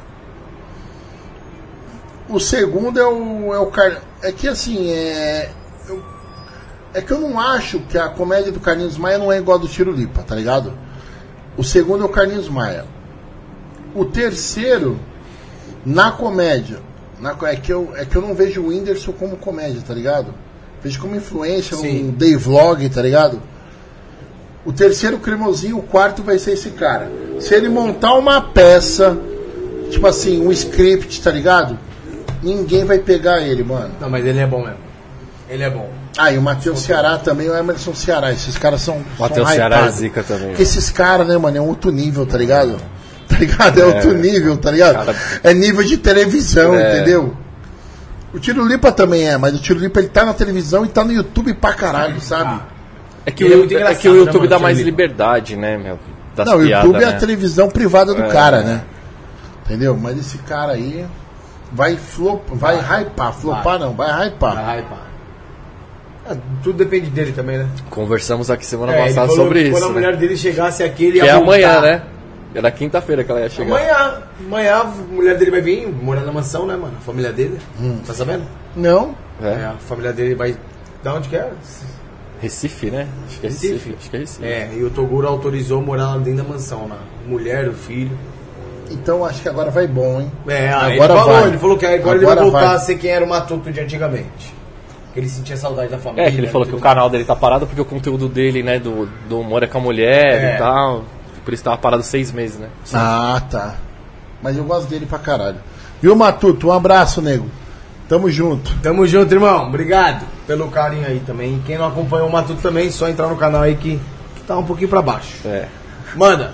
O segundo é o Carlinhos. É que, assim, é que eu não acho que a comédia do Carlinhos Maia não é igual a do Tiro Lipa, tá ligado? O segundo é o Carlinhos Maia. O terceiro, na comédia, é que eu não vejo o Whindersson como comédia, tá ligado? Vejo como influência, um day vlog, tá ligado? O terceiro, cremosinho, o quarto vai ser esse cara. Se ele montar uma peça, tipo assim, um script, tá ligado? Ninguém vai pegar ele, mano. Não, mas ele é bom mesmo. Ele é bom. E o Matheus Ceará também, o Emerson Ceará. Esses caras são Matheus Ceará é zica também. Porque esses caras, né, mano, é um outro nível, tá ligado? Tá ligado? É outro nível, tá ligado? Cara... É nível de televisão, entendeu? O Tiro Lipa também mas o Tiro Lipa ele tá na televisão e tá no YouTube pra caralho, sabe? É que o YouTube dá mais liberdade, né, meu? O YouTube é a televisão privada do cara, né? Entendeu? Mas esse cara aí... vai hypar. Flopar não, vai hypar. Vai hypar. Tudo depende dele também, né? Conversamos aqui semana passada sobre isso. Quando a mulher dele chegasse aqui, ele ia que é voltar. amanhã, né? Era quinta-feira que ela ia chegar. Amanhã a mulher dele vai vir morar na mansão, né, mano? A família dele. Tá sabendo? Não. A família dele vai... Da onde que é? Recife, né? Acho que é Recife. Acho que é Recife. E o Toguro autorizou morar lá dentro da mansão, né? Mulher, o filho. Então acho que agora vai bom, hein? Agora ele falou que agora ele vai voltar a ser quem era o Matuto de antigamente. Que ele sentia saudade da família. Que ele falou que o canal dele tá parado porque o conteúdo dele, né, do humor é com a mulher e tal. Por isso tava parado 6 meses, né? Ah, tá. Mas eu gosto dele pra caralho. Viu, Matuto? Um abraço, nego. Tamo junto. Tamo junto, irmão. Obrigado pelo carinho aí também. Quem não acompanhou o Matuto também, só entrar no canal aí que tá um pouquinho pra baixo. Manda.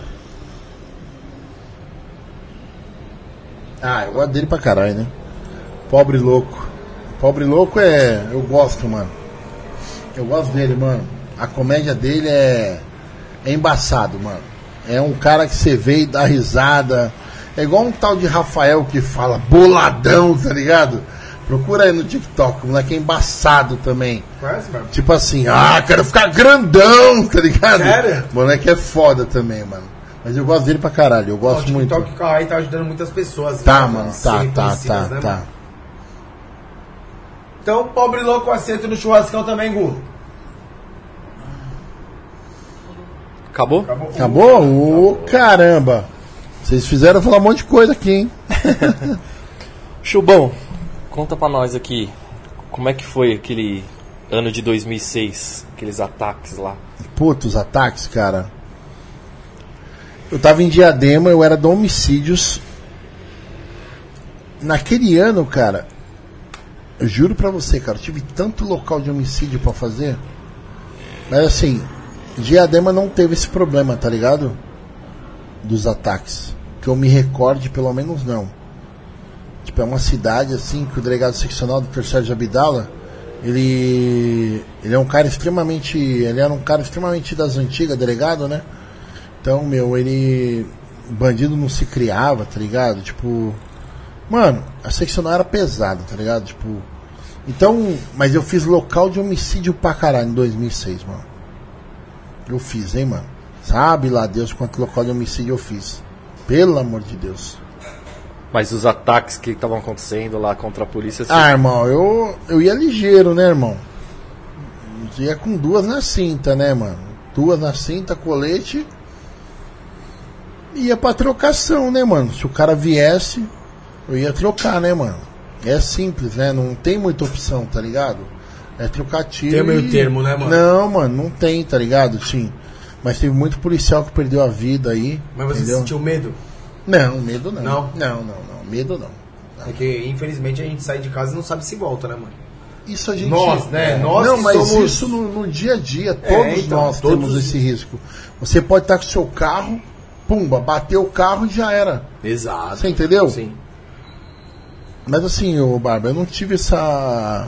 Eu gosto dele pra caralho, né? Pobre louco. Pobre louco eu gosto, mano. Eu gosto dele, mano. A comédia dele é embaçado, mano. É um cara que você vê e dá risada. É igual um tal de Rafael que fala boladão, tá ligado? Procura aí no TikTok, o moleque é embaçado também. Conhece, mano? Tipo assim, quero ficar grandão, tá ligado? Sério? O moleque é foda também, mano. Mas eu gosto dele pra caralho, eu gosto muito. O TikTok aí tá ajudando muitas pessoas. Tá, né, mano, né, tá. Mano? Então, pobre louco, aceito no churrascão também, Gu. Acabou? Acabou? Caramba. Vocês fizeram falar um monte de coisa aqui, hein? Chubão, conta pra nós aqui, como é que foi aquele ano de 2006, aqueles ataques lá? Puta, os ataques, cara. Eu tava em Diadema, eu era do Homicídios. Naquele ano, cara, eu juro pra você, cara, eu tive tanto local de homicídio pra fazer. Mas assim, Diadema não teve esse problema, tá ligado? Dos ataques. Que eu me recorde, pelo menos não. Tipo, é uma cidade assim que o delegado seccional do Dr. Sérgio Abdala, ele é um cara extremamente, ele era um cara extremamente das antigas, delegado, né? Então, bandido não se criava, tá ligado? Tipo, mano, a seccional era pesada, tá ligado? Tipo, então, mas eu fiz local de homicídio pra caralho em 2006, mano. Eu fiz, hein, mano. Sabe lá Deus quanto local de homicídio eu fiz. Pelo amor de Deus. Mas os ataques que estavam acontecendo lá contra a polícia... irmão, eu ia ligeiro, né, irmão? Eu ia com 2 na cinta, né, mano? 2 na cinta, colete. Ia pra trocação, né, mano? Se o cara viesse, eu ia trocar, né, mano? É simples, né? Não tem muita opção, tá ligado? É trocar tiro. Tem meio termo, né, mano? Não, mano, não tem, tá ligado? Sim. Mas teve muito policial que perdeu a vida aí. Mas você sentiu medo? Não, medo não. Não? Não. Medo não. Porque, infelizmente, a gente sai de casa e não sabe se volta, né, mano? Isso a gente... Nós, né? Nós não, que mas somos... isso no dia a dia, todos nós todos temos esse risco. Você pode estar com o seu carro, pumba, bateu o carro e já era. Exato. Você entendeu? Sim. Mas assim, ô Barba, eu não tive essa...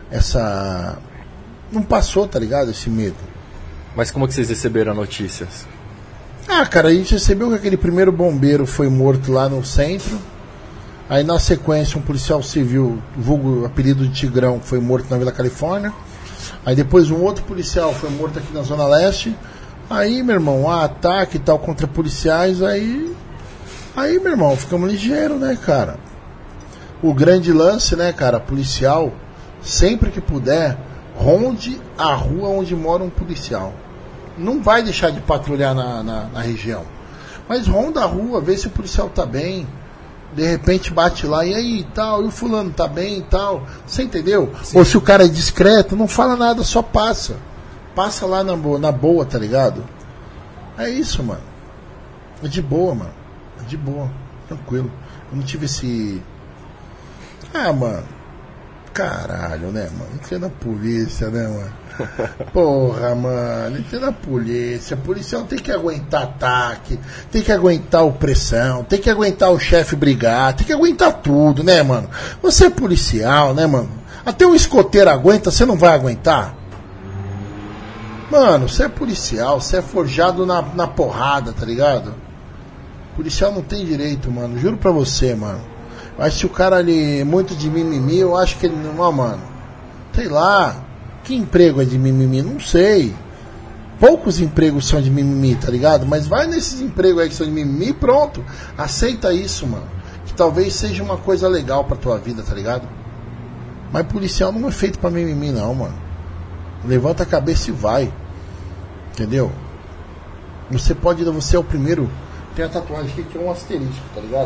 Não passou, tá ligado? Esse medo. Mas como que vocês receberam a notícia? Cara, a gente recebeu que aquele primeiro bombeiro foi morto lá no centro. Aí na sequência um policial civil, vulgo apelido de Tigrão, foi morto na Vila Califórnia. Aí depois um outro policial foi morto aqui na Zona Leste. Aí, meu irmão, ataque e tal contra policiais, aí, meu irmão, ficamos ligeiros, né, cara? O grande lance, né, cara, policial, sempre que puder, ronde a rua onde mora um policial. Não vai deixar de patrulhar na região. Mas ronda a rua, vê se o policial tá bem. De repente bate lá, e aí, tal, e o fulano tá bem e tal. Você entendeu? Sim. Ou se o cara é discreto, não fala nada, só passa. Passa lá na boa, tá ligado? É isso, mano. É de boa, mano. É de boa. Tranquilo. Eu não tive esse... mano. Caralho, né, mano? Entrei na polícia, né, mano? Porra, mano, entrei na polícia. Policial tem que aguentar ataque, tem que aguentar opressão, tem que aguentar o chefe brigar, tem que aguentar tudo, né, mano? Você é policial, né, mano? Até um escoteiro aguenta, você não vai aguentar? Mano, você é policial, você é forjado na porrada, tá ligado? Policial não tem direito, mano. Juro pra você, mano. Mas se o cara ali é muito de mimimi, eu acho que ele não, mano. Sei lá. Que emprego é de mimimi? Não sei. Poucos empregos são de mimimi, tá ligado? Mas vai nesses empregos aí que são de mimimi e pronto. Aceita isso, mano. Que talvez seja uma coisa legal pra tua vida, tá ligado? Mas policial não é feito pra mimimi, não, mano. Levanta a cabeça e vai. Entendeu? Você é o primeiro. Tem a tatuagem aqui que é um asterisco, tá ligado?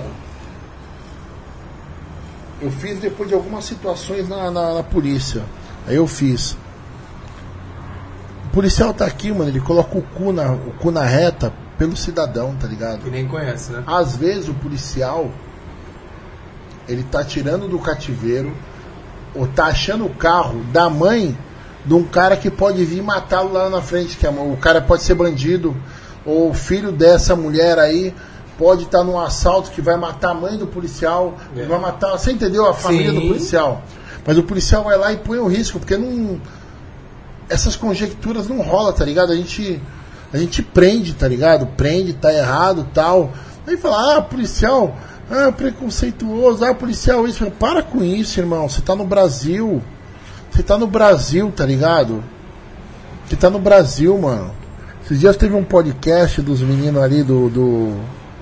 Eu fiz depois de algumas situações na polícia. Aí eu fiz. O policial tá aqui, mano. Ele coloca o cu na reta pelo cidadão, tá ligado? Que nem conhece, né? Às vezes o policial, ele tá tirando do cativeiro ou tá achando o carro da mãe de um cara que pode vir matá-lo lá na frente, que o cara pode ser bandido, ou o filho dessa mulher aí pode estar num assalto que vai matar a mãe do policial, vai matar, você entendeu? A família do policial. Mas o policial vai lá e põe o risco, porque não, essas conjecturas não rola, tá ligado? A gente prende, tá ligado? Prende, tá errado, tal. Aí fala, policial, preconceituoso, policial isso. Para com isso, irmão, você tá no Brasil. Você tá no Brasil, tá ligado? Você tá no Brasil, mano. Esses dias teve um podcast dos meninos ali do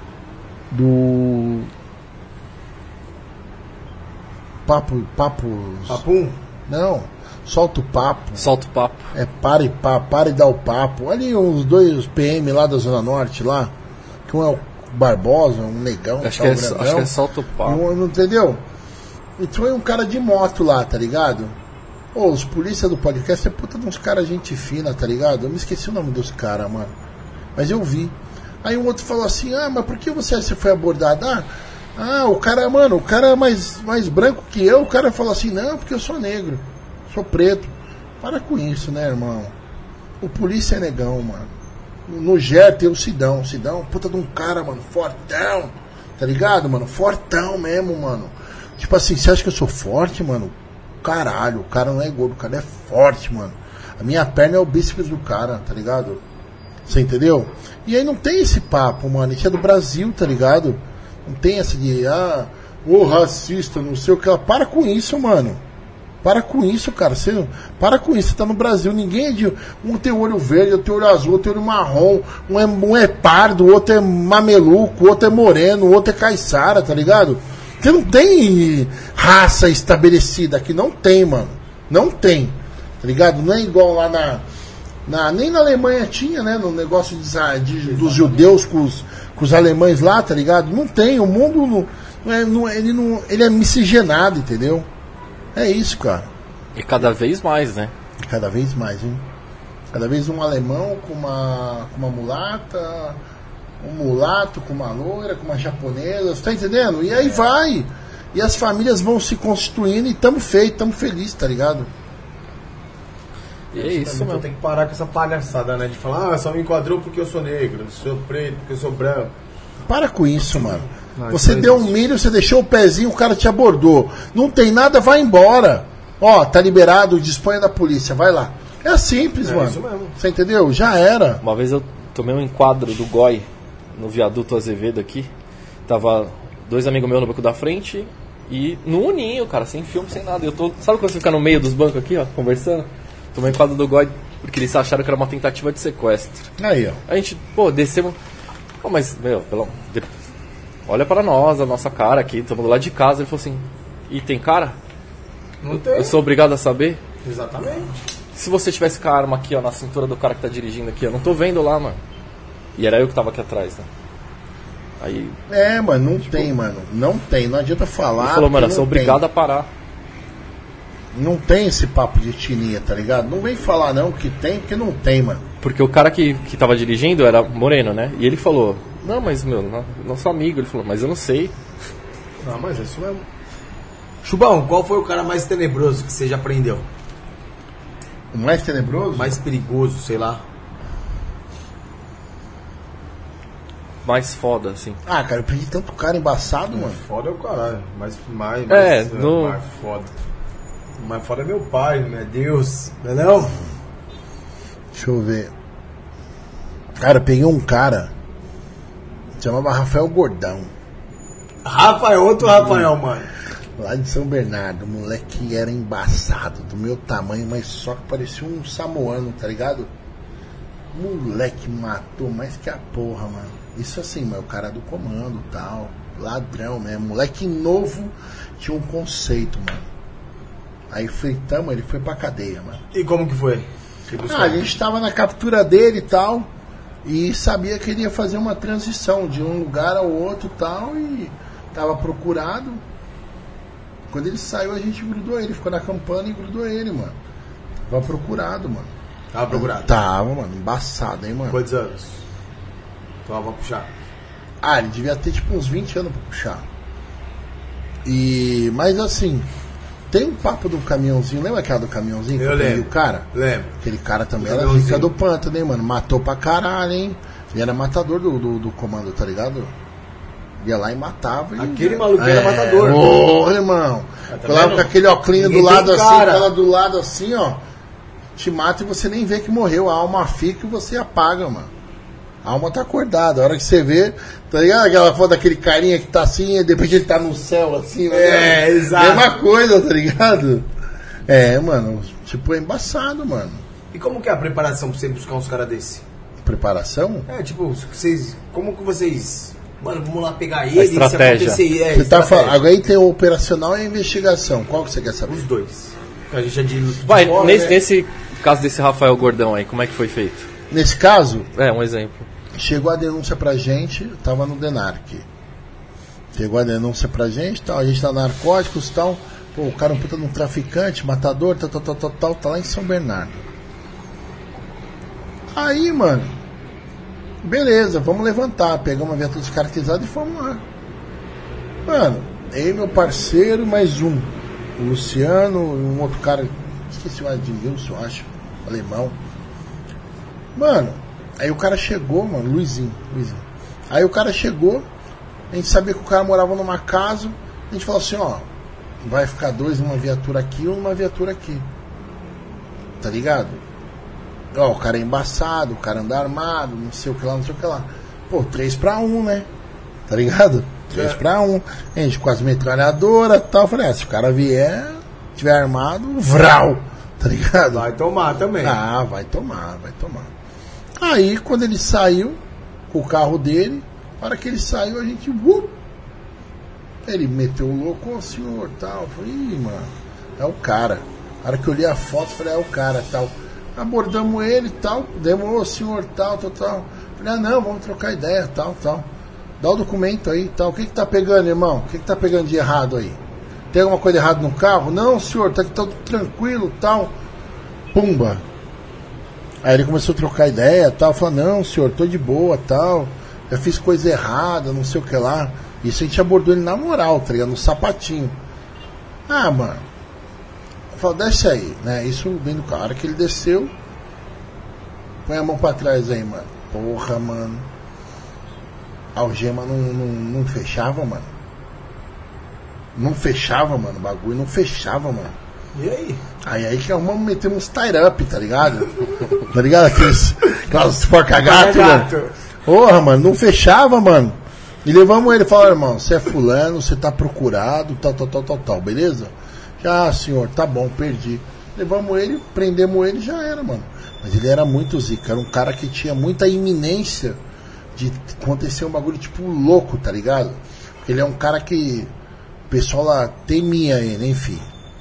Papum? Não, solta o papo. Solta o papo. Para e dá o papo. Ali os dois PM lá da Zona Norte lá, que um é o Barbosa, um negão, acho que é solta o papo. Não entendeu? Então é um cara de moto lá, tá ligado? Os polícia do podcast é puta de uns caras gente fina, tá ligado? Eu me esqueci o nome dos caras, mano. Mas eu vi. Aí um outro falou assim, mas por que você foi abordado? O cara, mano, o cara é mais branco que eu. O cara falou assim, não, porque eu sou negro, sou preto. Para com isso, né, irmão? O polícia é negão, mano. No GER tem o Sidão, puta de um cara, mano, fortão. Tá ligado, mano? Fortão mesmo, mano. Tipo assim, você acha que eu sou forte, mano? Caralho, o cara não é gordo, o cara é forte, mano. A minha perna é o bíceps do cara, tá ligado? Você entendeu? E aí não tem esse papo, mano. Isso é do Brasil, tá ligado? Não tem essa de, racista, não sei o que. Para com isso, mano. Para com isso, cara. Para com isso, você tá no Brasil. Ninguém é de. Um tem o olho verde, outro tem o olho azul, outro tem o olho marrom. Um é pardo, o outro é mameluco, o outro é moreno, o outro é caiçara, tá ligado? Porque não tem raça estabelecida aqui, não tem, mano. Não tem, tá ligado? Não é igual lá nem na Alemanha tinha, né? No negócio dos judeus com os alemães lá, tá ligado? Não tem, o mundo ele é miscigenado, entendeu? É isso, cara. E cada vez mais, né? Cada vez mais, hein? Cada vez um alemão com uma mulata, um mulato com uma loira, com uma japonesa, você tá entendendo? E aí vai. E as famílias vão se constituindo e tamo feliz, tá ligado? E é isso, mano. Tem que parar com essa palhaçada, né? De falar, só me enquadrou porque eu sou negro, sou preto porque eu sou branco. Para com isso, mano. Você deu um milho, você deixou o pezinho, o cara te abordou. Não tem nada, vai embora. Tá liberado, disponha da polícia, vai lá. É simples, mano. Isso mesmo. Você entendeu? Já era. Uma vez eu tomei um enquadro do GOI no viaduto Azevedo aqui. Tava 2 amigos meus no banco da frente e no uninho, cara, sem filme, sem nada. Sabe quando você fica no meio dos bancos aqui, ó, conversando? Tomei um enquadro do GOI porque eles acharam que era uma tentativa de sequestro. Aí, ó. A gente, descemos. Mas, olha para nós, a nossa cara aqui, estamos do lado de casa. Ele falou assim, e tem cara? Não tem. Eu sou obrigado a saber? Exatamente. Se você tivesse com a arma aqui, ó, na cintura do cara que tá dirigindo aqui, eu não tô vendo lá, mano. E era eu que tava aqui atrás, né? Aí... mano, não tem, mano. Não tem, não adianta falar. Ele falou, mano, eu sou obrigado a parar. Não tem esse papo de etnia, tá ligado? Não vem falar não que tem, porque não tem, mano. Porque o cara que tava dirigindo era moreno, né? E ele falou, não, mas, nosso amigo. Ele falou, mas eu não sei. Não, mas é isso mesmo. Chubão, qual foi o cara mais tenebroso que você já prendeu? O mais tenebroso? Mais perigoso, sei lá. Mais foda, assim. Cara, eu prendi tanto cara embaçado, mano. Foda é o caralho. Mais foda. O mais foda é meu pai, meu Deus. Não é não? Deixa eu ver. Cara, eu peguei um cara. Se chamava Rafael Gordão. Rafael, outro Rafael, mano. Lá de São Bernardo, o moleque era embaçado, do meu tamanho, mas só que parecia um samoano, tá ligado? Moleque matou mais que a porra, mano. Isso assim, mas o cara do comando e tal, ladrão mesmo. Moleque novo, tinha um conceito, mano. Aí fritamos, ele foi pra cadeia, mano. E como que foi? A gente tava na captura dele e tal, e sabia que ele ia fazer uma transição de um lugar ao outro e tal, e tava procurado. Quando ele saiu, a gente grudou ele, ficou na campana e grudou ele, mano. Tava procurado, mano. Tava procurado? Tava, mano, embaçado, hein, mano. Quantos anos? Então vamos puxar. Ele devia ter tipo uns 20 anos pra puxar. Mas assim, tem um papo do caminhãozinho, lembra aquela do caminhãozinho que eu lembro. o cara? Lembro. Aquele cara também era zica do pântano, hein, mano. Matou pra caralho, hein. Ele era matador do comando, tá ligado? Ia lá e matava. Aquele maluco era matador. Ô, irmão. Colava com aquele óculos do lado assim, ela do lado assim, ó. Te mata e você nem vê que morreu. A alma fica e você apaga, mano. A alma tá acordada. A hora que você vê, tá ligado? Aquela foto daquele carinha que tá assim, e depois ele tá no céu assim. Exato. Mesma coisa, tá ligado? Mano. Tipo, é embaçado, mano. E como que é a preparação pra você buscar uns caras desse? Preparação? Tipo, como que vocês... Mano, vamos lá pegar ele. A estratégia. Você tá falando, agora aí tem o operacional e a investigação. Qual que você quer saber? Os dois. A gente é de Vai, fora, nesse caso desse Rafael Gordão aí, como é que foi feito? Nesse caso, Um exemplo. chegou a denúncia pra gente, tava no DENARC. Chegou a denúncia pra gente, tal, a gente tá narcóticos e tal. Pô, o cara é um puta de um traficante, matador, tal, tá lá em São Bernardo. Aí, mano, beleza, vamos levantar. Pegamos uma viatura descaracterizada e fomos lá. Mano, eu e meu parceiro, mais um. O Luciano, um outro cara, esqueci o Adilson, eu acho, alemão. Mano, aí o cara chegou, mano, Luizinho. Aí o cara chegou, a gente sabia que o cara morava numa casa, a gente falou assim, ó, vai ficar dois numa viatura aqui ou numa viatura aqui. Tá ligado? Ó, o cara é embaçado, o cara anda armado, não sei o que lá. Pô, 3-1, né? Tá ligado? 3-1. A gente com as metralhadoras e tal. Falei, se o cara vier, tiver armado, vral! Tá ligado? Vai tomar também. Vai tomar. Aí, quando ele saiu, com o carro dele, na hora que ele saiu, a gente... ele meteu o louco, senhor, tal. Eu falei, mano, é o cara. Na hora que eu li a foto, eu falei, é o cara, tal. Abordamos ele e tal, demorou, senhor, tal. Falei, não, vamos trocar ideia, tal. Dá o documento aí, tal. O que tá pegando, irmão? O que tá pegando de errado aí? Tem alguma coisa errada no carro? Não, senhor, tá tudo tranquilo, tal. Pumba. Aí ele começou a trocar ideia, tal. Falou, não, senhor, tô de boa, tal. Já fiz coisa errada, não sei o que lá. Isso a gente abordou ele na moral, tá ligado? No sapatinho. Mano. Falou, desce aí, né? Isso dentro do carro. A hora que ele desceu, põe a mão pra trás aí, mano. Porra, mano. A algema não fechava, mano. Não fechava, mano. O bagulho não fechava, mano. E aí? Aí que arrumamos meter uns tie-up, tá ligado? Tá ligado? Aquelas forca-gato, mano. Porra, mano, não fechava, mano. E levamos ele e falamos, irmão, você é fulano, você tá procurado, tal, beleza? Já, senhor, tá bom, perdi. Levamos ele, prendemos ele, já era, mano. Mas ele era muito zica, era um cara que tinha muita iminência de acontecer um bagulho tipo louco, tá ligado? Porque ele é um cara que o pessoal lá temia ele, enfim.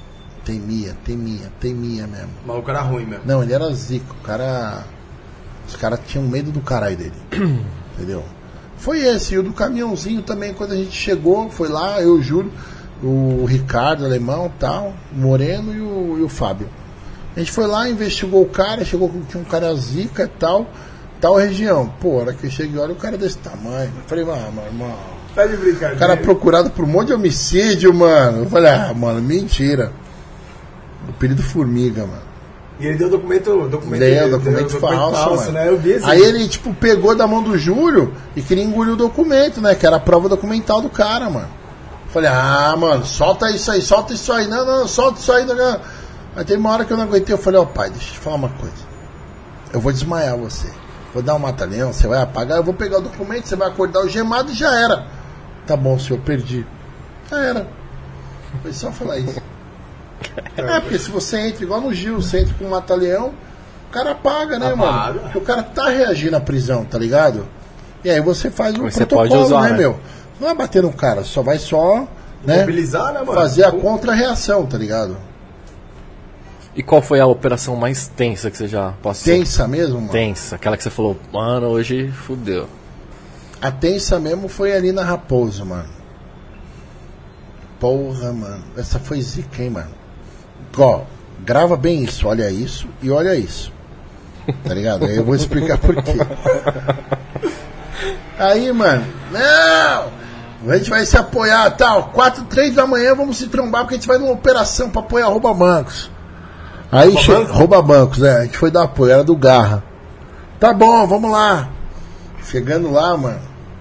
Temia mesmo. O maluco era ruim mesmo. Não, ele era zica, os caras tinham medo do caralho dele. Entendeu? Foi esse, e o do caminhãozinho também, quando a gente chegou, foi lá, eu, o Júlio, o Ricardo, o alemão, tal, o Moreno e o Fábio. A gente foi lá, investigou o cara, chegou que tinha um cara zica e tal região. Pô, a hora que eu cheguei, olha o cara desse tamanho. Eu falei, mano, irmão. Tá de brincadeira. O cara procurado por um monte de homicídio, mano. Eu falei, mano, mentira. O apelido Formiga, mano. E ele deu documento falso, mano. Né? Eu vi esse aí ele, tipo, pegou da mão do Júlio e queria engolir o documento, né? Que era a prova documental do cara, mano. Falei, mano, solta isso aí. Não, solta isso aí. Não. Aí tem uma hora que eu não aguentei, eu falei, pai, deixa eu te falar uma coisa. Eu vou desmaiar você. Vou dar um mata-leão, você vai apagar, eu vou pegar o documento, você vai acordar o gemado e já era. Tá bom, senhor, perdi. Era. Foi só falar isso. Porque se você entra igual no Gil, você entra com um mata-leão, o cara paga, né, mano? Porque o cara tá reagindo na prisão, tá ligado? E aí você faz o protocolo, pode usar, né, meu? Não é bater no cara, só vai só, né, mobilizar, né, mano? Fazer a contra-reação, tá ligado? E qual foi a operação mais tensa que você já passou? Tensa mesmo, mano? Tensa, aquela que você falou, mano, hoje fudeu. A tensa mesmo foi ali na Raposo, mano. Porra, mano. Essa foi zica, hein, mano. Ó, grava bem isso, olha isso e olha isso. Tá ligado? Aí eu vou explicar por quê. Aí, mano, não! A gente vai se apoiar, tal. 4, 3 da manhã vamos se trombar porque a gente vai numa operação pra apoiar rouba bancos. Aí rouba bancos, a gente foi dar apoio, era do Garra. Tá bom, vamos lá. Chegando lá, mano.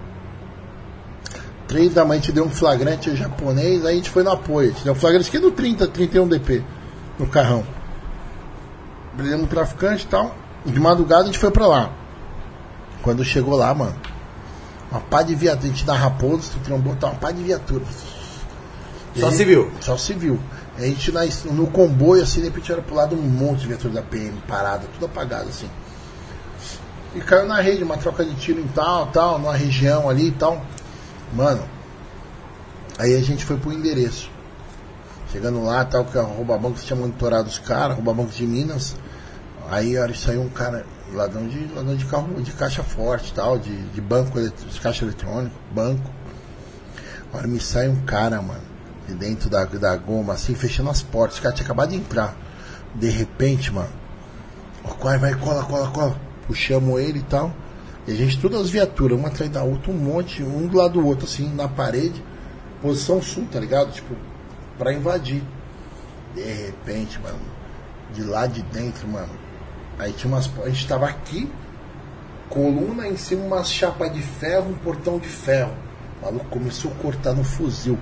3 da manhã a gente deu um flagrante japonês, aí a gente foi no apoio. A gente deu um flagrante aqui no 31 DP, no carrão. Brilhamos um traficante e tal. De madrugada a gente foi pra lá. Quando chegou lá, mano, uma pá de viatura, a gente dá Raposo, tu trombou, tá uma pá de viatura. Só civil? Só civil. A gente no comboio, assim, de repente era pro lado um monte de viatura da PM parada, tudo apagado, assim. E caiu na rede, uma troca de tiro em tal, numa região ali e tal. Mano, aí a gente foi pro endereço. Chegando lá, tal, que a Rouba Bancos tinha monitorado os caras, Rouba Bancos de Minas. Aí saiu um cara, ladrão de carro, de caixa forte, tal, de banco, de caixa eletrônico, banco. Agora me sai um cara, mano, de dentro da goma, assim, fechando as portas. Os caras tinham acabado de entrar. De repente, mano, vai, cola. Puxamos ele e tal. E a gente, todas as viaturas, uma atrás da outra, um monte, um do lado do outro, assim, na parede, posição sul, tá ligado? Tipo, pra invadir. De repente, mano, de lá de dentro, mano, aí tinha a gente tava aqui, coluna em cima, umas chapas de ferro, um portão de ferro. O maluco começou a cortar no fuzil.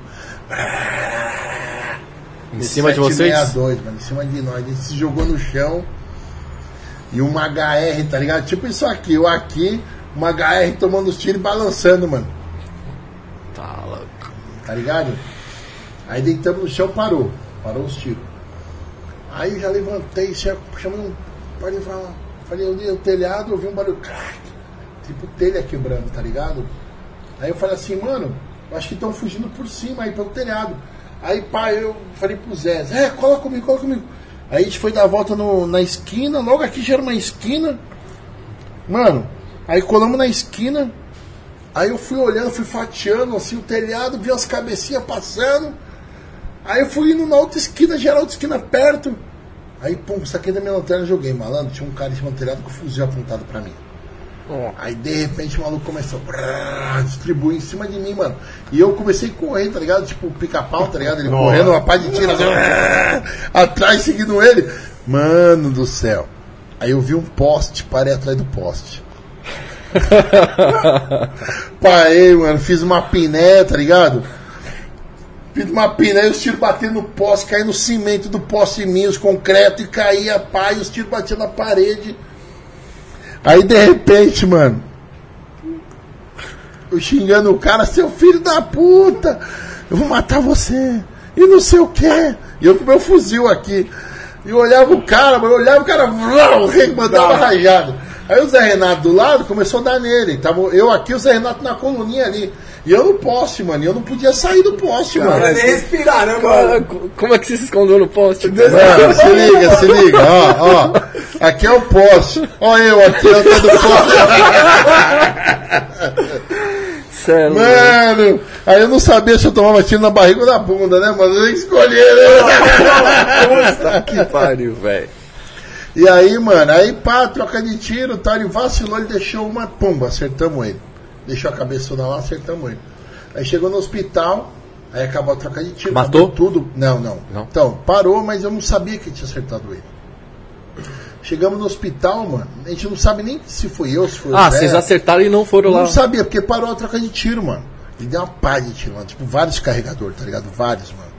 Em cima de vocês? 762, mano, em cima de nós. A gente se jogou no chão. E uma HR, tá ligado? Tipo isso aqui, eu aqui, uma HR tomando os tiros e balançando, mano. Tá louco. Tá ligado? Aí deitamos no chão, parou os tiros. Aí eu já levantei, chamei um. Falei, eu li o telhado, eu vi um barulho, crack, tipo telha quebrando, tá ligado? Aí eu falei assim, mano, eu acho que estão fugindo por cima aí pelo telhado. Aí pá, eu falei pro Zé, cola comigo. Aí a gente foi dar a volta na esquina, logo aqui já era uma esquina. Mano, aí colamos na esquina. Aí eu fui olhando, fui fatiando assim o telhado, vi as cabecinhas passando. Aí eu fui indo na outra esquina, já era outra esquina perto. Aí, pum, saquei da minha lanterna e joguei, malandro. Tinha um cara em cima do telhado com o fuzil apontado pra mim. Aí de repente o maluco começou a distribuir em cima de mim, mano. E eu comecei a correr, tá ligado? Tipo pica-pau, tá ligado? Ele correndo, uma pá de tiro assim, atrás, seguindo ele. Mano do céu. Aí eu vi um poste, parei atrás do poste. Parei, mano, fiz uma piné, tá ligado? Fiz uma piné e os tiros batendo no poste, caí no cimento do poste em mim, os concretos, e caía, pá, e os tiros batiam na parede. Aí de repente, mano, eu xingando o cara, seu filho da puta, eu vou matar você, e não sei o que. E eu com meu fuzil aqui. E eu olhava o cara, mandava rajada. Aí o Zé Renato do lado começou a dar nele. Tava eu aqui, o Zé Renato na coluninha ali. E eu no poste, mano. E eu não podia sair do poste, mano. Não nem respirar, né, mano? Como é que você se escondeu no poste? Mano, se liga. Ó. Aqui é o poste. Ó eu aqui, eu tô do poste. Sério, mano, aí eu não sabia se eu tomava tiro na barriga ou na bunda, né? Mas eu tinha que escolher, né? Puta que pariu, velho. E aí, mano, pá, troca de tiro, tá? Ele vacilou, ele deixou uma pumba, acertamos ele. Deixou a cabeçona lá, acertamos ele. Aí chegou no hospital, aí acabou a troca de tiro. Matou? Tudo. Não. Então, parou, mas eu não sabia que tinha acertado ele. Chegamos no hospital, mano, a gente não sabe nem se foi eu, se foi o Zé. Vocês acertaram e não foram lá. Não sabia, porque parou a troca de tiro, mano. Ele deu uma pá de tiro, mano. Tipo, vários carregadores, tá ligado? Vários, mano.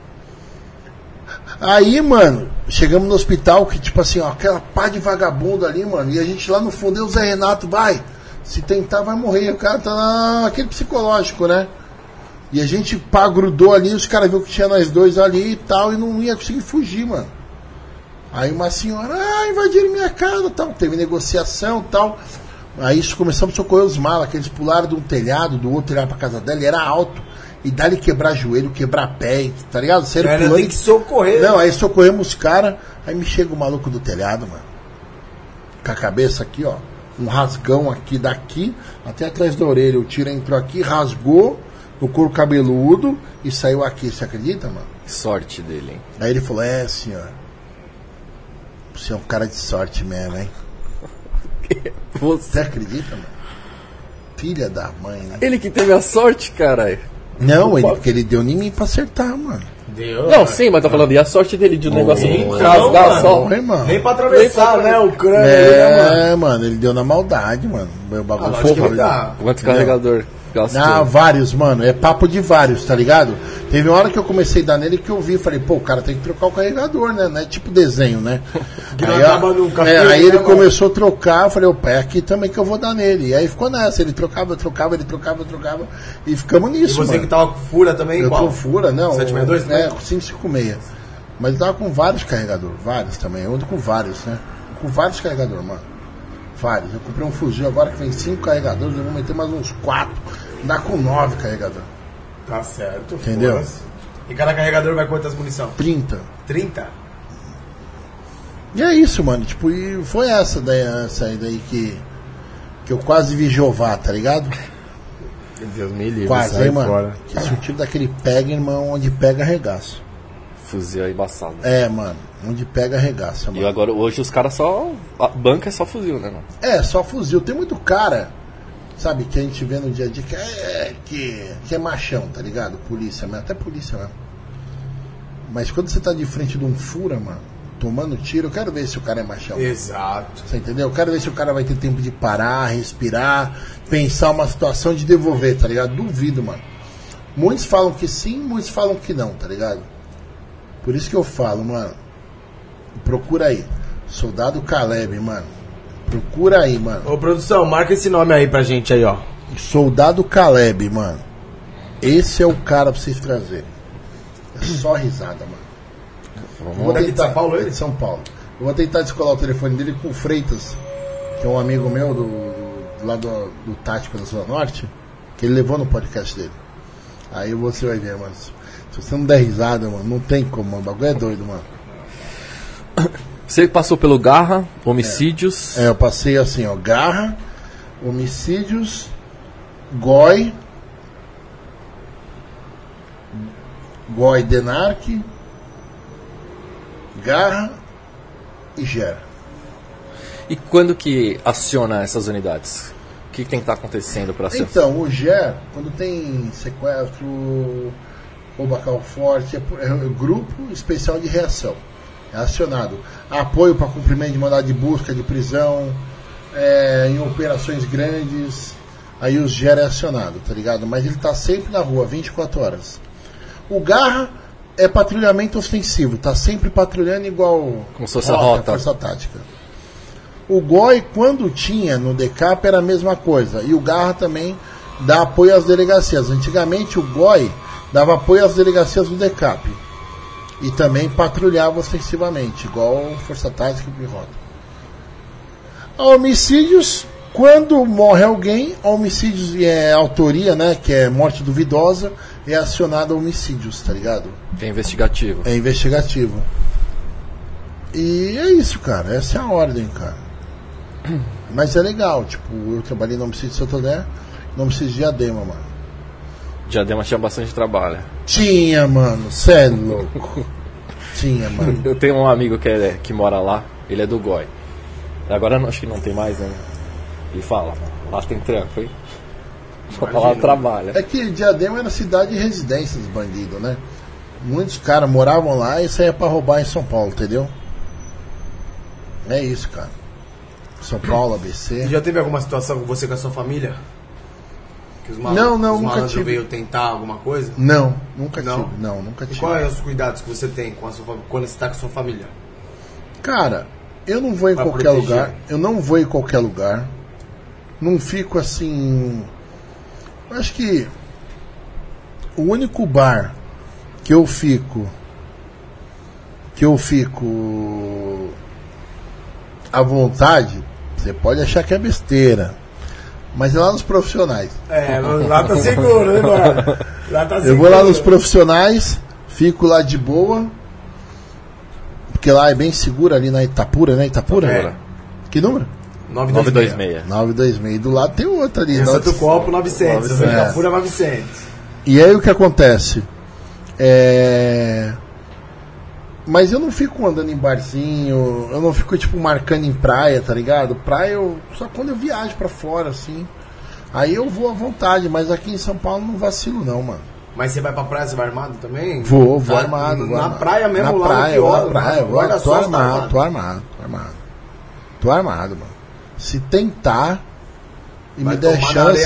Aí, mano, chegamos no hospital, que tipo assim, ó, aquela pá de vagabundo ali, mano. E a gente lá no fundo, e o Zé Renato, vai. Se tentar, vai morrer. O cara tá naquele psicológico, né? E a gente grudou ali, os caras viram que tinha nós dois ali e tal, e não ia conseguir fugir, mano. Aí uma senhora, invadiram minha casa, tal, teve negociação e tal. Aí começamos a socorrer os malas, que eles pularam de um telhado, do outro telhado pra casa dela, e era alto. E dali quebrar joelho, quebrar pé, tá ligado? Sério, pulando. Tem que socorrer. Não, aí socorremos os caras, aí me chega o maluco do telhado, mano. Com a cabeça aqui, ó. Um rasgão aqui, daqui, até atrás da orelha. O tiro entrou aqui, rasgou no couro cabeludo e saiu aqui. Você acredita, mano? Sorte dele, hein? Aí ele falou, senhor. Você é um cara de sorte mesmo, hein? Você acredita, mano? Filha da mãe, né? Ele que teve a sorte, caralho. Não, porque ele deu em mim pra acertar, mano. Deu, não, sim, mas tô falando, e a sorte dele de um negócio rasgar só. Nem pra atravessar, né, o crânio. Mano, ele deu na maldade, mano. Meu bagulho foi. Quanto carregador gastou? Vários, mano. É papo de vários, tá ligado? Teve uma hora que eu comecei a dar nele que eu vi, falei, pô, o cara tem que trocar o carregador, né? Não é tipo desenho, né? Aí ele começou a trocar, eu falei, opa, é aqui também que eu vou dar nele. E aí ficou nessa, ele trocava. E ficamos nisso, mano. E você mano. que tava com fura também? Eu com fura, não. 762? É, 556. Mas eu tava com vários carregadores, vários também. Eu ando com vários, né? Com vários carregadores, mano. Vários. Eu comprei um fuzil agora que vem 5 carregadores, eu vou meter mais uns 4. Dá com 9 carregadores. Tá certo. Entendeu? Foda-se. E cada carregador vai quantas munição? 30. 30? E é isso, mano. Tipo, e foi essa daí que eu quase vi Jeová, tá ligado? Deus me livre. Quase, hein, mano? Que se o tiro daquele pega, irmão, onde pega, arregaço. Fuzil é embaçado. É, mano. Onde pega, arregaça, mano. E agora, hoje os caras só... A banca é só fuzil, né, mano? É, só fuzil. Tem muito cara, sabe, que a gente vê no dia a dia que é machão, tá ligado? Polícia, mas até polícia mesmo. Mas quando você tá de frente de um fura, mano, tomando tiro, eu quero ver se o cara é machão. Exato. Você entendeu? Eu quero ver se o cara vai ter tempo de parar, respirar, pensar uma situação de devolver, tá ligado? Duvido, mano. Muitos falam que sim, muitos falam que não, tá ligado? Por isso que eu falo, mano, procura aí. Soldado Caleb, mano. Procura aí, mano. Ô, produção, marca esse nome aí pra gente aí, ó. Soldado Caleb, mano. Esse é o cara pra vocês trazerem. É só risada, mano. Vou tentar, de São Paulo, ele? De São Paulo. Eu vou tentar descolar o telefone dele com o Freitas, que é um amigo meu lá do Tático da Zona Norte, que ele levou no podcast dele. Aí você vai ver, mano. Se você não der risada, mano, não tem como, mano. O bagulho é doido, mano. Você passou pelo Garra, Homicídios. Eu passei assim, ó. Garra, Homicídios, GOI, Denark, Garra e Gera. E quando que aciona essas unidades? O que tem que estar acontecendo para acionar? Então, o GER, quando tem sequestro, roubo a carro forte, é grupo especial de reação. É acionado. Apoio para cumprimento de mandado de busca, de prisão, em operações grandes. Aí o GER é acionado, tá ligado? Mas ele tá sempre na rua, 24 horas. O Garra é patrulhamento ofensivo, tá sempre patrulhando igual como se fosse a rota. Força tática. O GOI, quando tinha no DECAP, era a mesma coisa. E o Garra também dá apoio às delegacias. Antigamente o GOI dava apoio às delegacias do DECAP. E também patrulhava ofensivamente, igual Força Tática e Rota. A homicídios, quando morre alguém, a homicídios é autoria, né? Que é morte duvidosa, é acionado a homicídios, tá ligado? É investigativo. É investigativo. E é isso, cara. Essa é a ordem, cara. Mas é legal, tipo, eu trabalhei no homicídio de Santander, no homicídio de Diadema, mano. Diadema tinha bastante trabalho. Tinha, mano, cê é louco. Tinha, mano. Eu tenho um amigo que mora lá, ele é do GOI. Agora acho que não tem mais, né? Ele fala, lá tem trampo, hein? Lá trabalha. É que Diadema era cidade de residência dos bandidos, né? Muitos caras moravam lá e saíam pra roubar em São Paulo, entendeu? É isso, cara. São Paulo, ABC. Já teve alguma situação com você com a sua família? Que os nunca tive. Veio tentar alguma coisa? Não, nunca tive. Não, nunca tive. E quais são os cuidados que você tem com a sua, quando você está com a sua família? Cara, eu não vou em qualquer lugar. Eu não vou em qualquer lugar. Não fico assim. Acho que o único bar que eu fico à vontade, você pode achar que é besteira, mas é lá nos profissionais. Lá tá seguro, né, mano? Lá tá seguro. Eu vou lá nos profissionais, fico lá de boa, porque lá é bem seguro ali na Itapura, né? Itapura? Que número? 926. 926. Do lado tem outro ali. Santo Copo 900. Itapura 900. E aí o que acontece? Mas eu não fico andando em barzinho, eu não fico tipo marcando em praia, tá ligado? Praia só quando eu viajo pra fora, assim. Aí eu vou à vontade, mas aqui em São Paulo não vacilo não, mano. Mas você vai pra praia, você vai armado também? Vou armado. Na praia mesmo, na lá praia, no na praia, tô armado. Tô armado, mano. Se tentar e vai me der chance,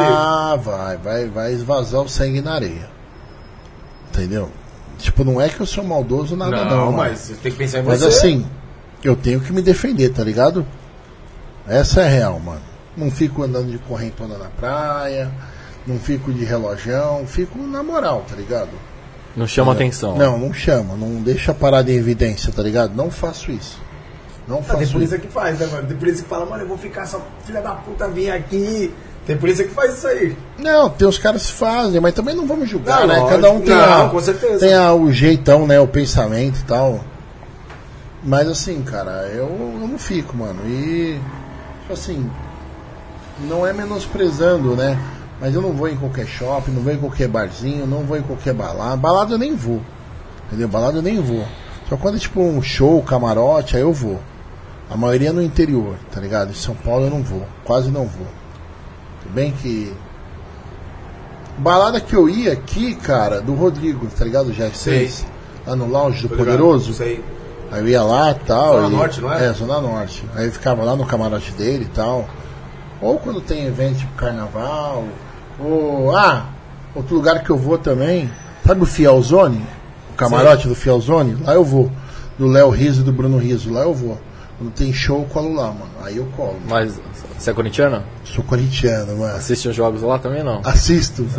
vai esvazar o sangue na areia. Entendeu? Tipo, não é que eu sou maldoso, nada não. Mas você tem que pensar em mas você. Mas assim, eu tenho que me defender, tá ligado? Essa é real, mano. Não fico andando de correntona na praia, não fico de relojão, fico na moral, tá ligado? Não chama atenção. Não chama, não deixa a parada em evidência, tá ligado? Não faço isso. Não faço tem polícia que faz, né, mano? Tem polícia que fala, mano, eu vou ficar só filha da puta vir aqui. Tem polícia que faz isso aí. Não, tem os caras que fazem, mas também não vamos julgar, né? Lógico. Cada um tem, com certeza. Tem o jeitão, né? O pensamento e tal. Mas assim, cara, eu não fico, mano. E, tipo assim, não é menosprezando, né? Mas eu não vou em qualquer shopping, não vou em qualquer barzinho, não vou em qualquer balada. Balada eu nem vou, entendeu? Balada eu nem vou. Só quando é tipo um show, camarote, aí eu vou. A maioria no interior, tá ligado? Em São Paulo eu não vou, quase não vou. Tudo bem que... Balada que eu ia aqui, cara, do Rodrigo, tá ligado? Já fez lá no lounge do Poderoso. Sei. Aí eu ia lá e tal. Zona Norte, não é? Zona Norte. Aí eu ficava lá no camarote dele e tal. Ou quando tem evento tipo carnaval. Ou, outro lugar que eu vou também. Sabe o Fielzone? O camarote do Fielzone? Lá eu vou. Do Léo Riso e do Bruno Riso. Lá eu vou. Quando tem show, eu colo lá, mano. Aí eu colo. Mas você é corintiano? Sou corintiano, mano. Assiste os jogos lá também, não? Assisto.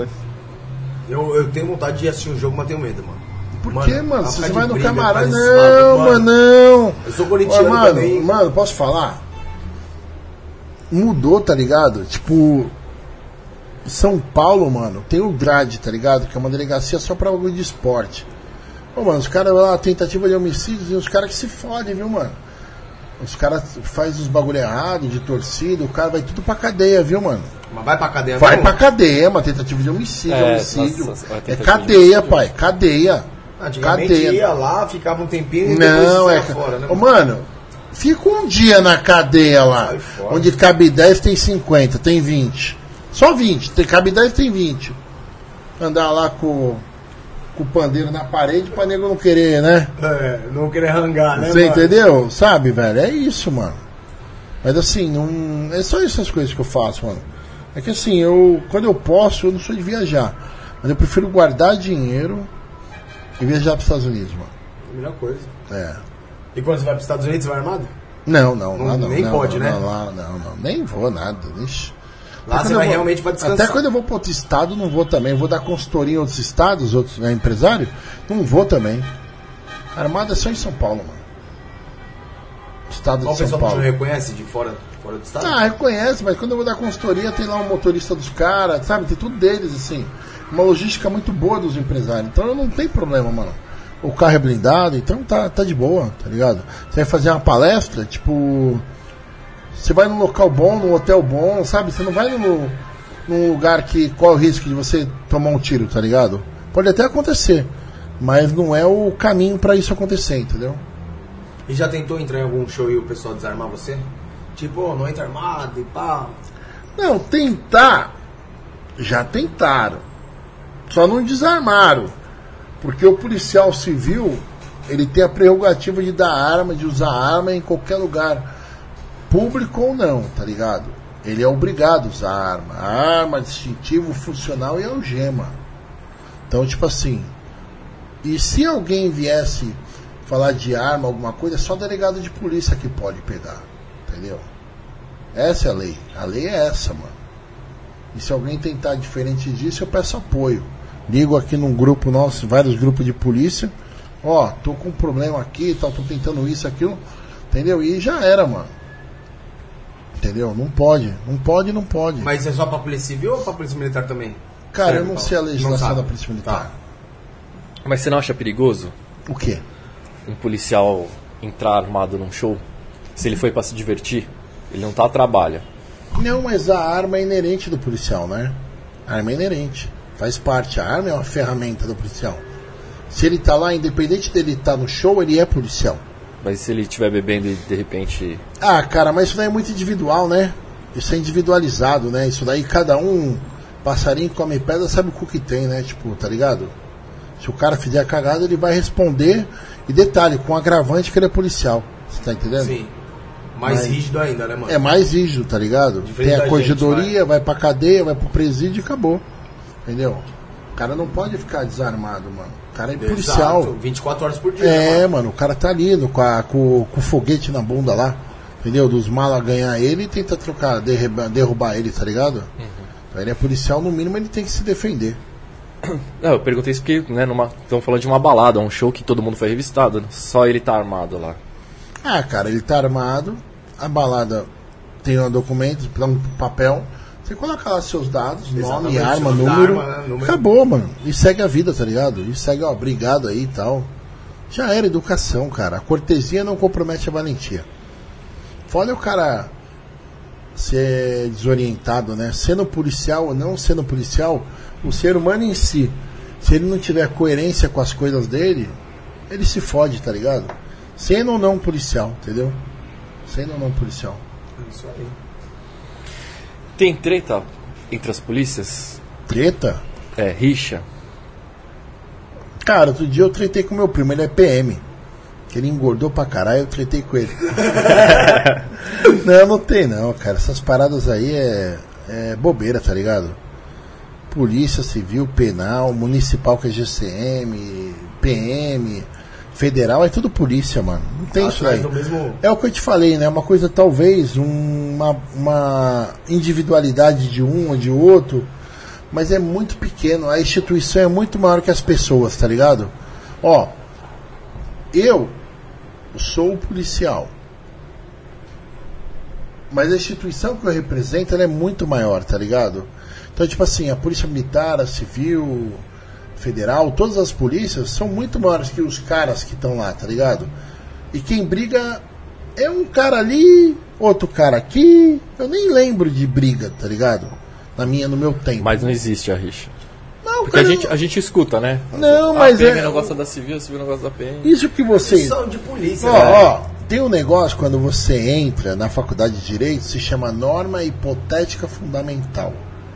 Eu tenho vontade de assistir um jogo, mas tenho medo, mano. Por que, mano? Você vai no camarote? Não. Não. Eu sou corintiano também. Mano, posso falar? Mudou, tá ligado? Tipo, São Paulo, mano, tem o DRAD, tá ligado? Que é uma delegacia só pra bagulho de esporte. Ô, mano, os caras lá, tentativa de homicídio, e os caras que se fodem, viu, mano? Os caras fazem os bagulho errado, de torcida, o cara vai tudo pra cadeia, viu, mano? Mas vai pra cadeia, vai pra cadeia, mano, tentativa de homicídio, é cadeia, pai, cadeia. Antigamente ia lá, ficava um tempinho e depois saia fora, né? Ô, mano, fica um dia na cadeia lá, onde cabe 10, tem 50, tem 20. Só 20, cabe 10, tem 20. Andar lá com o pandeiro na parede pra nego não querer, né? Não querer rangar, né? Você entendeu? Sabe, velho? É isso, mano. Mas assim, não. É só essas coisas que eu faço, mano. É que assim, quando eu posso, eu não sou de viajar. Mas eu prefiro guardar dinheiro e viajar pros Estados Unidos, mano. A melhor coisa. E quando você vai pros Estados Unidos, você vai armado? Não. Nem pode, né? Não. Nem vou nada. Ixi. Lá você vai realmente pra descansar. Até quando eu vou para outro estado, não vou também. Vou dar consultoria em outros estados, outros empresário, não vou também. Armada é só em São Paulo, mano. Estado de São Paulo. O pessoal não reconhece de fora do estado? Reconhece, mas quando eu vou dar consultoria, tem lá um motorista dos caras, sabe? Tem tudo deles, assim. Uma logística muito boa dos empresários. Então eu não tenho problema, mano. O carro é blindado, então tá de boa, tá ligado? Você vai fazer uma palestra, tipo... Você vai num local bom, num hotel bom, sabe? Você não vai num lugar que corre o risco de você tomar um tiro, tá ligado? Pode até acontecer, mas não é o caminho pra isso acontecer, entendeu? E já tentou entrar em algum show e o pessoal desarmar você? Tipo, não entra armado e pá. Não, tentar, já tentaram. Só não desarmaram. Porque o policial civil, ele tem a prerrogativa de dar arma, de usar arma em qualquer lugar. Público ou não, tá ligado? Ele é obrigado a usar arma. Arma, distintivo, funcional e algema. Então, tipo assim... E se alguém viesse falar de arma, alguma coisa, é só delegado de polícia que pode pegar. Entendeu? Essa é a lei. A lei é essa, mano. E se alguém tentar diferente disso, eu peço apoio. Ligo aqui num grupo nosso, vários grupos de polícia. Ó, tô com um problema aqui, tal, tô tentando isso, aquilo. Entendeu? E já era, mano. Entendeu? Não pode. Mas é só pra polícia civil ou pra polícia militar também? Cara, Sério, eu não sei a legislação não da polícia militar. Tá. Mas você não acha perigoso O quê? um policial entrar armado num show? Se ele foi pra se divertir, ele não tá a trabalho. Não, mas a arma é inerente do policial, né? A arma é inerente. Faz parte. A arma é uma ferramenta do policial. Se ele tá lá, independente dele estar no show, ele é policial. Mas se ele estiver bebendo e de repente... Ah, cara, mas isso daí é muito individual, né? Isso é individualizado, né? Isso daí cada um, passarinho come pedra, sabe o cu que tem, né? Tipo, tá ligado? Se o cara fizer a cagada, ele vai responder. E detalhe, com agravante que ele é policial. Você tá entendendo? Sim. Mais rígido ainda, né, mano? É mais rígido, tá ligado? Diferente Tem a da corregedoria, vai pra cadeia, vai pro presídio e acabou. Entendeu? O cara não pode ficar desarmado, mano. O cara é policial. Exato, 24 horas por dia. né, Mano, o cara tá ali com o foguete na bunda lá. Entendeu? Dos malas ganhar ele e tenta derrubar ele, tá ligado? Então ele é policial, no mínimo ele tem que se defender. Não, eu perguntei isso porque, né, estamos falando de uma balada, um show que todo mundo foi revistado, né? Só ele tá armado lá. Ah, cara, ele tá armado, a balada tem um documento, um papel, você coloca lá seus dados, nome, Exatamente, arma, nome da número, arma, né, número. Acabou, mano. E segue a vida, tá ligado? E segue, ó, obrigado aí e tal. Já era educação, cara. A cortesia não compromete a valentia. Foda o cara ser desorientado, né? Sendo policial ou não sendo policial, o ser humano em si, se ele não tiver coerência com as coisas dele, ele se fode, tá ligado? Sendo ou não policial, entendeu? Sendo ou não policial. Isso aí. Tem treta entre as polícias? Treta? É, rixa. Cara, outro dia eu tretei com meu primo, ele é PM. Que ele engordou pra caralho, eu tretei com ele. Não tem não, cara. Essas paradas aí é bobeira, tá ligado? Polícia Civil, Penal, Municipal que é GCM, PM, Federal, é tudo polícia, mano. Não tem isso aí. É o que eu te falei, né? Uma coisa, talvez, uma individualidade de um ou de outro, mas é muito pequeno. A instituição é muito maior que as pessoas, tá ligado? Ó, eu sou policial, mas a instituição que eu represento, ela é muito maior, tá ligado? Então, tipo assim, a polícia militar, a civil, federal, todas as polícias são muito maiores que os caras que estão lá, tá ligado? E quem briga é um cara ali, outro cara aqui. Eu nem lembro de briga, tá ligado? No meu tempo. Mas não existe a rixa. Não, Porque cara, a gente escuta, né? Não, a mas PM não gosta da civil, a civil não gosta da PM. Isso que você... São de polícia, Ó, tem um negócio quando você entra na faculdade de Direito, se chama norma hipotética fundamental.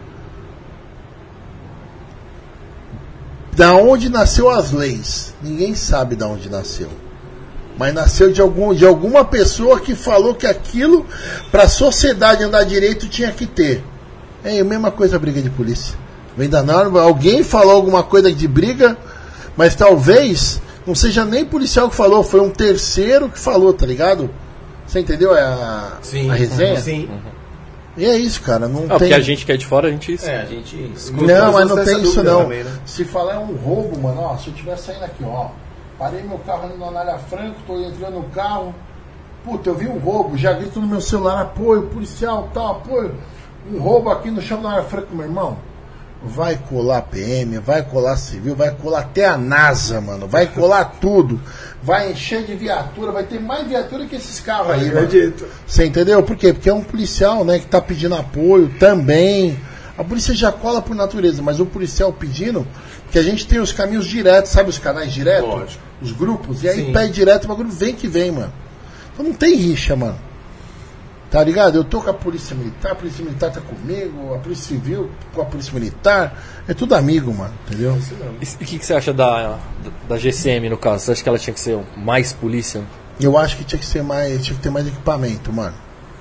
Da onde nasceu as leis? Ninguém sabe da onde nasceu. Mas nasceu de alguma pessoa que falou que aquilo, para a sociedade andar direito, tinha que ter. É a mesma coisa a briga de polícia. Vem da norma, alguém falou alguma coisa de briga, mas talvez não seja nem policial que falou, foi um terceiro que falou, tá ligado? Você entendeu a resenha? Sim. E é isso, cara. Não tem... Porque a gente que é de fora, a gente escuta. A gente escuta. Não, mas não tem isso não. Também, né? Se falar é um roubo, mano, ó, se eu estiver saindo aqui, ó, parei meu carro ali na Anália Franco, tô entrando no carro, puta, eu vi um roubo, já grito no meu celular, apoio, policial, tal, apoio, um roubo aqui no chão da Anália Franco, meu irmão. Vai colar PM, vai colar civil, vai colar até a NASA, mano, vai colar tudo, vai encher de viatura, vai ter mais viatura que esses carros aí, mano. Você entendeu? Por quê? Porque é um policial, né, que tá pedindo apoio também. A polícia já cola por natureza, mas o policial pedindo, que a gente tem os caminhos diretos, sabe os canais diretos? Lógico. Os grupos, e aí Sim. pede direto, o bagulho vem que vem, mano. Então não tem rixa, mano. Tá ligado? Eu tô com a polícia militar tá comigo, a polícia civil com a polícia militar, é tudo amigo, mano, entendeu? E o que você acha da GCM, no caso? Você acha que ela tinha que ser mais polícia? Eu acho que tinha que ter mais equipamento, mano.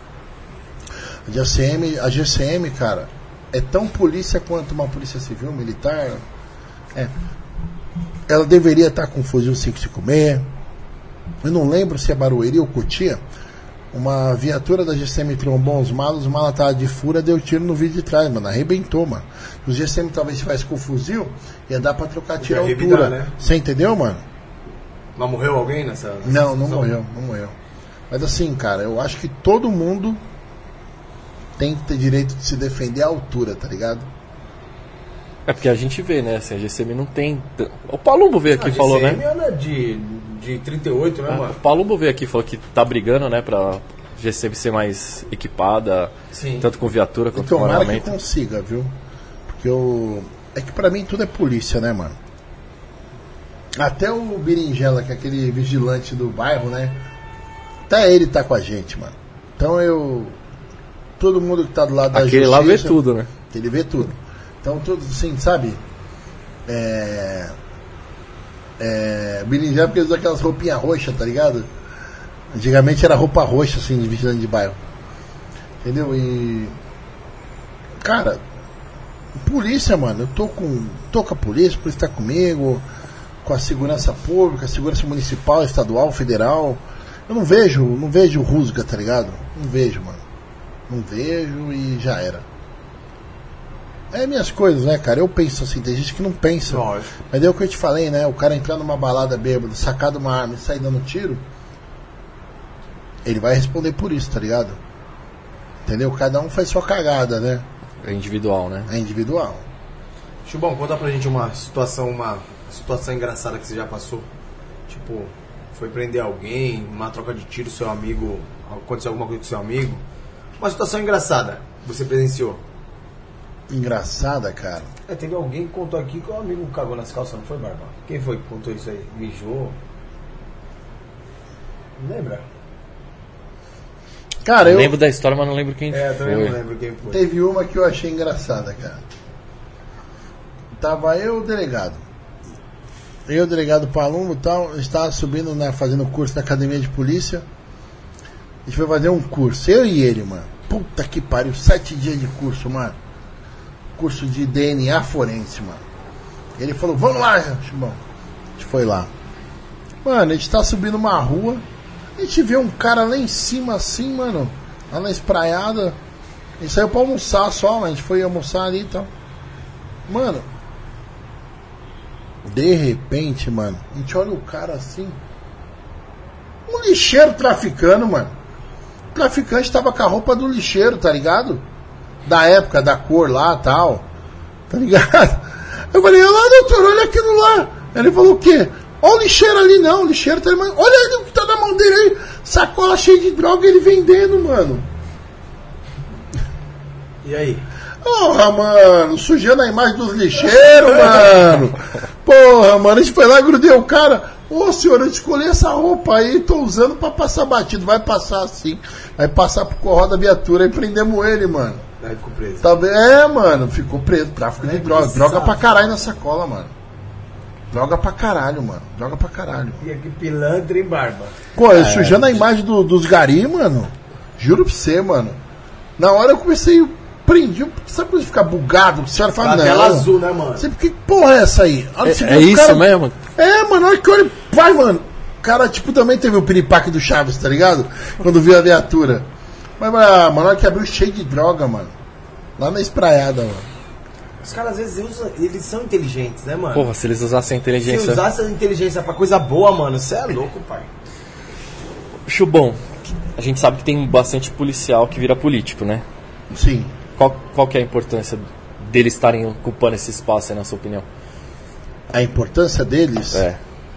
A GCM, cara, é tão polícia quanto uma polícia civil, militar. Ela deveria estar com fuzil 556. Eu não lembro se é Barueri ou Cotia. uma viatura da GCM trombou os malas estavam de fura, deu tiro no vídeo de trás, mano, arrebentou, mano. Se o GCM talvez tivesse com o fuzil, ia dar pra trocar tiro à altura, né? Você entendeu, mano? Mas morreu alguém nessa não situação? Não morreu. Mas assim, cara, eu acho que todo mundo tem que ter direito de se defender à altura, tá ligado? É porque a gente vê, né? Assim, a GCM não tem. O Palumbo veio aqui e falou, né? A GCM é de 38, né, mano? O Palumbo veio aqui e falou que tá brigando, né? Pra GCM ser mais equipada, Sim. tanto com viatura quanto com tomara armamento. que consiga, viu? Porque é que pra mim tudo é polícia, né, mano? Até o Berinjela, que é aquele vigilante do bairro, né? Até ele tá com a gente, mano. Então todo mundo que tá do lado da Aquele justiça... lá vê tudo, né? Ele vê tudo. Então tudo assim, sabe? Berinjela porque ele usa aquelas roupinhas roxas, tá ligado? Antigamente era roupa roxa, assim, de vigilante de bairro. Entendeu? E... Cara, polícia, mano, eu tô com a polícia tá comigo, com a segurança pública, a segurança municipal, estadual, federal. Eu não vejo rusga, tá ligado? Não vejo, mano. Não vejo e já era. É minhas coisas, né, cara? Eu penso assim, tem gente que não pensa. Lógico. Mas é o que eu te falei, né? O cara entrar numa balada bêbado, sacar de uma arma e sair dando tiro, ele vai responder por isso, tá ligado? Entendeu? Cada um faz sua cagada, né? É individual, né? É individual. Chubão, conta pra gente uma situação engraçada que você já passou. Tipo, foi prender alguém, uma troca de tiro, seu amigo, aconteceu alguma coisa com seu amigo. Uma situação engraçada que você presenciou. Engraçada, cara. Teve alguém que contou aqui que o amigo cagou nas calças, não foi, Barba? Quem foi que contou isso aí? Mijou? Não lembra? Cara, eu lembro da história, mas não lembro quem também foi. não lembro quem foi. Teve uma que eu achei engraçada, cara. Tava eu, o delegado. Eu, o delegado Palumbo e tal, estava subindo, fazendo curso na academia de polícia. A gente foi fazer um curso, eu e ele, mano. Puta que pariu, 7 dias de curso, mano. Curso de DNA forense, mano. Ele falou, vamos lá, Chubão. A gente foi lá. Mano, a gente tá subindo uma rua. A gente vê um cara lá em cima assim, mano. Lá na espraiada. A gente saiu pra almoçar só, mas a gente foi almoçar ali e tal. Mano. De repente, mano, a gente olha o cara assim. Um lixeiro traficando, mano. O traficante tava com a roupa do lixeiro, tá ligado? Da época, da cor lá e tal. Tá ligado? Eu falei, olha lá, doutor, olha aquilo lá. Ele falou o quê? Olha o lixeiro ali, não. O lixeiro tá... Olha o que tá na mão dele aí. Sacola cheia de droga, ele vendendo, mano. E aí? Porra, mano, sujando a imagem dos lixeiros, mano. Porra, mano, a gente foi lá e grudei o cara. Ô, senhor, eu escolhi essa roupa aí, tô usando pra passar batido. Vai passar assim. Vai passar pro corral da viatura e prendemos ele, mano. Aí ficou preso. Tá bem? Mano, ficou preso. Tráfico de droga. Droga pra caralho na sacola, mano. Droga pra caralho, mano. Droga pra caralho. E aqui pilantra e barba. Pô, sujando a imagem dos gari, mano. Juro pra você, mano. Na hora eu comecei... Prendi, sabe quando ficar bugado? A senhora fala, não. Tela azul, né, mano? Você, que porra é essa aí? É isso cara, mesmo? Mano, olha que olha. Vai, mano. O cara, tipo, também teve o piripaque do Chaves, tá ligado? Quando viu a viatura. Mas, mano, olha que abriu cheio de droga, mano. Lá na espraiada, mano. Os caras, às vezes, eles são inteligentes, né, mano? Porra, se eles usassem a inteligência... Se usassem a inteligência pra coisa boa, mano, você é louco, pai. Chubão, a gente sabe que tem bastante policial que vira político, né? Sim. Qual que é a importância deles estarem ocupando esse espaço aí, na sua opinião? A importância deles? É.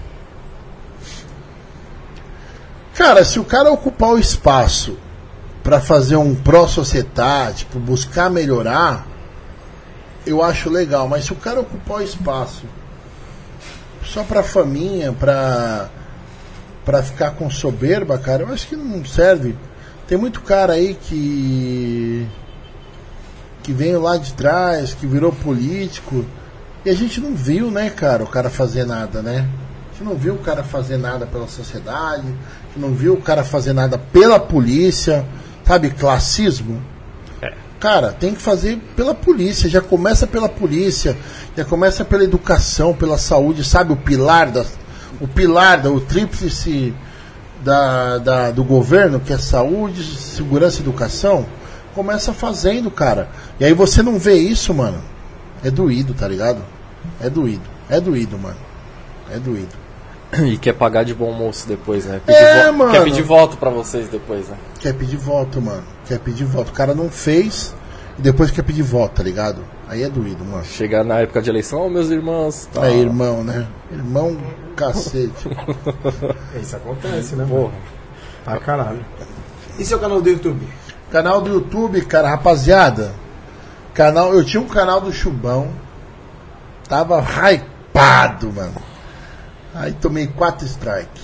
Cara, se o cara ocupar o espaço pra fazer um pró-sociedade, tipo, buscar melhorar, eu acho legal. Mas se o cara ocupar o espaço só pra faminha, pra ficar com soberba, cara, eu acho que não serve. Tem muito cara aí que veio lá de trás, que virou político, e a gente não viu, né, cara, o cara fazer nada, né? A gente não viu o cara fazer nada pela sociedade, a gente não viu o cara fazer nada pela polícia, sabe, classismo. Cara, tem que fazer pela polícia, já começa pela polícia, já começa pela educação, pela saúde, sabe, o tríplice do governo, que é saúde, segurança e educação, começa fazendo, cara. E aí você não vê isso, mano. É doído, tá ligado? É doído, mano. É doído. E quer pagar de bom moço depois, né? Mano. Quer pedir voto pra vocês depois, né? Quer pedir voto, mano. Quer pedir voto. O cara não fez e depois quer pedir voto, tá ligado? Aí é doído, mano. Chegar na época de eleição, meus irmãos. Tá. É irmão, né? Irmão, cacete. Isso acontece, né, Porra. Ah, caralho. E seu canal do YouTube? Canal do YouTube, cara, rapaziada. Eu tinha um canal do Chubão. Tava hypado, mano. Aí tomei 4 strikes.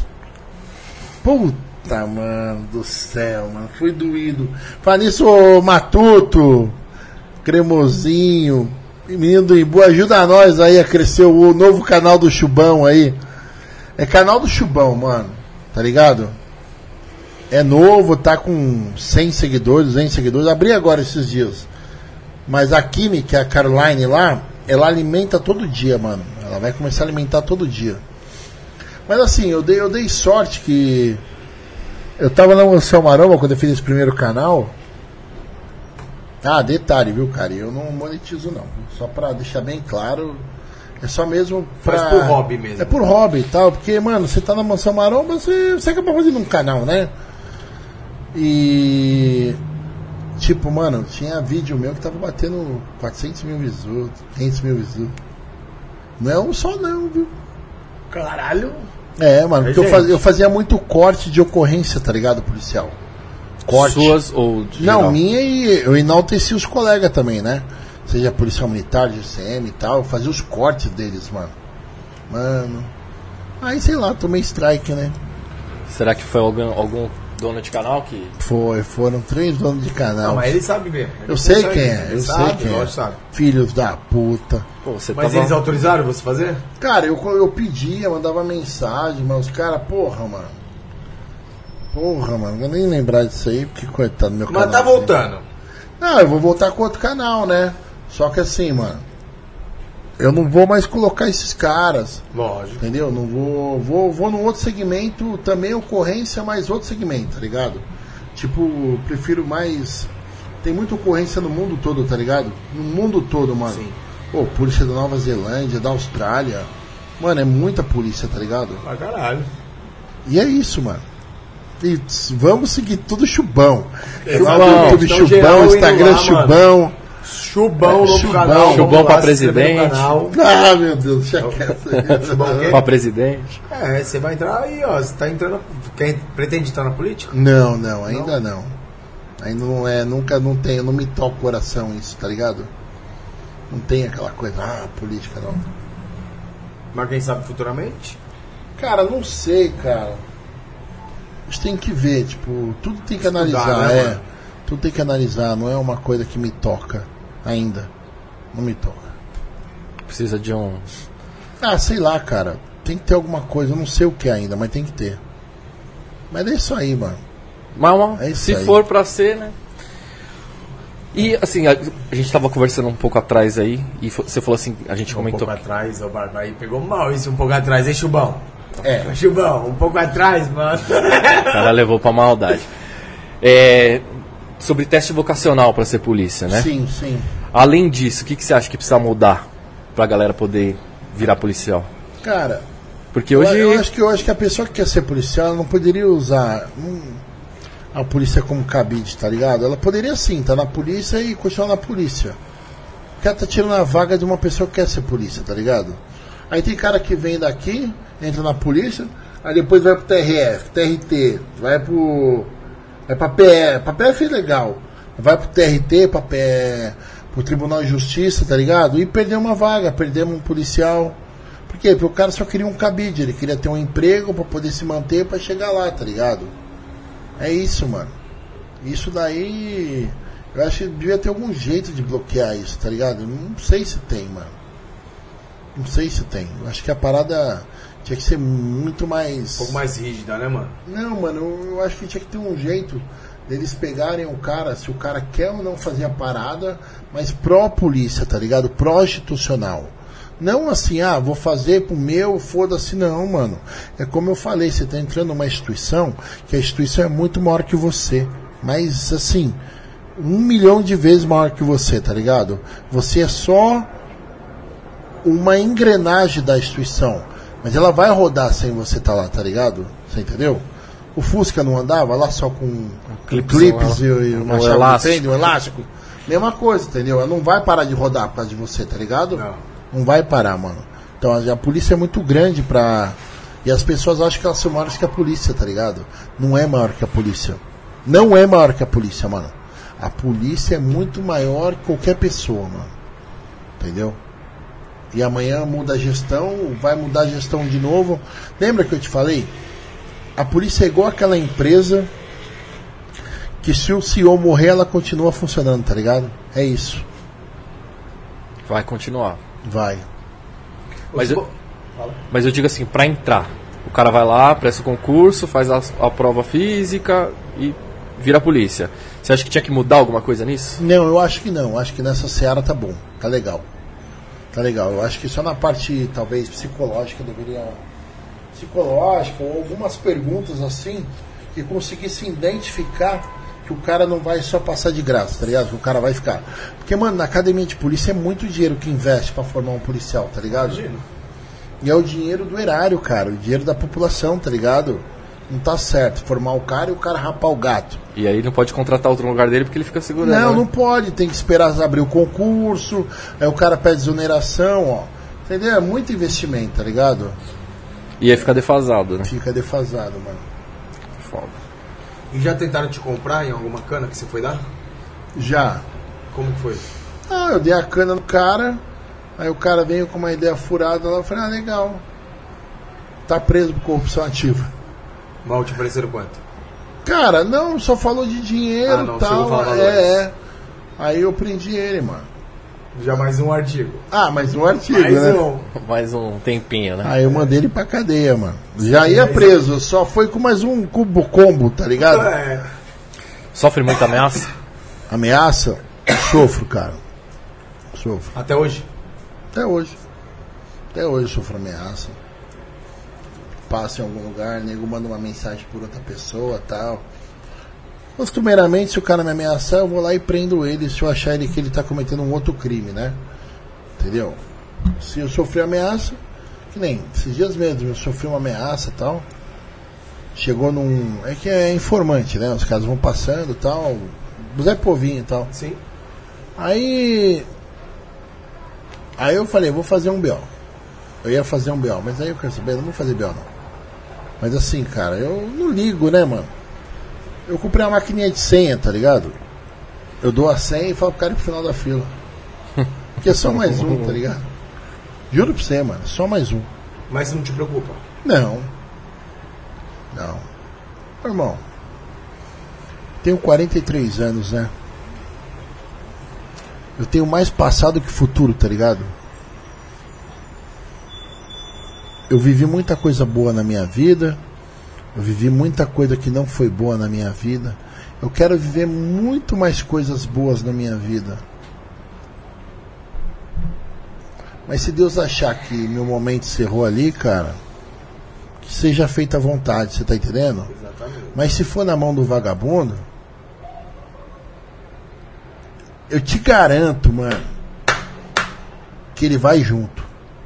Puta, mano, do céu, mano. Fui doído. Fala nisso, ô Matuto, Cremosinho, menino do Imbu, ajuda nós aí a crescer o novo canal do Chubão aí. É canal do Chubão, mano. Tá ligado? É novo, tá com 100 seguidores, 200 seguidores. Abri agora esses dias. Mas a Kimi, que é a Caroline lá, ela alimenta todo dia, mano. Ela vai começar a alimentar todo dia. Mas assim, eu dei sorte que eu tava na Mansão Maromba quando eu fiz esse primeiro canal. Ah, detalhe, viu, cara? Eu não monetizo, não. Só pra deixar bem claro. É só mesmo pra... Faz por hobby mesmo. É por hobby e tal. Porque, mano, você tá na Mansão Maromba, você acaba fazendo um canal, né? E... Tipo, mano, tinha vídeo meu que tava batendo 400 mil visuals, 500 mil visuals. Não é um só não, viu? Caralho. É, mano, porque eu fazia muito corte de ocorrência, tá ligado, policial? Corte. Suas ou de Não, geral? minha, e eu enalteci os colegas também, né? Seja policial militar, GCM e tal, eu fazia os cortes deles, mano. Mano. Aí, sei lá, tomei strike, né? Será que foi algum dono de canal que... Foram 3 donos de canal. Não, mas ele sabe ver. Eu sei quem é, eu sei quem é. Sabe. Filhos da puta. Pô, você Mas tava... eles autorizaram você fazer? Cara, eu pedia, mandava mensagem, mas os caras, porra, mano, não vou nem lembrar disso aí, porque coitado do meu canal. Mas tá voltando. Não, eu vou voltar com outro canal, né? Só que assim, mano, eu não vou mais colocar esses caras. Lógico. Entendeu? Não vou num outro segmento, também ocorrência, mas outro segmento, tá ligado? Tipo, prefiro mais... Tem muita ocorrência no mundo todo, tá ligado? No mundo todo, mano. Sim. Pô, polícia da Nova Zelândia, da Austrália. Mano, é muita polícia, tá ligado? Pra caralho. E é isso, mano. E vamos seguir tudo Chubão. Canal Chubão. do YouTube Então, Chubão, geral indo Instagram lá, Chubão. Chubão no Chubão. canal. Chubão vamos pra lá, se inscreva presidente. no canal. Ah, meu Deus, deixa quieto. Chubão o quê? Pra presidente? É, você vai entrar aí, ó. Você tá entrando. Pretende entrar na política? Não, ainda não. Ainda não é, nunca, não tem, não me toca o coração isso, tá ligado? Não tem aquela coisa, política não. Mas quem sabe futuramente? Cara, não sei, cara. A gente tem que ver, tipo, tudo tem que Estudar, analisar, né, mano? Tudo tem que analisar, não é uma coisa que me toca ainda. Não me toca. Precisa de um... Sei lá, cara. Tem que ter alguma coisa, eu não sei o que ainda, mas tem que ter. Mas é isso aí, mano. Mas É isso se aí. for pra ser, né? E assim, a gente tava conversando um pouco atrás aí, e você falou assim, a gente Um comentou... pouco atrás, o Barba aí pegou mal isso, um pouco atrás, hein, Chubão? É. Chubão, um pouco atrás, mano. O cara levou pra maldade. Sobre teste vocacional pra ser polícia, né? Sim. Além disso, o que você acha que precisa mudar pra galera poder virar policial? Cara, Porque hoje... eu acho que a pessoa que quer ser policial ela não poderia usar a polícia como cabide, tá ligado? Ela poderia sim estar na polícia e continuar na polícia. Porque ela tá tirando a vaga de uma pessoa que quer ser polícia, tá ligado? Aí tem cara que vem daqui, entra na polícia, aí depois vai pro TRF, TRT, vai pra PF, pra PF é legal, vai pro TRT, pro Tribunal de Justiça, tá ligado? E perdeu uma vaga, perdemos um policial. Por quê? Porque o cara só queria um cabide, ele queria ter um emprego pra poder se manter pra chegar lá, tá ligado? É isso, mano. Isso daí, eu acho que devia ter algum jeito de bloquear isso, tá ligado? Não sei se tem, mano. Não sei se tem. Eu acho que a parada tinha que ser muito mais... Um pouco mais rígida, né, mano? Não, mano, eu acho que tinha que ter um jeito deles pegarem o cara, se o cara quer ou não fazer a parada, mas pró-polícia, tá ligado? Pró-institucional. Não assim, vou fazer pro meu, foda-se, não, mano. É como eu falei, você tá entrando numa instituição, que a instituição é muito maior que você. Mas, assim, 1 milhão de vezes maior que você, tá ligado? Você é só uma engrenagem da instituição. Mas ela vai rodar sem você tá lá, tá ligado? Você entendeu? O Fusca não andava lá só com clipes e uma chave de fenda, um elástico? Mesma coisa, entendeu? Ela não vai parar de rodar por causa de você, tá ligado? Não vai parar, mano. Então a polícia é muito grande pra... E as pessoas acham que elas são maiores que a polícia, tá ligado? Não é maior que a polícia. Não é maior que a polícia, mano. A polícia é muito maior que qualquer pessoa, mano. Entendeu? E amanhã muda a gestão, vai mudar a gestão de novo. Lembra que eu te falei? A polícia é igual aquela empresa que se o CEO morrer, ela continua funcionando, tá ligado? É isso. Vai continuar. Vai. Mas eu digo assim, pra entrar, o cara vai lá, presta o concurso, faz a prova física e vira polícia. Você acha que tinha que mudar alguma coisa nisso? Não, eu acho que não. Acho que nessa seara tá bom. Tá legal. Tá legal. Eu acho que só na parte, talvez, psicológica deveria... Psicológica, ou algumas perguntas assim, que conseguisse identificar que o cara não vai só passar de graça, tá ligado? Que o cara vai ficar. Porque, mano, na academia de polícia é muito dinheiro que investe pra formar um policial, tá ligado? Imagina. E é o dinheiro do erário, cara. O dinheiro da população, tá ligado? Não tá certo. Formar o cara e o cara rapar o gato. E aí não pode contratar outro no lugar dele porque ele fica segurando. Não, né? Não pode. Tem que esperar abrir o concurso. Aí o cara pede exoneração, ó. Entendeu? É muito investimento, tá ligado? E aí fica defasado, né? Fica defasado, mano. Foda. E já tentaram te comprar em alguma cana que você foi dar? Já. Como que foi? Eu dei a cana no cara. Aí o cara veio com uma ideia furada lá. Eu falei, legal. Tá preso por corrupção ativa. Mal te ofereceram quanto? Cara, não, só falou de dinheiro e tal. Aí eu prendi ele, mano. Já mais um artigo. Mais um artigo, mais né? Mais um tempinho, né? Aí eu mandei ele pra cadeia, mano. Já ia preso, só foi com mais um combo, tá ligado? Sofre muita ameaça? Ameaça? Sofro, cara. Sofro. Até hoje? Até hoje. Até hoje sofro ameaça. Passo em algum lugar, nego manda uma mensagem por outra pessoa, tal. Costumeiramente, se o cara me ameaçar, eu vou lá e prendo ele se eu achar ele que ele tá cometendo um outro crime, né? Entendeu? Se eu sofrer ameaça, que nem esses dias mesmo, eu sofri uma ameaça e tal. Chegou num... É que é informante, né? Os caras vão passando e tal. Zé Povinho e tal. Sim. Aí eu falei, vou fazer um BO. Eu ia fazer um BO, mas aí eu quero saber, não vou fazer BO não. Mas assim, cara, eu não ligo, né, mano? Eu comprei uma maquininha de senha, tá ligado? Eu dou a senha e falo pro cara ir pro final da fila. Porque é só mais um, tá ligado? Juro pra você, mano, só mais um. Mas não te preocupa? Não. Irmão, tenho 43 anos, né? Eu tenho mais passado que futuro, tá ligado? Eu vivi muita coisa boa na minha vida. Eu vivi muita coisa que não foi boa na minha vida. Eu quero viver muito mais coisas boas na minha vida. Mas se Deus achar que meu momento encerrou ali, cara, que seja feita à vontade, você tá entendendo? Exatamente. Mas se for na mão do vagabundo, eu te garanto, mano, que ele vai junto.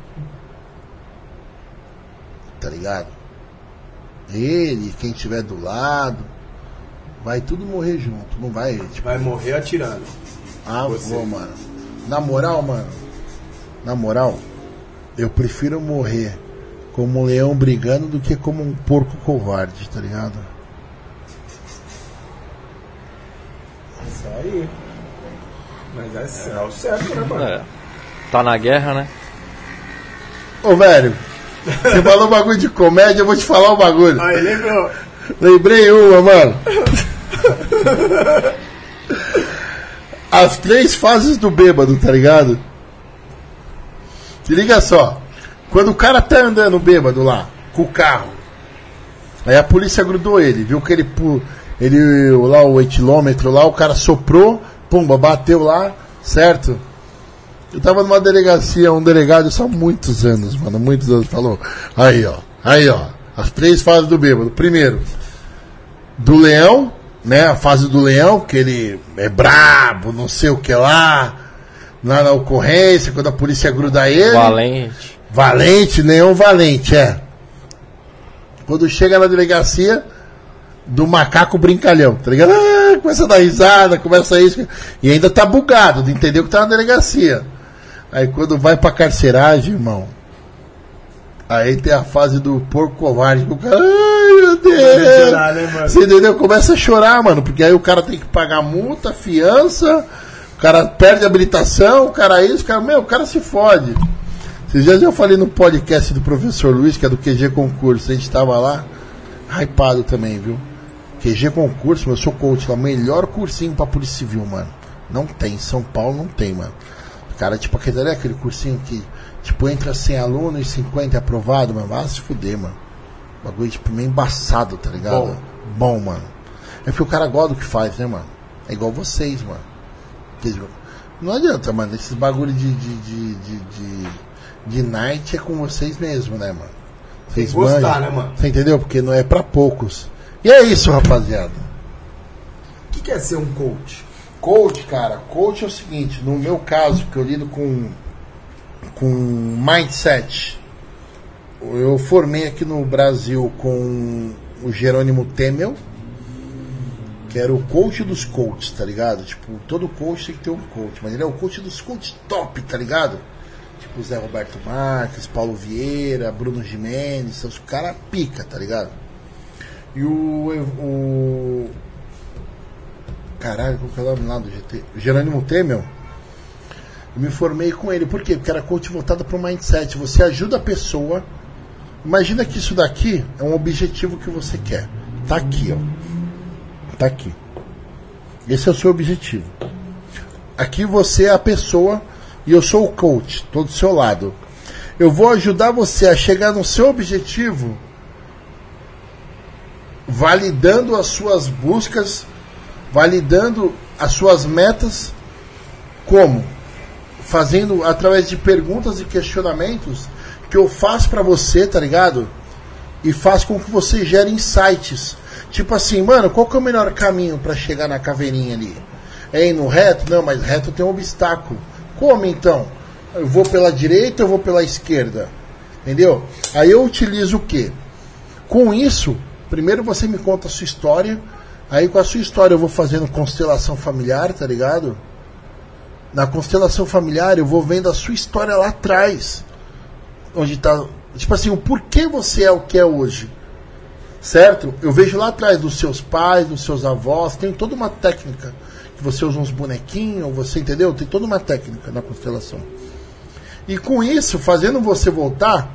Tá ligado? Ele, quem estiver do lado, vai tudo morrer junto. Não vai, tipo, vai morrer atirando. Vou, mano. Na moral, eu prefiro morrer como um leão brigando do que como um porco covarde, tá ligado? Isso aí. Mas é o certo, né, mano? Tá na guerra, né? Ô, velho, você falou bagulho de comédia, eu vou te falar o bagulho. Aí, lembrou. Lembrei uma, mano. As 3 fases do bêbado, tá ligado? Se liga só. Quando o cara tá andando bêbado lá, com o carro, aí a polícia grudou ele, viu que ele lá o etilômetro lá, o cara soprou, pumba, bateu lá, certo? Eu tava numa delegacia, um delegado, isso há muitos anos, mano, muitos anos, falou, aí ó, as 3 fases do bêbado. Primeiro, do leão, né, a fase do leão, que ele é brabo, não sei o que lá na ocorrência, quando a polícia gruda ele. Valente, leão valente, Quando chega na delegacia, do macaco brincalhão, tá ligado? Começa a dar risada, começa isso, e ainda tá bugado, entendeu que tá na delegacia. Aí quando vai pra carceragem, irmão, aí tem a fase do porco covarde, que o cara, ai meu Deus, chorar, né, mano? Você entendeu? Começa a chorar, mano, porque aí o cara tem que pagar multa, fiança, o cara perde a habilitação, o cara o cara se fode. Esses dias eu falei no podcast do professor Luiz, que é do QG Concurso, a gente tava lá, hypado também, viu? QG Concurso, eu sou coach lá, melhor cursinho pra Polícia Civil, mano. Não tem, em São Paulo não tem, mano. Cara, tipo, aquele cursinho que, tipo, entra 100 alunos e 50 é aprovado, mano. Vai se fuder, mano. Bagulho, tipo, meio embaçado, tá ligado? Bom, mano. É porque o cara gosta do que faz, né, mano? É igual vocês, mano. Não adianta, mano. Esses bagulho de night é com vocês mesmo, né, mano? Vocês gostar, né, mano? Você entendeu? Porque não é pra poucos. E é isso, rapaziada. O que é ser um coach? Coach, cara, coach é o seguinte, no meu caso, que eu lido com mindset, eu formei aqui no Brasil com o Jerônimo Temel, que era o coach dos coaches, tá ligado? Tipo, todo coach tem que ter um coach, mas ele é o coach dos coaches top, tá ligado? Tipo, Zé Roberto Marques, Paulo Vieira, Bruno Gimenez, os caras pica, tá ligado? E o caralho, qual que é o nome lá do GT? O Jerônimo Temel. Eu me formei com ele. Por quê? Porque era coach voltado para o mindset. Você ajuda a pessoa. Imagina que isso daqui é um objetivo que você quer. Tá aqui, ó. Tá aqui. Esse é o seu objetivo. Aqui você é a pessoa e eu sou o coach. Tô do seu lado. Eu vou ajudar você a chegar no seu objetivo, validando as suas buscas, validando as suas metas. Como? Fazendo através de perguntas e questionamentos que eu faço pra você, tá ligado? E faço com que você gere insights. Tipo assim, mano, qual que é o melhor caminho pra chegar na caveirinha ali? É ir no reto? Não, mas reto tem um obstáculo. Como então? Eu vou pela direita ou eu vou pela esquerda? Entendeu? Aí eu utilizo o quê? Com isso, primeiro você me conta a sua história. Aí com a sua história eu vou fazendo constelação familiar, tá ligado? Na constelação familiar eu vou vendo a sua história lá atrás. Onde tá, tipo assim, o porquê você é o que é hoje. Certo? Eu vejo lá atrás dos seus pais, dos seus avós, tem toda uma técnica. Que você usa uns bonequinhos, você entendeu? Tem toda uma técnica na constelação. E com isso, fazendo você voltar,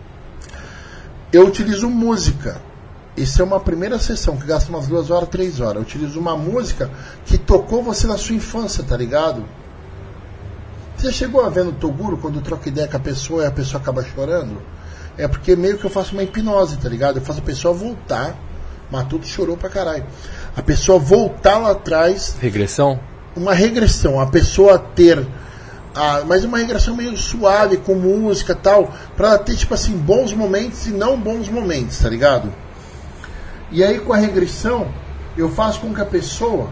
eu utilizo música. Isso é uma primeira sessão, que gasta umas 2 horas, 3 horas. Eu utilizo uma música que tocou você na sua infância, tá ligado? Você chegou a ver no Toguro, quando eu troco ideia com a pessoa e a pessoa acaba chorando? É porque meio que eu faço uma hipnose, tá ligado? Eu faço a pessoa voltar. Matuto chorou pra caralho. A pessoa voltar lá atrás. Regressão? Uma regressão. A pessoa ter... mas uma regressão meio suave, com música e tal. Pra ela ter, tipo assim, bons momentos e não bons momentos, tá ligado? E aí com a regressão, eu faço com que a pessoa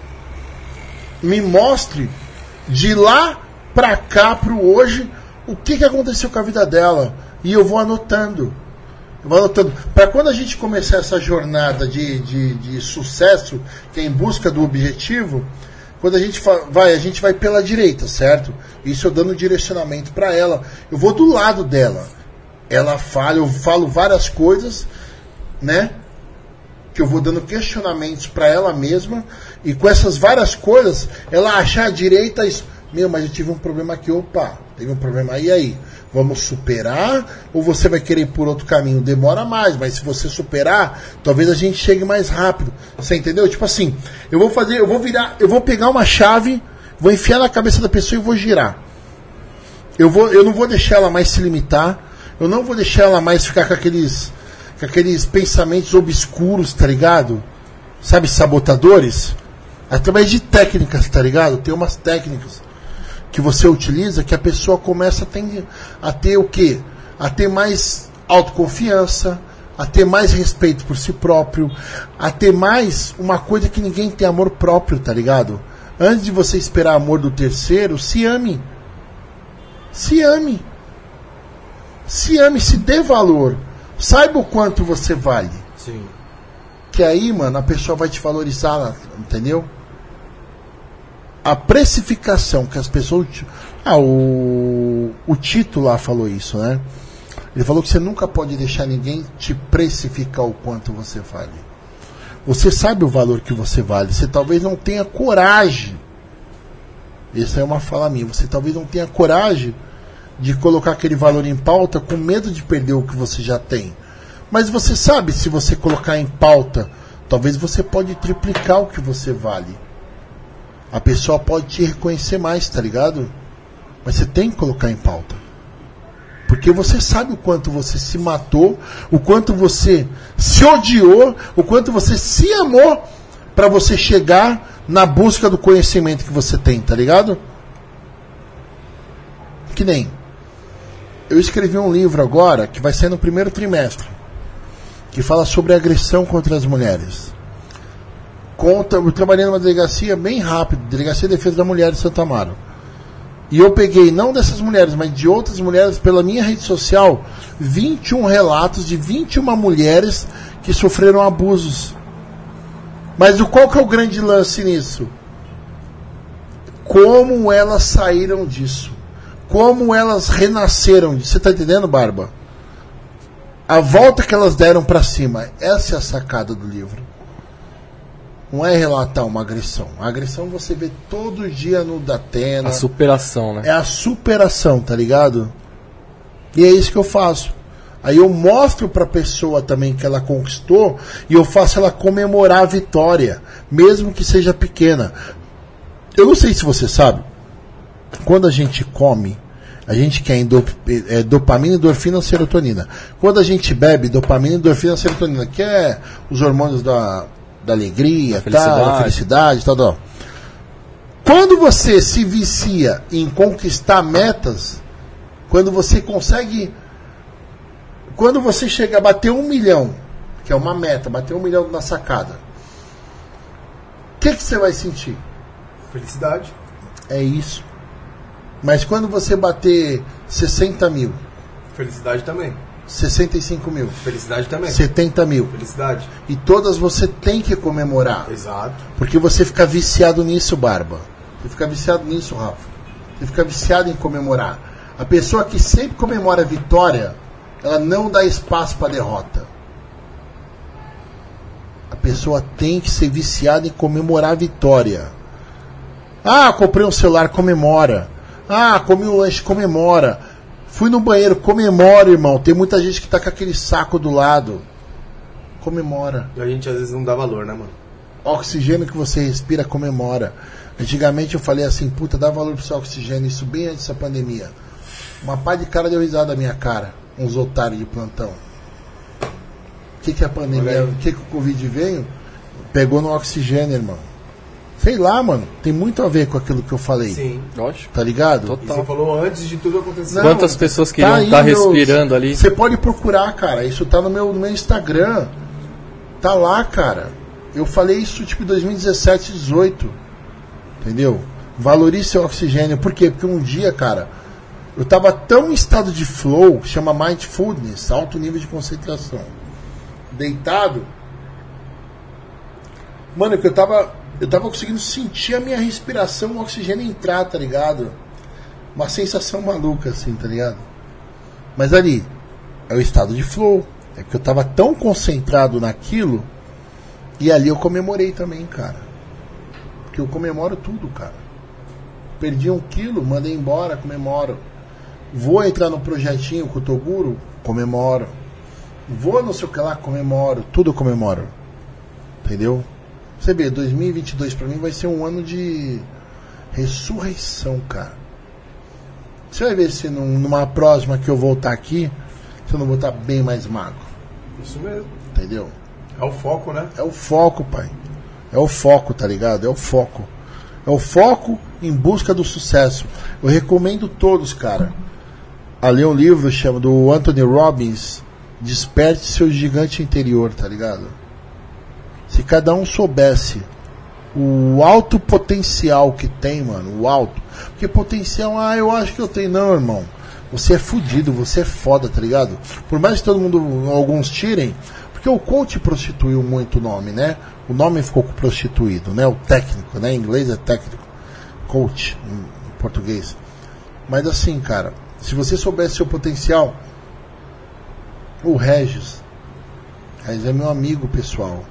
me mostre de lá pra cá, pro hoje, o que aconteceu com a vida dela. E eu vou anotando. Para quando a gente começar essa jornada de sucesso, que é em busca do objetivo, quando a gente vai pela direita, certo? Isso eu dando direcionamento para ela. Eu vou do lado dela. Ela fala, eu falo várias coisas, né? Que eu vou dando questionamentos para ela mesma. E com essas várias coisas, ela achar a direita isso. Meu, mas eu tive um problema aqui. Opa, teve um problema aí. Vamos superar ou você vai querer ir por outro caminho? Demora mais, mas se você superar, talvez a gente chegue mais rápido. Você entendeu? Tipo assim, eu vou pegar uma chave, vou enfiar na cabeça da pessoa e vou girar. Eu não vou deixar ela mais se limitar, eu não vou deixar ela mais ficar com aqueles pensamentos obscuros, tá ligado? Sabe, sabotadores? Através de técnicas, tá ligado? Tem umas técnicas que você utiliza que a pessoa começa a ter o quê? A ter mais autoconfiança, a ter mais respeito por si próprio, a ter mais uma coisa que ninguém tem, amor próprio, tá ligado? Antes de você esperar amor do terceiro, se ame. Se ame. Se ame, se dê valor. Saiba o quanto você vale. Sim. Que aí, mano, a pessoa vai te valorizar, entendeu? A precificação que as pessoas... o Tito lá falou isso, né? Ele falou que você nunca pode deixar ninguém te precificar o quanto você vale. Você sabe o valor que você vale. Você talvez não tenha coragem. Essa é uma fala minha. Você talvez não tenha coragem de colocar aquele valor em pauta com medo de perder o que você já tem. Mas você sabe, se você colocar em pauta, talvez você pode triplicar o que você vale. A pessoa pode te reconhecer mais, tá ligado? Mas você tem que colocar em pauta. Porque você sabe o quanto você se matou, o quanto você se odiou, o quanto você se amou para você chegar na busca do conhecimento que você tem, tá ligado? Que nem... Eu escrevi um livro agora, que vai sair no primeiro trimestre, que fala sobre agressão contra as mulheres. Eu trabalhei numa delegacia bem rápido, Delegacia de Defesa da Mulher de Santa Amaro. E eu peguei, não dessas mulheres, mas de outras mulheres, pela minha rede social, 21 relatos de 21 mulheres que sofreram abusos. Mas qual que é o grande lance nisso? Como elas saíram disso? Como elas renasceram disso? Você está entendendo, Barba? A volta que elas deram para cima. Essa é a sacada do livro. Não é relatar uma agressão. A agressão você vê todo dia no Datena. A superação, né? É a superação, tá ligado? E é isso que eu faço. Aí eu mostro pra pessoa também que ela conquistou e eu faço ela comemorar a vitória, mesmo que seja pequena. Eu não sei se você sabe, quando a gente come, a gente quer dopamina, endorfina, serotonina. Quando a gente bebe, dopamina, endorfina, serotonina, que é os hormônios da alegria, da felicidade, tal. Quando você se vicia em conquistar metas, quando você consegue, quando você chega a bater 1 milhão, que é uma meta, bater 1 milhão na sacada, o que você vai sentir? Felicidade. É isso. Mas quando você bater 60 mil, felicidade também. 65 mil. Felicidade também. 70 mil. Felicidade. E todas você tem que comemorar. Exato. Porque você fica viciado nisso, Barba. Você fica viciado nisso, Rafa. Você fica viciado em comemorar. A pessoa que sempre comemora a vitória, ela não dá espaço para derrota. A pessoa tem que ser viciada em comemorar a vitória. Ah, comprei um celular, comemora. Ah, comi um lanche, comemora. Fui no banheiro, comemora, irmão. Tem muita gente que tá com aquele saco do lado. Comemora. E a gente às vezes não dá valor, né, mano? Oxigênio que você respira, comemora. Antigamente eu falei assim, puta, dá valor pro seu oxigênio. Isso bem antes dessa pandemia. Uma pá de cara deu risada na minha cara. Uns otários de plantão. O que é a pandemia? O que o Covid veio? Pegou no oxigênio, irmão. Sei lá, mano. Tem muito a ver com aquilo que eu falei. Sim. Lógico. Tá ligado? Total. E você falou antes de tudo acontecer. Não, quantas pessoas queriam estar respirando ali? Você pode procurar, cara. Isso tá no meu Instagram. Tá lá, cara. Eu falei isso tipo em 2017, 2018. Entendeu? Valorize seu oxigênio. Por quê? Porque um dia, cara, eu tava tão em estado de flow, chama mindfulness, alto nível de concentração. Deitado. Mano, que eu tava conseguindo sentir a minha respiração, o oxigênio entrar, tá ligado? Uma sensação maluca, assim, tá ligado? Mas ali, é o estado de flow. É que eu tava tão concentrado naquilo, e ali eu comemorei também, cara. Porque eu comemoro tudo, cara. Perdi 1 quilo, mandei embora, comemoro. Vou entrar no projetinho com o Toguro, comemoro. Vou não sei o que lá, comemoro. Tudo eu comemoro. Entendeu? Você vê, 2022 pra mim vai ser um ano de ressurreição, cara. Você vai ver se numa próxima que eu voltar aqui, se eu não vou estar bem mais magro. Isso mesmo. Entendeu? É o foco, né? É o foco, pai. É o foco, tá ligado? É o foco. É o foco Em Busca do Sucesso. Eu recomendo todos, cara, a ler um livro do Anthony Robbins, Desperte Seu Gigante Interior, tá ligado? Se cada um soubesse o alto potencial que tem, mano, o alto. Porque potencial, eu acho que eu tenho. Não, irmão. Você é fudido, você é foda, tá ligado? Por mais que todo mundo, alguns tirem, porque o coach prostituiu muito o nome, né? O nome ficou prostituído, né? O técnico, né? Em inglês é técnico. Coach, em português. Mas assim, cara, se você soubesse seu potencial, o Regis é meu amigo pessoal.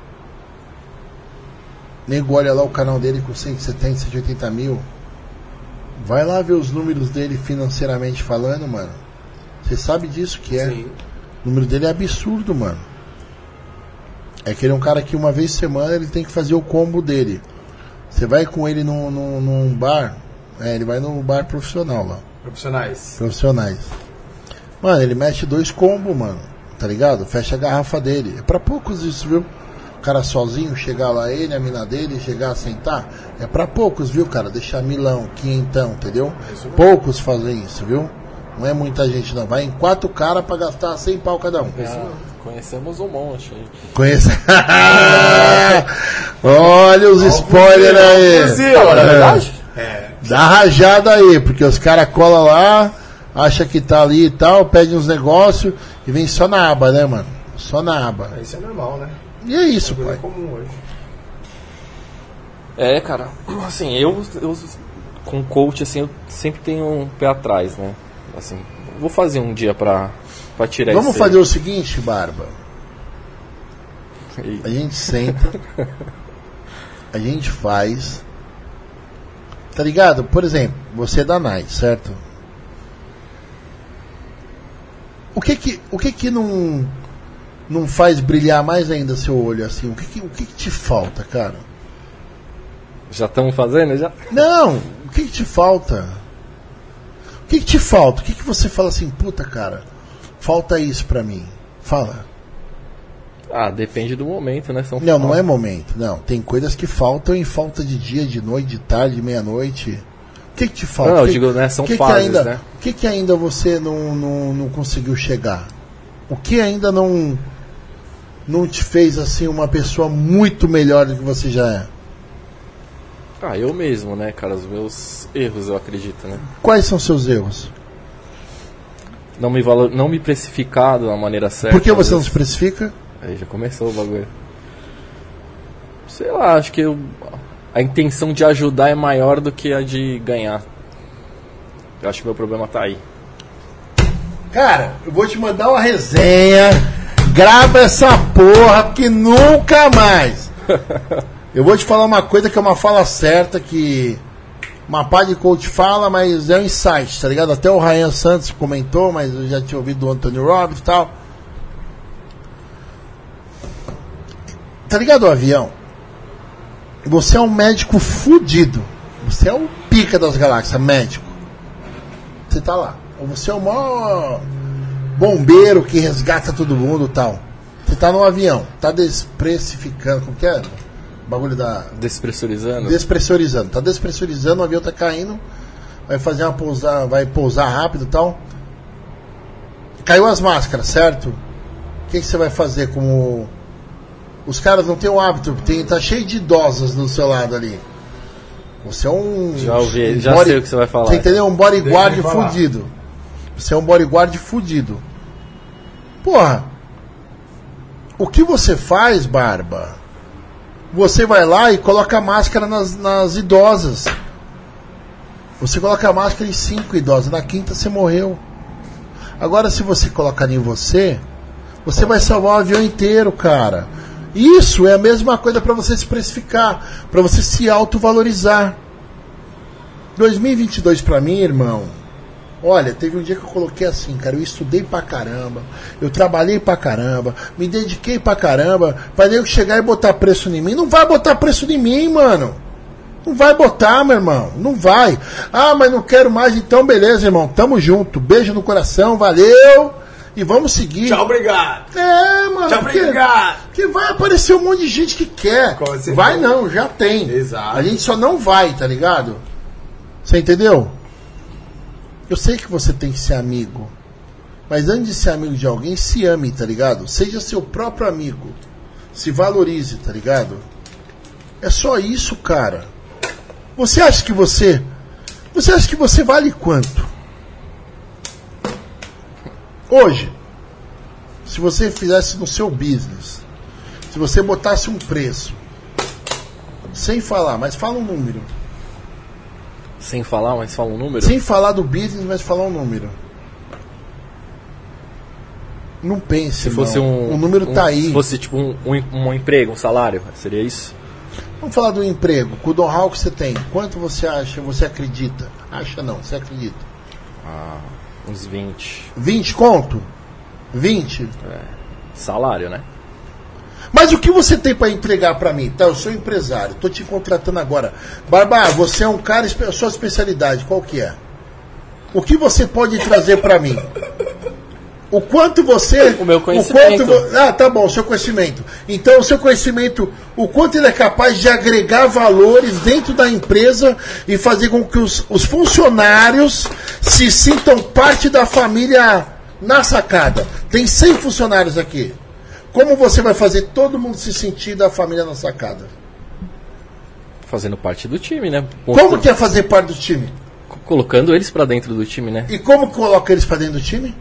Nego, olha lá o canal dele com 170, 180 mil. Vai lá ver os números dele financeiramente falando, mano. Você sabe disso que é. Sim. O número dele é absurdo, mano. É que ele é um cara que uma vez por semana ele tem que fazer o combo dele. Você vai com ele num bar. Ele vai num bar profissional lá. Profissionais. Mano, ele mete 2 combos, mano. Tá ligado? Fecha a garrafa dele. É pra poucos isso, viu? O cara sozinho, chegar lá ele, a mina dele, chegar a sentar. É pra poucos, viu, cara? Deixar milão, quinhentão, entendeu? Poucos fazem isso, viu? Não é muita gente, não. Vai em 4 caras pra gastar 100 pau cada um. Conhecemos um monte aí. Olha os spoilers aí. Não é verdade? Dá rajada aí, porque os caras colam lá, acha que tá ali e tal, pede uns negócios e vem só na aba, né, mano? Só na aba. Isso é normal, né? E é isso, pai. É comum hoje. Cara, assim, eu com coach, assim, eu sempre tenho um pé atrás, né? Assim, vou fazer um dia pra tirar isso. Vamos fazer o seguinte, Barba. A gente senta, a gente faz, tá ligado? Por exemplo, você é da Nike, certo? O que não faz brilhar mais ainda seu olho assim? O que te falta, cara? Já estamos fazendo, já? Não, o que te falta? O que te falta? O que você fala assim, puta, cara, falta isso pra mim? Fala. Depende do momento, né? Não é momento, não. Tem coisas que faltam em falta de dia, de noite, de tarde, de meia-noite. O que te falta? Não, eu digo, né? São fases, né? O que ainda você não conseguiu chegar? O que ainda não te fez assim uma pessoa muito melhor do que você já é? Eu mesmo, né, cara? Os meus erros, eu acredito, né? Quais são seus erros? Não me precificar da maneira certa. Por que você não se precifica? Aí já começou o bagulho. Sei lá, acho que a intenção de ajudar é maior do que a de ganhar. Eu acho que meu problema tá aí. Cara, eu vou te mandar uma resenha. Grava essa porra, porque nunca mais. Eu vou te falar uma coisa que é uma fala certa, que uma pá de coach fala, mas é um insight, tá ligado? Até o Ryan Santos comentou, mas eu já tinha ouvido do Anthony Robbins e tal. Tá ligado o avião? Você é um médico fudido. Você é o pica das galáxias, médico. Você tá lá. Ou você é o maior bombeiro que resgata todo mundo e tal. Você tá no avião, tá desprecificando, como que é? O bagulho da... Despressurizando? Despressurizando. Tá despressurizando, o avião tá caindo, vai fazer vai pousar rápido e tal. Caiu as máscaras, certo? O que você vai fazer como... Os caras não têm o hábito, tá cheio de idosas do seu lado ali. Você é um... Já ouvi, já sei o que você vai falar. Você entendeu? Um bodyguard fudido. Você é um bodyguard fudido. Porra, o que você faz, Barba? Você vai lá e coloca a máscara nas idosas. Você coloca a máscara em 5 idosas. Na 5ª você morreu. Agora, se você colocar em você vai salvar o avião inteiro, cara. Isso é a mesma coisa para você se precificar, para você se autovalorizar. 2022 pra mim, irmão, olha, teve um dia que eu coloquei assim, cara, eu estudei pra caramba, eu trabalhei pra caramba, me dediquei pra caramba, pra nego chegar e botar preço em mim. Não vai botar preço em mim, mano. Não vai botar, meu irmão. Não vai. Mas não quero mais, então beleza, irmão. Tamo junto. Beijo no coração, valeu. E vamos seguir. Tchau, obrigado. Mano. Tchau, obrigado. Que vai aparecer um monte de gente que quer. Vai não, já tem. Exato. A gente só não vai, tá ligado? Você entendeu? Eu sei que você tem que ser amigo. Mas antes de ser amigo de alguém, se ame, tá ligado? Seja seu próprio amigo. Se valorize, tá ligado? É só isso, cara. Você acha que você vale quanto? Hoje, se você fizesse no seu business, se você botasse um preço, sem falar, mas fala um número. Sem falar, mas fala um número? Sem falar do business, mas falar um número. Não pense, se fosse o número tá aí. Se fosse tipo um emprego, um salário, seria isso? Vamos falar do emprego. Com o know-how que você tem, quanto você acha, você acredita? Acha não, você acredita? Uns 20. 20 conto? 20? Salário, né? Mas o que você tem para entregar para mim? Tá, eu sou empresário, tô te contratando agora. Barba, você é um cara, a sua especialidade, qual que é? O que você pode trazer para mim? O quanto você... O meu conhecimento. Tá bom, o seu conhecimento. Então, o seu conhecimento, o quanto ele é capaz de agregar valores dentro da empresa e fazer com que os funcionários se sintam parte da família na sacada. Tem 100 funcionários aqui. Como você vai fazer todo mundo se sentir da família na sacada? Fazendo parte do time, né? Como que é fazer parte do time? Colocando eles pra dentro do time, né? E como coloca eles pra dentro do time?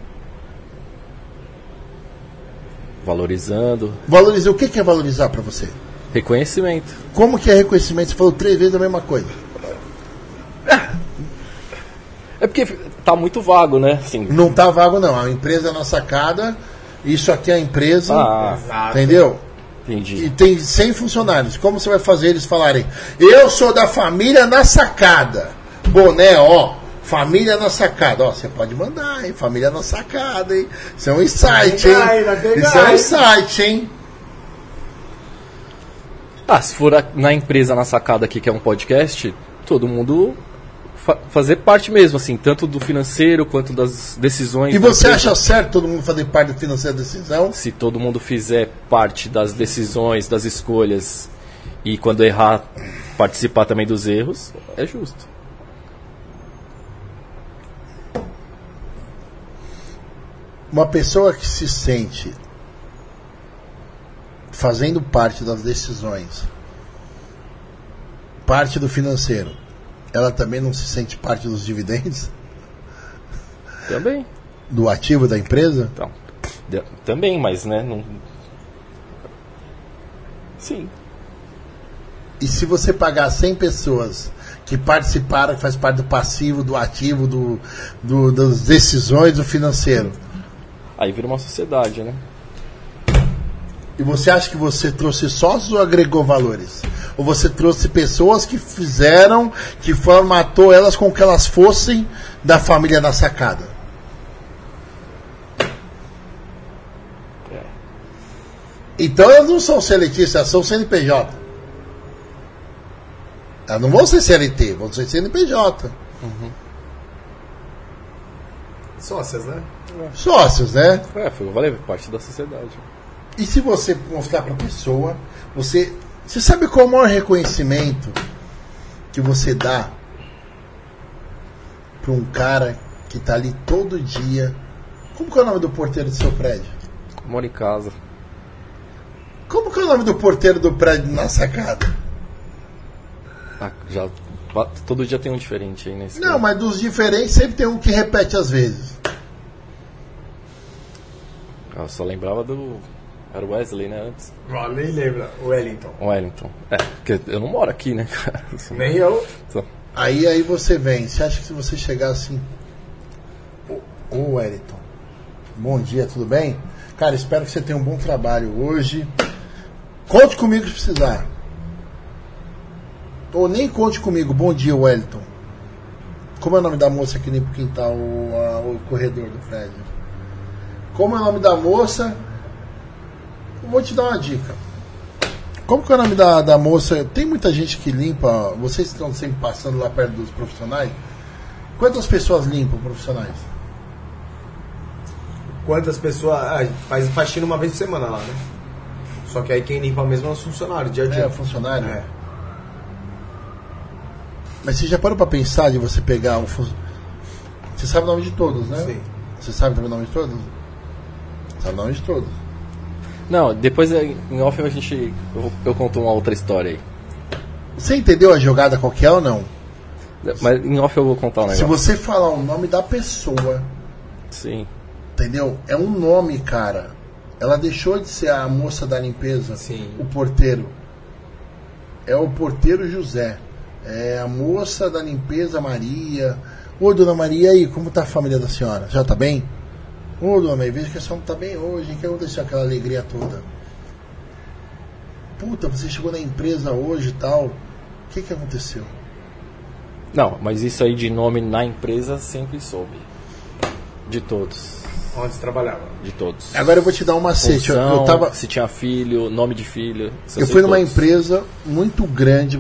Valorizando. Valorizar. O que é valorizar pra você? Reconhecimento. Como que é reconhecimento? Você falou 3 vezes a mesma coisa. É porque tá muito vago, né? Assim, não tá vago, não. A empresa na sacada, isso aqui é a empresa. Entendeu? Entendi. E tem 100 funcionários. Como você vai fazer eles falarem? Eu sou da família na sacada. Boné, ó. Família na sacada. Ó, você pode mandar, hein? Família na sacada, hein? Isso é um insight, hein? Isso é um insight, hein? Se for na empresa na sacada aqui, que é um podcast, todo mundo fazer parte mesmo, assim, tanto do financeiro quanto das decisões. E você acha certo todo mundo fazer parte do financeiro da decisão? Se todo mundo fizer parte das decisões, das escolhas, e quando errar, participar também dos erros, é justo. Uma pessoa que se sente fazendo parte das decisões, parte do financeiro, ela também não se sente parte dos dividendos? Também. Do ativo da empresa? Então, também, mas, né, não... Sim. E se você pagar 100 pessoas que participaram, que faz parte do passivo, do ativo, das decisões do financeiro... Aí vira uma sociedade, né? E você acha que você trouxe sócios ou agregou valores? Ou você trouxe pessoas que fizeram, que formatou elas com que elas fossem da família na sacada? Então elas não são seletistas, elas são CNPJ. Elas não vão ser CLT, vão ser CNPJ. Uhum. Sócias, né? Sócios, né? Foi o que eu falei, parte da sociedade. E se você mostrar para a pessoa, você sabe qual é o maior reconhecimento que você dá para um cara que está ali todo dia? Como que é o nome do porteiro do seu prédio? Moro em casa. Como que é o nome do porteiro do prédio na sacada? Todo dia tem um diferente aí nesse Não, mas dos diferentes sempre tem um que repete às vezes. Eu só lembrava do... Era o Wesley, né, antes? Nem lembra. O Wellington. Porque eu não moro aqui, né, cara? Nem eu. Aí você vem. Você acha que se você chegar assim... Ô Wellington, bom dia, tudo bem? Cara, espero que você tenha um bom trabalho hoje. Conte comigo se precisar. Ou nem conte comigo. Bom dia, Wellington. Como é o nome da moça que limpa o quintal, o corredor do prédio? Como é o nome da moça? Eu vou te dar uma dica. Como que é o nome da moça? Tem muita gente que limpa. Vocês estão sempre passando lá perto dos profissionais. Quantas pessoas limpam profissionais? Quantas pessoas... faz faxina uma vez por semana lá, né? Só que aí quem limpa mesmo é os funcionários, dia a dia. Funcionário? Mas você já parou pra pensar de você pegar um... Você sabe o nome de todos, né? Sim. Você sabe também o nome de todos? Sabe o nome de todos. Não, depois em off eu conto uma outra história aí. Você entendeu a jogada qual que é ou não? Mas em off eu vou contar um negócio. Se você falar o nome da pessoa, Sim. entendeu? É um nome, cara. Ela deixou de ser a moça da limpeza, Sim. o porteiro. É o porteiro José. É a moça da limpeza Maria. Ô, dona Maria, e aí, como tá a família da senhora? Já tá bem? Ô, dona Maria, vejo que a senhora não tá bem hoje. O que aconteceu aquela alegria toda? Puta, você chegou na empresa hoje e tal. O que aconteceu? Não, mas isso aí de nome na empresa sempre soube. De todos. Onde você trabalhava? De todos. Agora eu vou te dar um macete. Função, Eu tava... se tinha filho, nome de filho. Eu fui numa empresa muito grande,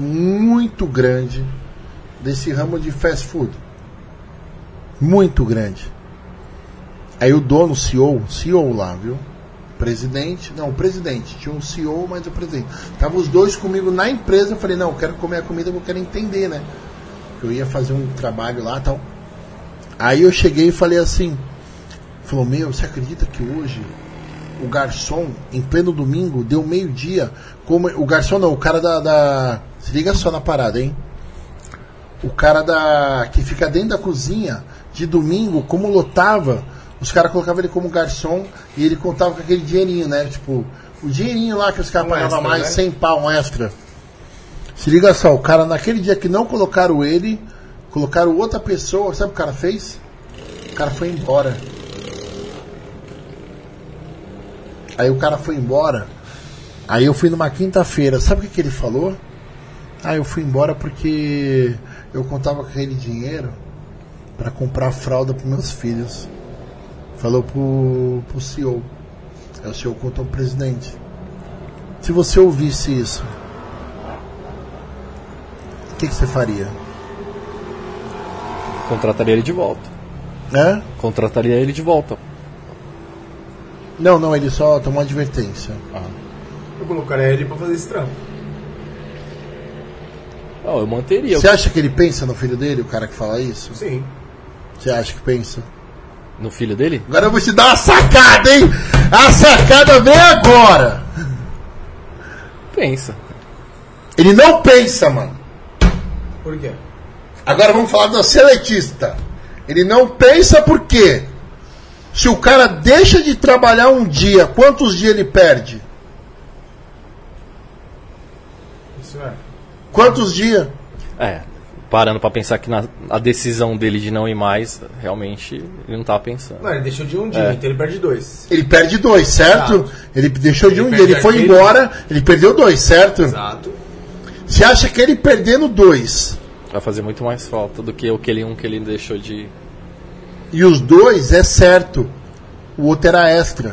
desse ramo de fast food. Muito grande. Aí o dono, CEO lá, viu? Presidente, tinha um CEO, mas o presidente. Tava os dois comigo na empresa, eu falei, não, eu quero comer a comida, eu quero entender, né? Eu ia fazer um trabalho lá e tal. Aí eu cheguei e falei assim, falou, meu, você acredita que hoje o garçom, em pleno domingo, deu meio-dia, como o garçom não, o cara da se liga só na parada, hein? O cara que fica dentro da cozinha, de domingo, como lotava, os caras colocavam ele como garçom e ele contava com aquele dinheirinho, né? Tipo, o dinheirinho lá que os caras pagavam mais, né? 100 pau, um extra. Se liga só, o cara naquele dia que não colocaram ele, colocaram outra pessoa, sabe o que o cara fez? O cara foi embora. Aí o cara foi embora. Aí eu fui numa quinta-feira, sabe o que ele falou? Ah, eu fui embora porque eu contava com aquele dinheiro para comprar fralda para meus filhos. Falou pro CEO. Aí o CEO contou pro presidente. Se você ouvisse isso, o que você faria? Contrataria ele de volta. É? Contrataria ele de volta. Não, ele só tomou advertência. Eu colocaria ele pra fazer esse trampo. Não, eu manteria. Você acha que ele pensa no filho dele, o cara que fala isso? Sim. Você acha que pensa? No filho dele? Agora eu vou te dar uma sacada, hein? A sacada vem agora. Pensa. Ele não pensa, mano. Por quê? Agora vamos falar do seletista. Ele não pensa por quê? Se o cara deixa de trabalhar um dia, quantos dias ele perde? Isso é. Quantos dias? Parando pra pensar que a decisão dele de não ir mais, realmente, ele não tava pensando. Não, ele deixou de um dia, então ele perde 2. Ele perde 2, certo? Exato. Ele deixou de um dia, perde ele foi aquele... embora, ele perdeu 2, certo? Exato. Você acha que ele perdendo 2... Vai fazer muito mais falta do que aquele um que ele deixou de... E os 2 é certo. O outro era extra.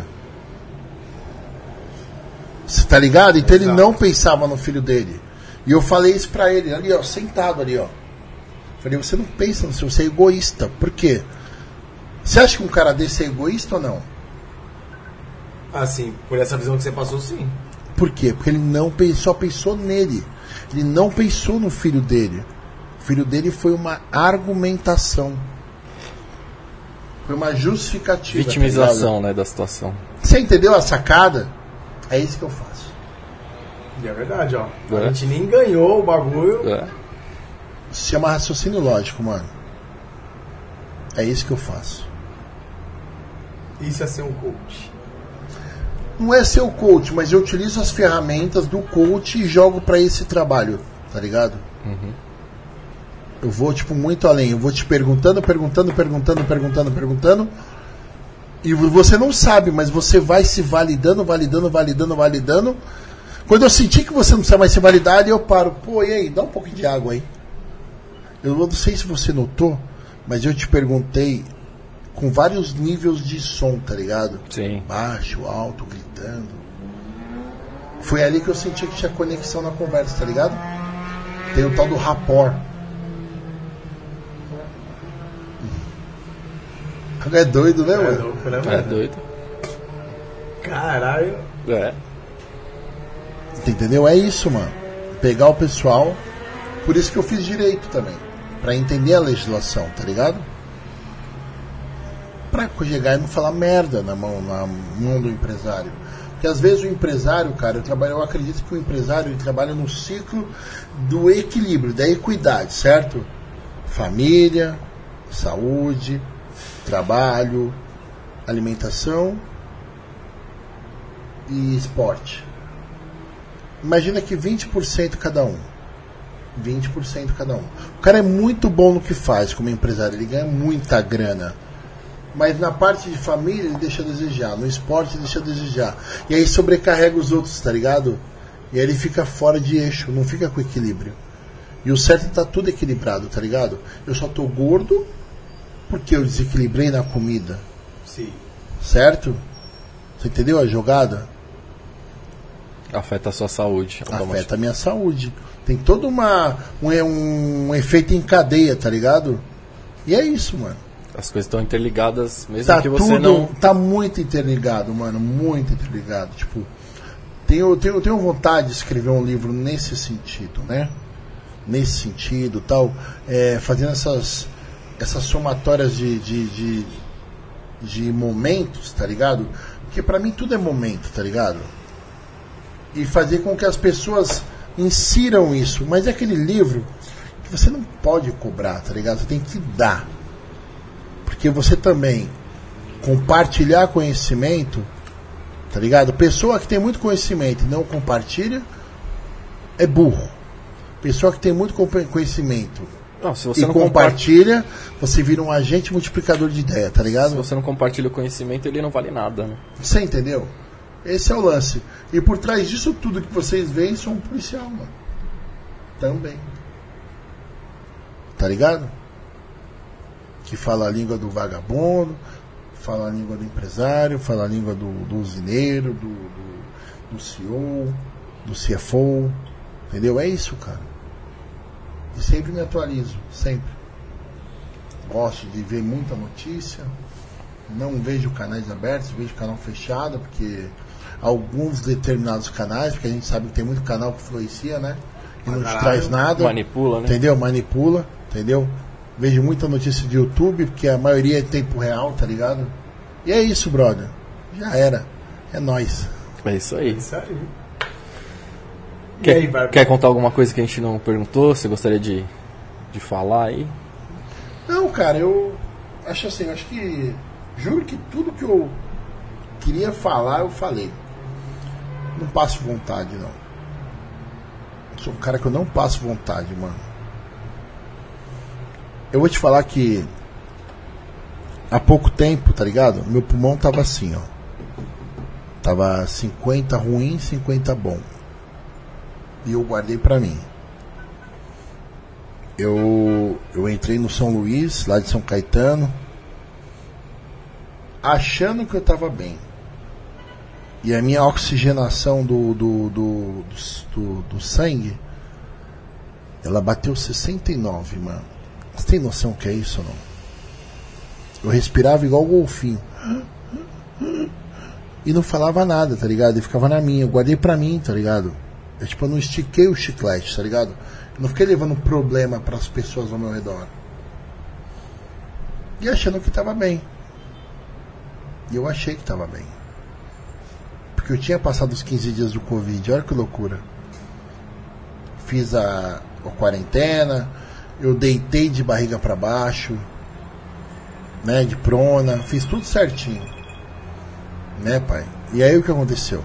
Você tá ligado? Então ele não pensava no filho dele. E eu falei isso pra ele, ali ó, sentado ali ó. Falei, você não pensa no seu, você é egoísta. Por quê? Você acha que um cara desse é egoísta ou não? Assim, por essa visão que você passou, sim. Por quê? Porque ele não só pensou nele. Ele não pensou no filho dele. O filho dele foi uma argumentação. Foi uma justificativa. Vitimização, né, da situação. Você entendeu a sacada? É isso que eu faço. E é verdade, ó. A gente nem ganhou o bagulho. Se chama raciocínio lógico, mano. É isso que eu faço. Isso é ser um coach. Não é ser o coach, mas eu utilizo as ferramentas do coach e jogo pra esse trabalho, tá ligado? Uhum. Eu vou, tipo, muito além. Eu vou te perguntando. E você não sabe, mas você vai se validando. Quando eu sentir que você não precisa mais se validar, eu paro. Pô, e aí? Dá um pouco de água aí. Eu não sei se você notou, mas eu te perguntei com vários níveis de som, tá ligado? Sim. Baixo, alto, gritando. Foi ali que eu senti que tinha conexão na conversa, tá ligado? Tem o tal do rapport. É doido, né, mano? É louco, né, mano? É doido. Caralho. Entendeu? É isso, mano. Pegar o pessoal, Por isso que eu fiz direito também, pra entender a legislação, tá ligado? Pra chegar e não falar merda na mão do empresário. Porque às vezes o empresário, cara, eu acredito que o empresário ele trabalha no ciclo do equilíbrio, da equidade, certo? Família, saúde, trabalho, alimentação e esporte. Imagina que 20% cada um. 20% cada um. O cara é muito bom no que faz como empresário, ele ganha muita grana. Mas na parte de família ele deixa a desejar, no esporte ele deixa a desejar. E aí sobrecarrega os outros, tá ligado? E aí ele fica fora de eixo, não fica com equilíbrio. E o certo é tá tudo equilibrado, tá ligado? Eu só tô gordo porque eu desequilibrei na comida. Sim. Certo? Você entendeu a jogada? Afeta a sua saúde. Afeta a minha saúde. Tem todo um efeito em cadeia, tá ligado? E é isso, mano. As coisas estão interligadas, mesmo Tá que você tudo, não... Tá muito interligado, mano. Muito interligado. Tipo, tenho vontade de escrever um livro nesse sentido, né? Nesse sentido, tal. Fazendo essas somatórias de momentos, tá ligado? Porque pra mim tudo é momento, tá ligado? E fazer com que as pessoas insiram isso. Mas é aquele livro que você não pode cobrar, tá ligado? Você tem que dar. Porque você também compartilhar conhecimento, tá ligado? Pessoa que tem muito conhecimento e não compartilha é burro. Pessoa que tem muito conhecimento não, se você e não compartilha, você vira um agente multiplicador de ideia, tá ligado? Se você não compartilha o conhecimento, ele não vale nada, né? Você entendeu? Esse é o lance. E por trás disso tudo que vocês veem, sou um policial, mano. Também. Tá ligado? Que fala a língua do vagabundo, fala a língua do empresário, fala a língua do usineiro, do CEO, do CFO, entendeu? É isso, cara. E sempre me atualizo, sempre. Gosto de ver muita notícia, não vejo canais abertos, vejo canal fechado, porque alguns determinados canais, porque a gente sabe que tem muito canal que influencia, né? E não te traz nada. Manipula, né? Entendeu? Manipula, entendeu? Vejo muita notícia de YouTube, porque a maioria é tempo real, tá ligado? E é isso, brother. Já era. É nóis. É isso aí. Isso aí. Quer contar alguma coisa que a gente não perguntou? Você gostaria de falar aí? Não, cara, eu acho assim, acho que juro que tudo que eu queria falar, eu falei. Não passo vontade, não. Sou um cara que eu não passo vontade, mano. Eu vou te falar que há pouco tempo, tá ligado? Meu pulmão tava assim, ó. Tava 50 ruim, 50 bom. E eu guardei pra mim. Eu entrei no São Luís, lá de São Caetano, achando que eu tava bem. E a minha oxigenação do sangue, ela bateu 69, mano. Você tem noção que é isso ou não? Eu respirava igual golfinho. E não falava nada, tá ligado? E ficava na minha, eu guardei pra mim, tá ligado? Eu não estiquei o chiclete, tá ligado? Eu não fiquei levando problema pras pessoas ao meu redor. E achando que tava bem. E eu achei que tava bem. Porque eu tinha passado os 15 dias do Covid, olha que loucura. Fiz a quarentena, eu deitei de barriga pra baixo, né, de prona, fiz tudo certinho. Né, pai? E aí o que aconteceu?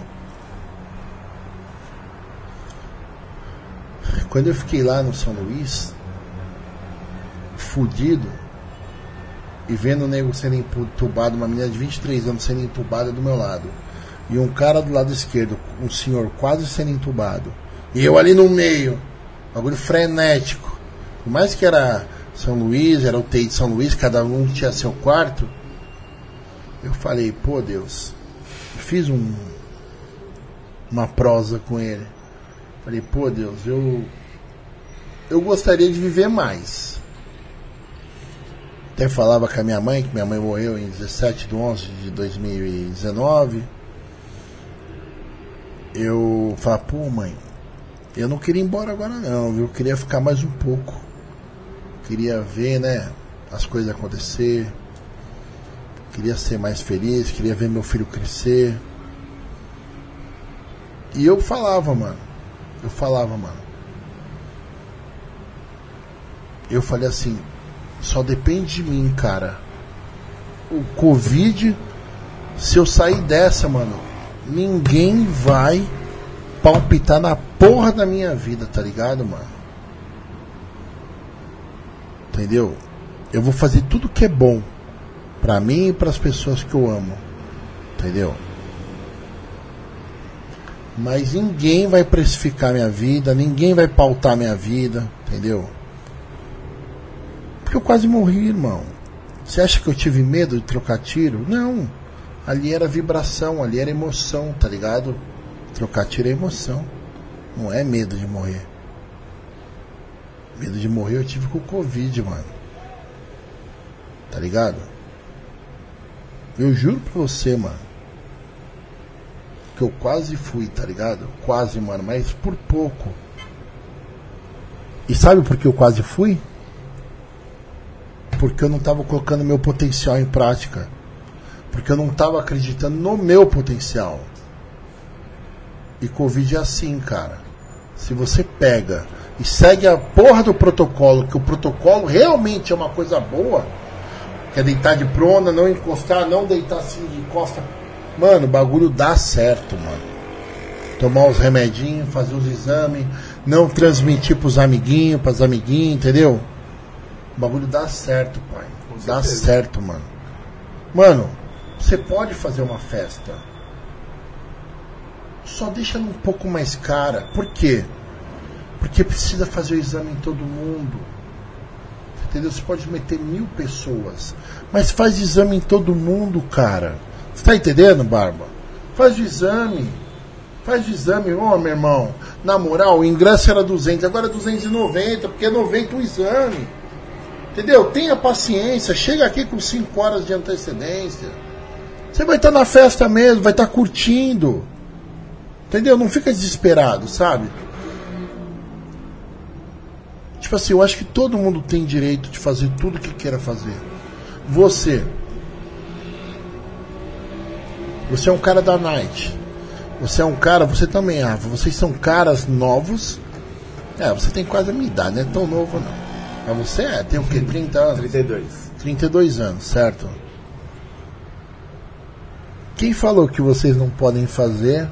Quando eu fiquei lá no São Luís, fudido, e vendo o nego sendo entubado, uma menina de 23 anos sendo entubada do meu lado, e um cara do lado esquerdo, um senhor quase sendo entubado, e eu ali no meio, bagulho frenético. Por mais que era São Luís, era o UTI de São Luís, cada um tinha seu quarto, eu falei, pô Deus, fiz uma prosa com ele. Falei, pô Deus, eu gostaria de viver mais. Até falava com a minha mãe, que minha mãe morreu em 17/11/2019. Eu falava, pô mãe, Eu não queria ir embora agora não, viu? Eu queria ficar mais um pouco. Queria ver, né, as coisas acontecer. Queria ser mais feliz, queria ver meu filho crescer. E eu falava, mano. Eu falei assim, só depende de mim, cara. O Covid, se eu sair dessa, mano, ninguém vai palpitar na porra da minha vida, tá ligado, mano? Entendeu? Eu vou fazer tudo que é bom pra mim e pras pessoas que eu amo. Entendeu? Mas ninguém vai precificar minha vida, ninguém vai pautar minha vida, entendeu? Porque eu quase morri, irmão. Você acha que eu tive medo de trocar tiro? Não. Ali era vibração, ali era emoção, tá ligado? Trocar tiro é emoção. Não é medo de morrer. Medo de morrer eu tive com o Covid, mano. Tá ligado? Eu juro pra você, mano, que eu quase fui, tá ligado? Quase, mano, mas por pouco. E sabe por que eu quase fui? Porque eu não tava colocando meu potencial em prática. Porque eu não tava acreditando no meu potencial. E Covid é assim, cara. Se você pega e segue a porra do protocolo, que o protocolo realmente é uma coisa boa, que é deitar de prona, não encostar, não deitar assim de costa. Mano, o bagulho dá certo, mano. Tomar os remedinhos, fazer os exames, não transmitir pros amiguinhos, pras amiguinhas, entendeu? O bagulho dá certo, pai. Dá certo, mano. Mano, você pode fazer uma festa. Só deixa ela um pouco mais cara. Por quê? Porque precisa fazer o exame em todo mundo. Entendeu? Você pode meter 1000 pessoas, mas faz exame em todo mundo, cara. Você tá entendendo, Barba? Faz o exame. Faz o exame, ô, meu irmão. Na moral, o ingresso era 200, agora é 290, porque é 90 o exame. Entendeu? Tenha paciência. Chega aqui com 5 horas de antecedência. Você vai estar na festa mesmo, vai estar curtindo. Entendeu? Não fica desesperado, sabe? Tipo assim, eu acho que todo mundo tem direito de fazer tudo o que queira fazer. Você é um cara da night. Você é um cara, você também, Rafa. Vocês são caras novos. Você tem quase a minha idade, não é tão novo não. Mas você tem o quê? 30 anos? 32. 32 anos, certo? Quem falou que vocês não podem fazer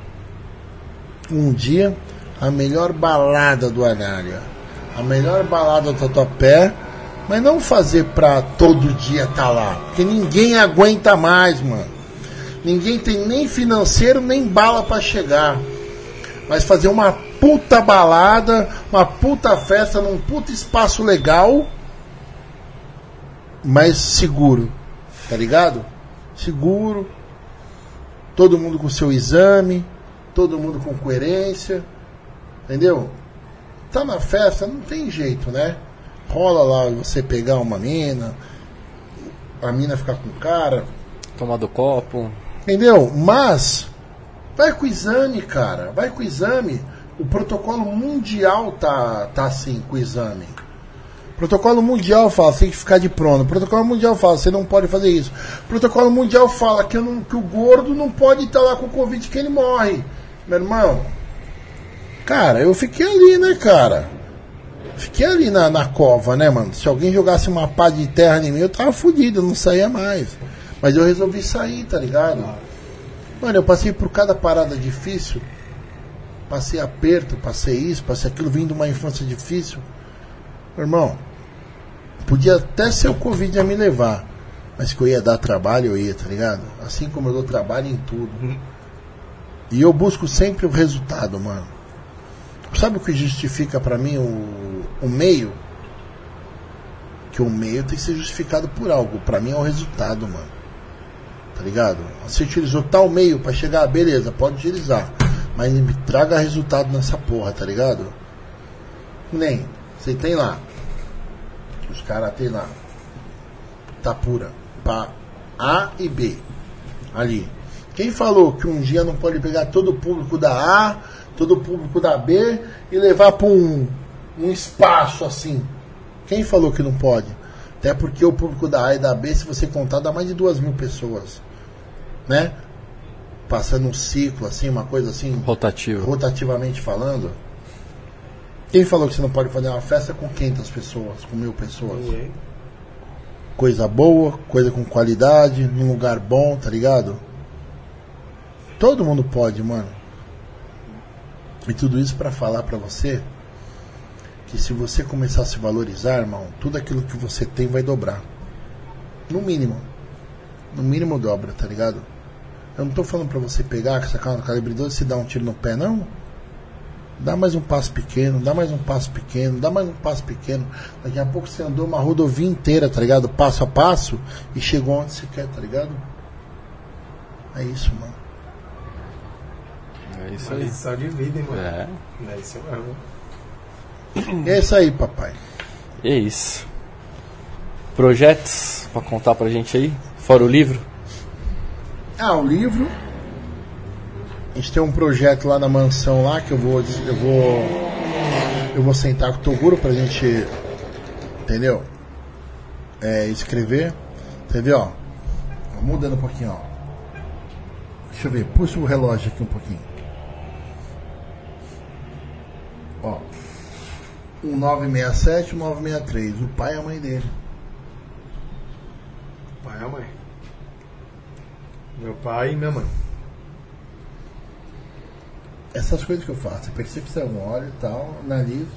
um dia a melhor balada do Anália? A melhor balada do Tatuapé, mas não fazer pra todo dia estar lá. Porque ninguém aguenta mais, mano. Ninguém tem nem financeiro, nem bala pra chegar. Mas fazer uma puta balada, uma puta festa, num puta espaço legal, mas seguro. Tá ligado? Seguro. Todo mundo com seu exame, todo mundo com coerência. Entendeu? Tá na festa, não tem jeito, né? Rola lá você pegar uma mina, a mina ficar com o cara, tomar do copo. Entendeu? Mas vai com o exame, cara. Vai com o exame. O protocolo mundial tá assim com o exame. O protocolo mundial fala, você tem que ficar de prona. O protocolo mundial fala, você não pode fazer isso. O protocolo mundial fala que o gordo não pode estar lá com o Covid, que ele morre. Meu irmão, cara, eu fiquei ali, né, cara? Fiquei ali na cova, né, mano? Se alguém jogasse uma pá de terra em mim, eu tava fudido, eu não saía mais. Mas eu resolvi sair, tá ligado? Mano, eu passei por cada parada difícil. Passei aperto, passei isso, passei aquilo, vindo de uma infância difícil. Meu irmão, podia até ser o Covid a me levar, mas que eu ia dar trabalho, eu ia, tá ligado? Assim como eu dou trabalho em tudo. E eu busco sempre o resultado, mano. Sabe o que justifica pra mim o meio? Que o meio tem que ser justificado por algo. Pra mim é o resultado, mano. Tá ligado? Você utilizou tal meio pra chegar, beleza, pode utilizar. Mas me traga resultado nessa porra, tá ligado? Nem. Você tem lá. Os caras tem lá. Tá pura. Pra A e B. Ali. Quem falou que um dia não pode pegar todo o público da A, todo o público da B e levar para um espaço assim? Quem falou que não pode? Até porque o público da A e da B, se você contar, dá mais de 2.000 pessoas, né? Passando um ciclo assim, uma coisa assim, rotativamente falando. Quem falou que você não pode fazer uma festa com 500 pessoas, com 1.000 pessoas? Coisa boa, coisa com qualidade, num lugar bom, tá ligado? Todo mundo pode, mano. E tudo isso pra falar pra você que se você começar a se valorizar, irmão, tudo aquilo que você tem vai dobrar. No mínimo. No mínimo dobra, tá ligado? Eu não tô falando pra você pegar, sacar no calibre 12 e se dar um tiro no pé, não. Dá mais um passo pequeno, dá mais um passo pequeno, dá mais um passo pequeno. Daqui a pouco você andou uma rodovia inteira, tá ligado? Passo a passo e chegou onde você quer, tá ligado? É isso, mano. É isso Uma aí. lição de vida, hein, mano? É. É isso mesmo. É isso aí, papai. É isso. Projetos pra contar pra gente aí? Fora o livro? O livro. A gente tem um projeto lá na mansão lá que eu vou sentar com o Toguro pra gente, entendeu? Escrever. Entendeu? Ó, mudando um pouquinho, ó. Deixa eu ver, puxa o relógio aqui um pouquinho. Ó. 1967 e 1963. O pai e a mãe dele. Pai e a mãe. Meu pai e minha mãe. Essas coisas que eu faço, percepção, olho e tal, analiso.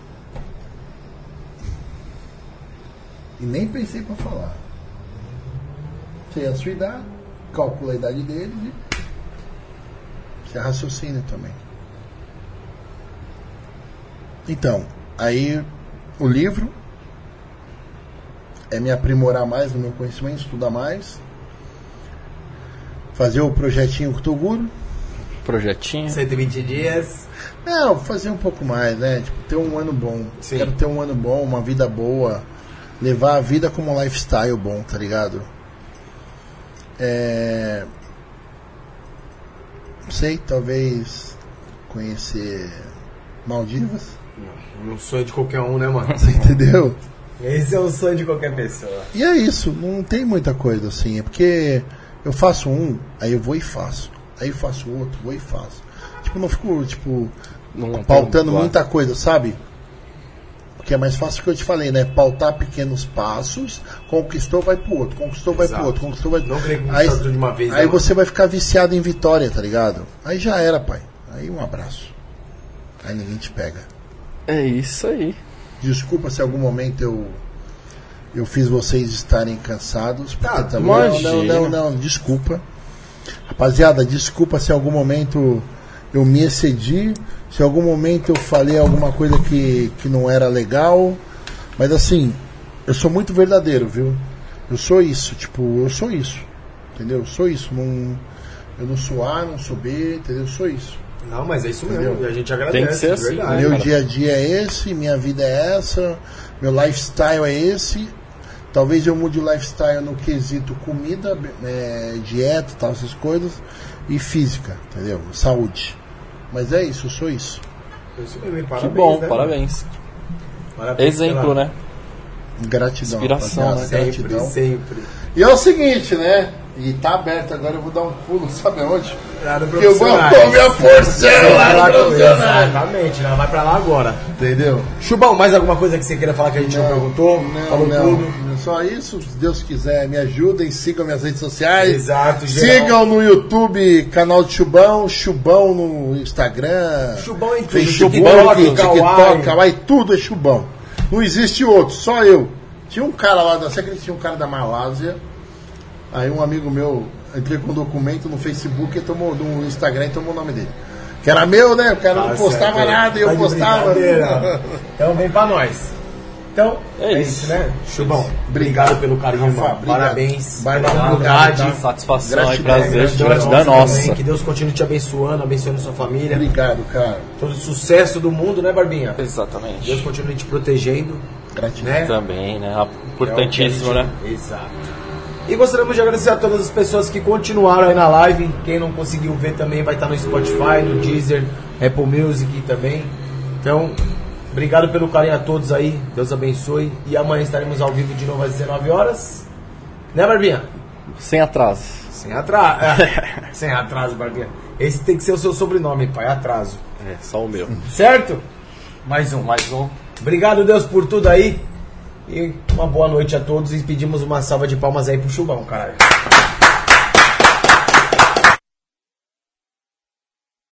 E nem pensei pra falar. Sei a sua idade, calcula a idade dele e você raciocina também. Então, aí o livro é me aprimorar mais no meu conhecimento, estudar mais, fazer o projetinho com o Toguro. Projetinho. 120 dias. Não, fazer um pouco mais, né? Tipo, ter um ano bom. Sim. Quero ter um ano bom, uma vida boa. Levar a vida como um lifestyle bom, tá ligado? Não sei, talvez conhecer Maldivas. Um sonho de qualquer um, né, mano? Você entendeu? Esse é o sonho de qualquer pessoa. E é isso, não tem muita coisa assim. É porque eu faço um, aí eu vou e faço. Aí eu faço outro, vou e faço. Tipo, não fico, Não pautando tem- muita coisa, sabe? Porque é mais fácil que eu te falei, né? Pautar pequenos passos, conquistou, vai pro outro, conquistou, vai pro outro, conquistou, vai pro Não outro. querer Aí, conquistar tudo de uma vez, né, aí mano? você vai ficar viciado em vitória, tá ligado? Aí já era, pai. Aí um abraço. Aí ninguém te pega. É isso aí. Desculpa se em algum momento eu fiz vocês estarem cansados. Porque também imagina. não, desculpa. Rapaziada, desculpa se em algum momento eu me excedi, se em algum momento eu falei alguma coisa que não era legal. Mas assim, eu sou muito verdadeiro, viu? Eu sou isso, eu sou isso. Entendeu? Eu sou isso. Eu não sou A, não sou B, entendeu? Eu sou isso. Não, mas é isso mesmo. Entendeu? E a gente agradece. Tem que ser de assim, verdade. né? Meu cara. dia a dia é esse, minha vida é essa, meu lifestyle é esse. Talvez eu mude o lifestyle no quesito comida, dieta, tal, essas coisas, e física, entendeu? Saúde. Mas é isso, eu sou isso. É isso mesmo, e Que parabéns, bom, né, parabéns. mano? Parabéns Exemplo, pela- né? Gratidão. Inspiração, rapaziada, né? Sempre, gratidão. sempre. E é o seguinte, né? E tá aberto agora, eu vou dar um pulo, sabe aonde? Nada Que eu vou profissionais. comer a porção! Você vai lá com profissionais. exatamente, né? Vai pra lá agora. Entendeu? Chubão, mais alguma coisa que você queira falar que a gente não perguntou? Falou tudo? Só isso, se Deus quiser, me ajudem, sigam minhas redes sociais. Exato, geral. Sigam no YouTube, canal de Chubão, Chubão no Instagram, Chubão em tudo. Facebook, TikTok, TikTok, Kawaii, tudo é Chubão. Não existe outro, só eu. Tinha um cara lá, você acredita que tinha um cara da Malásia? Aí um amigo meu, entrei com um documento no Facebook e tomou no Instagram e tomou o nome dele. Que era meu, né? O cara não postava certo. nada e eu Tá de postava. brincadeira. Então vem pra nós. Então, É é isso. isso, né? Chubão, obrigado pelo carinho, Rafa, irmão. obrigado. Parabéns Vai pela lá, humildade. obrigado. Satisfação e Gratidão, prazer, gratidão gratidão nossa nossa. Que Deus continue te abençoando sua família. Obrigado, cara. Todo o sucesso do mundo, né, Barbinha? Deus Exatamente. continue te protegendo, Gratidão. né? Também, né? Importantíssimo, É o né? que a gente- Exato. E gostaríamos de agradecer a todas as pessoas que continuaram aí na live. Quem não conseguiu ver também vai estar no Spotify, no Deezer, Apple Music também. Então, obrigado pelo carinho a todos aí. Deus abençoe. E amanhã estaremos ao vivo de novo às 19 horas. Né, Barbinha? Sem atraso. Sem atraso. Sem atraso, Barbinha. Esse tem que ser o seu sobrenome, pai. Atraso. É, só o meu. Certo? Mais um. Obrigado, Deus, por tudo aí. E uma boa noite a todos. E pedimos uma salva de palmas aí pro Chubão, caralho.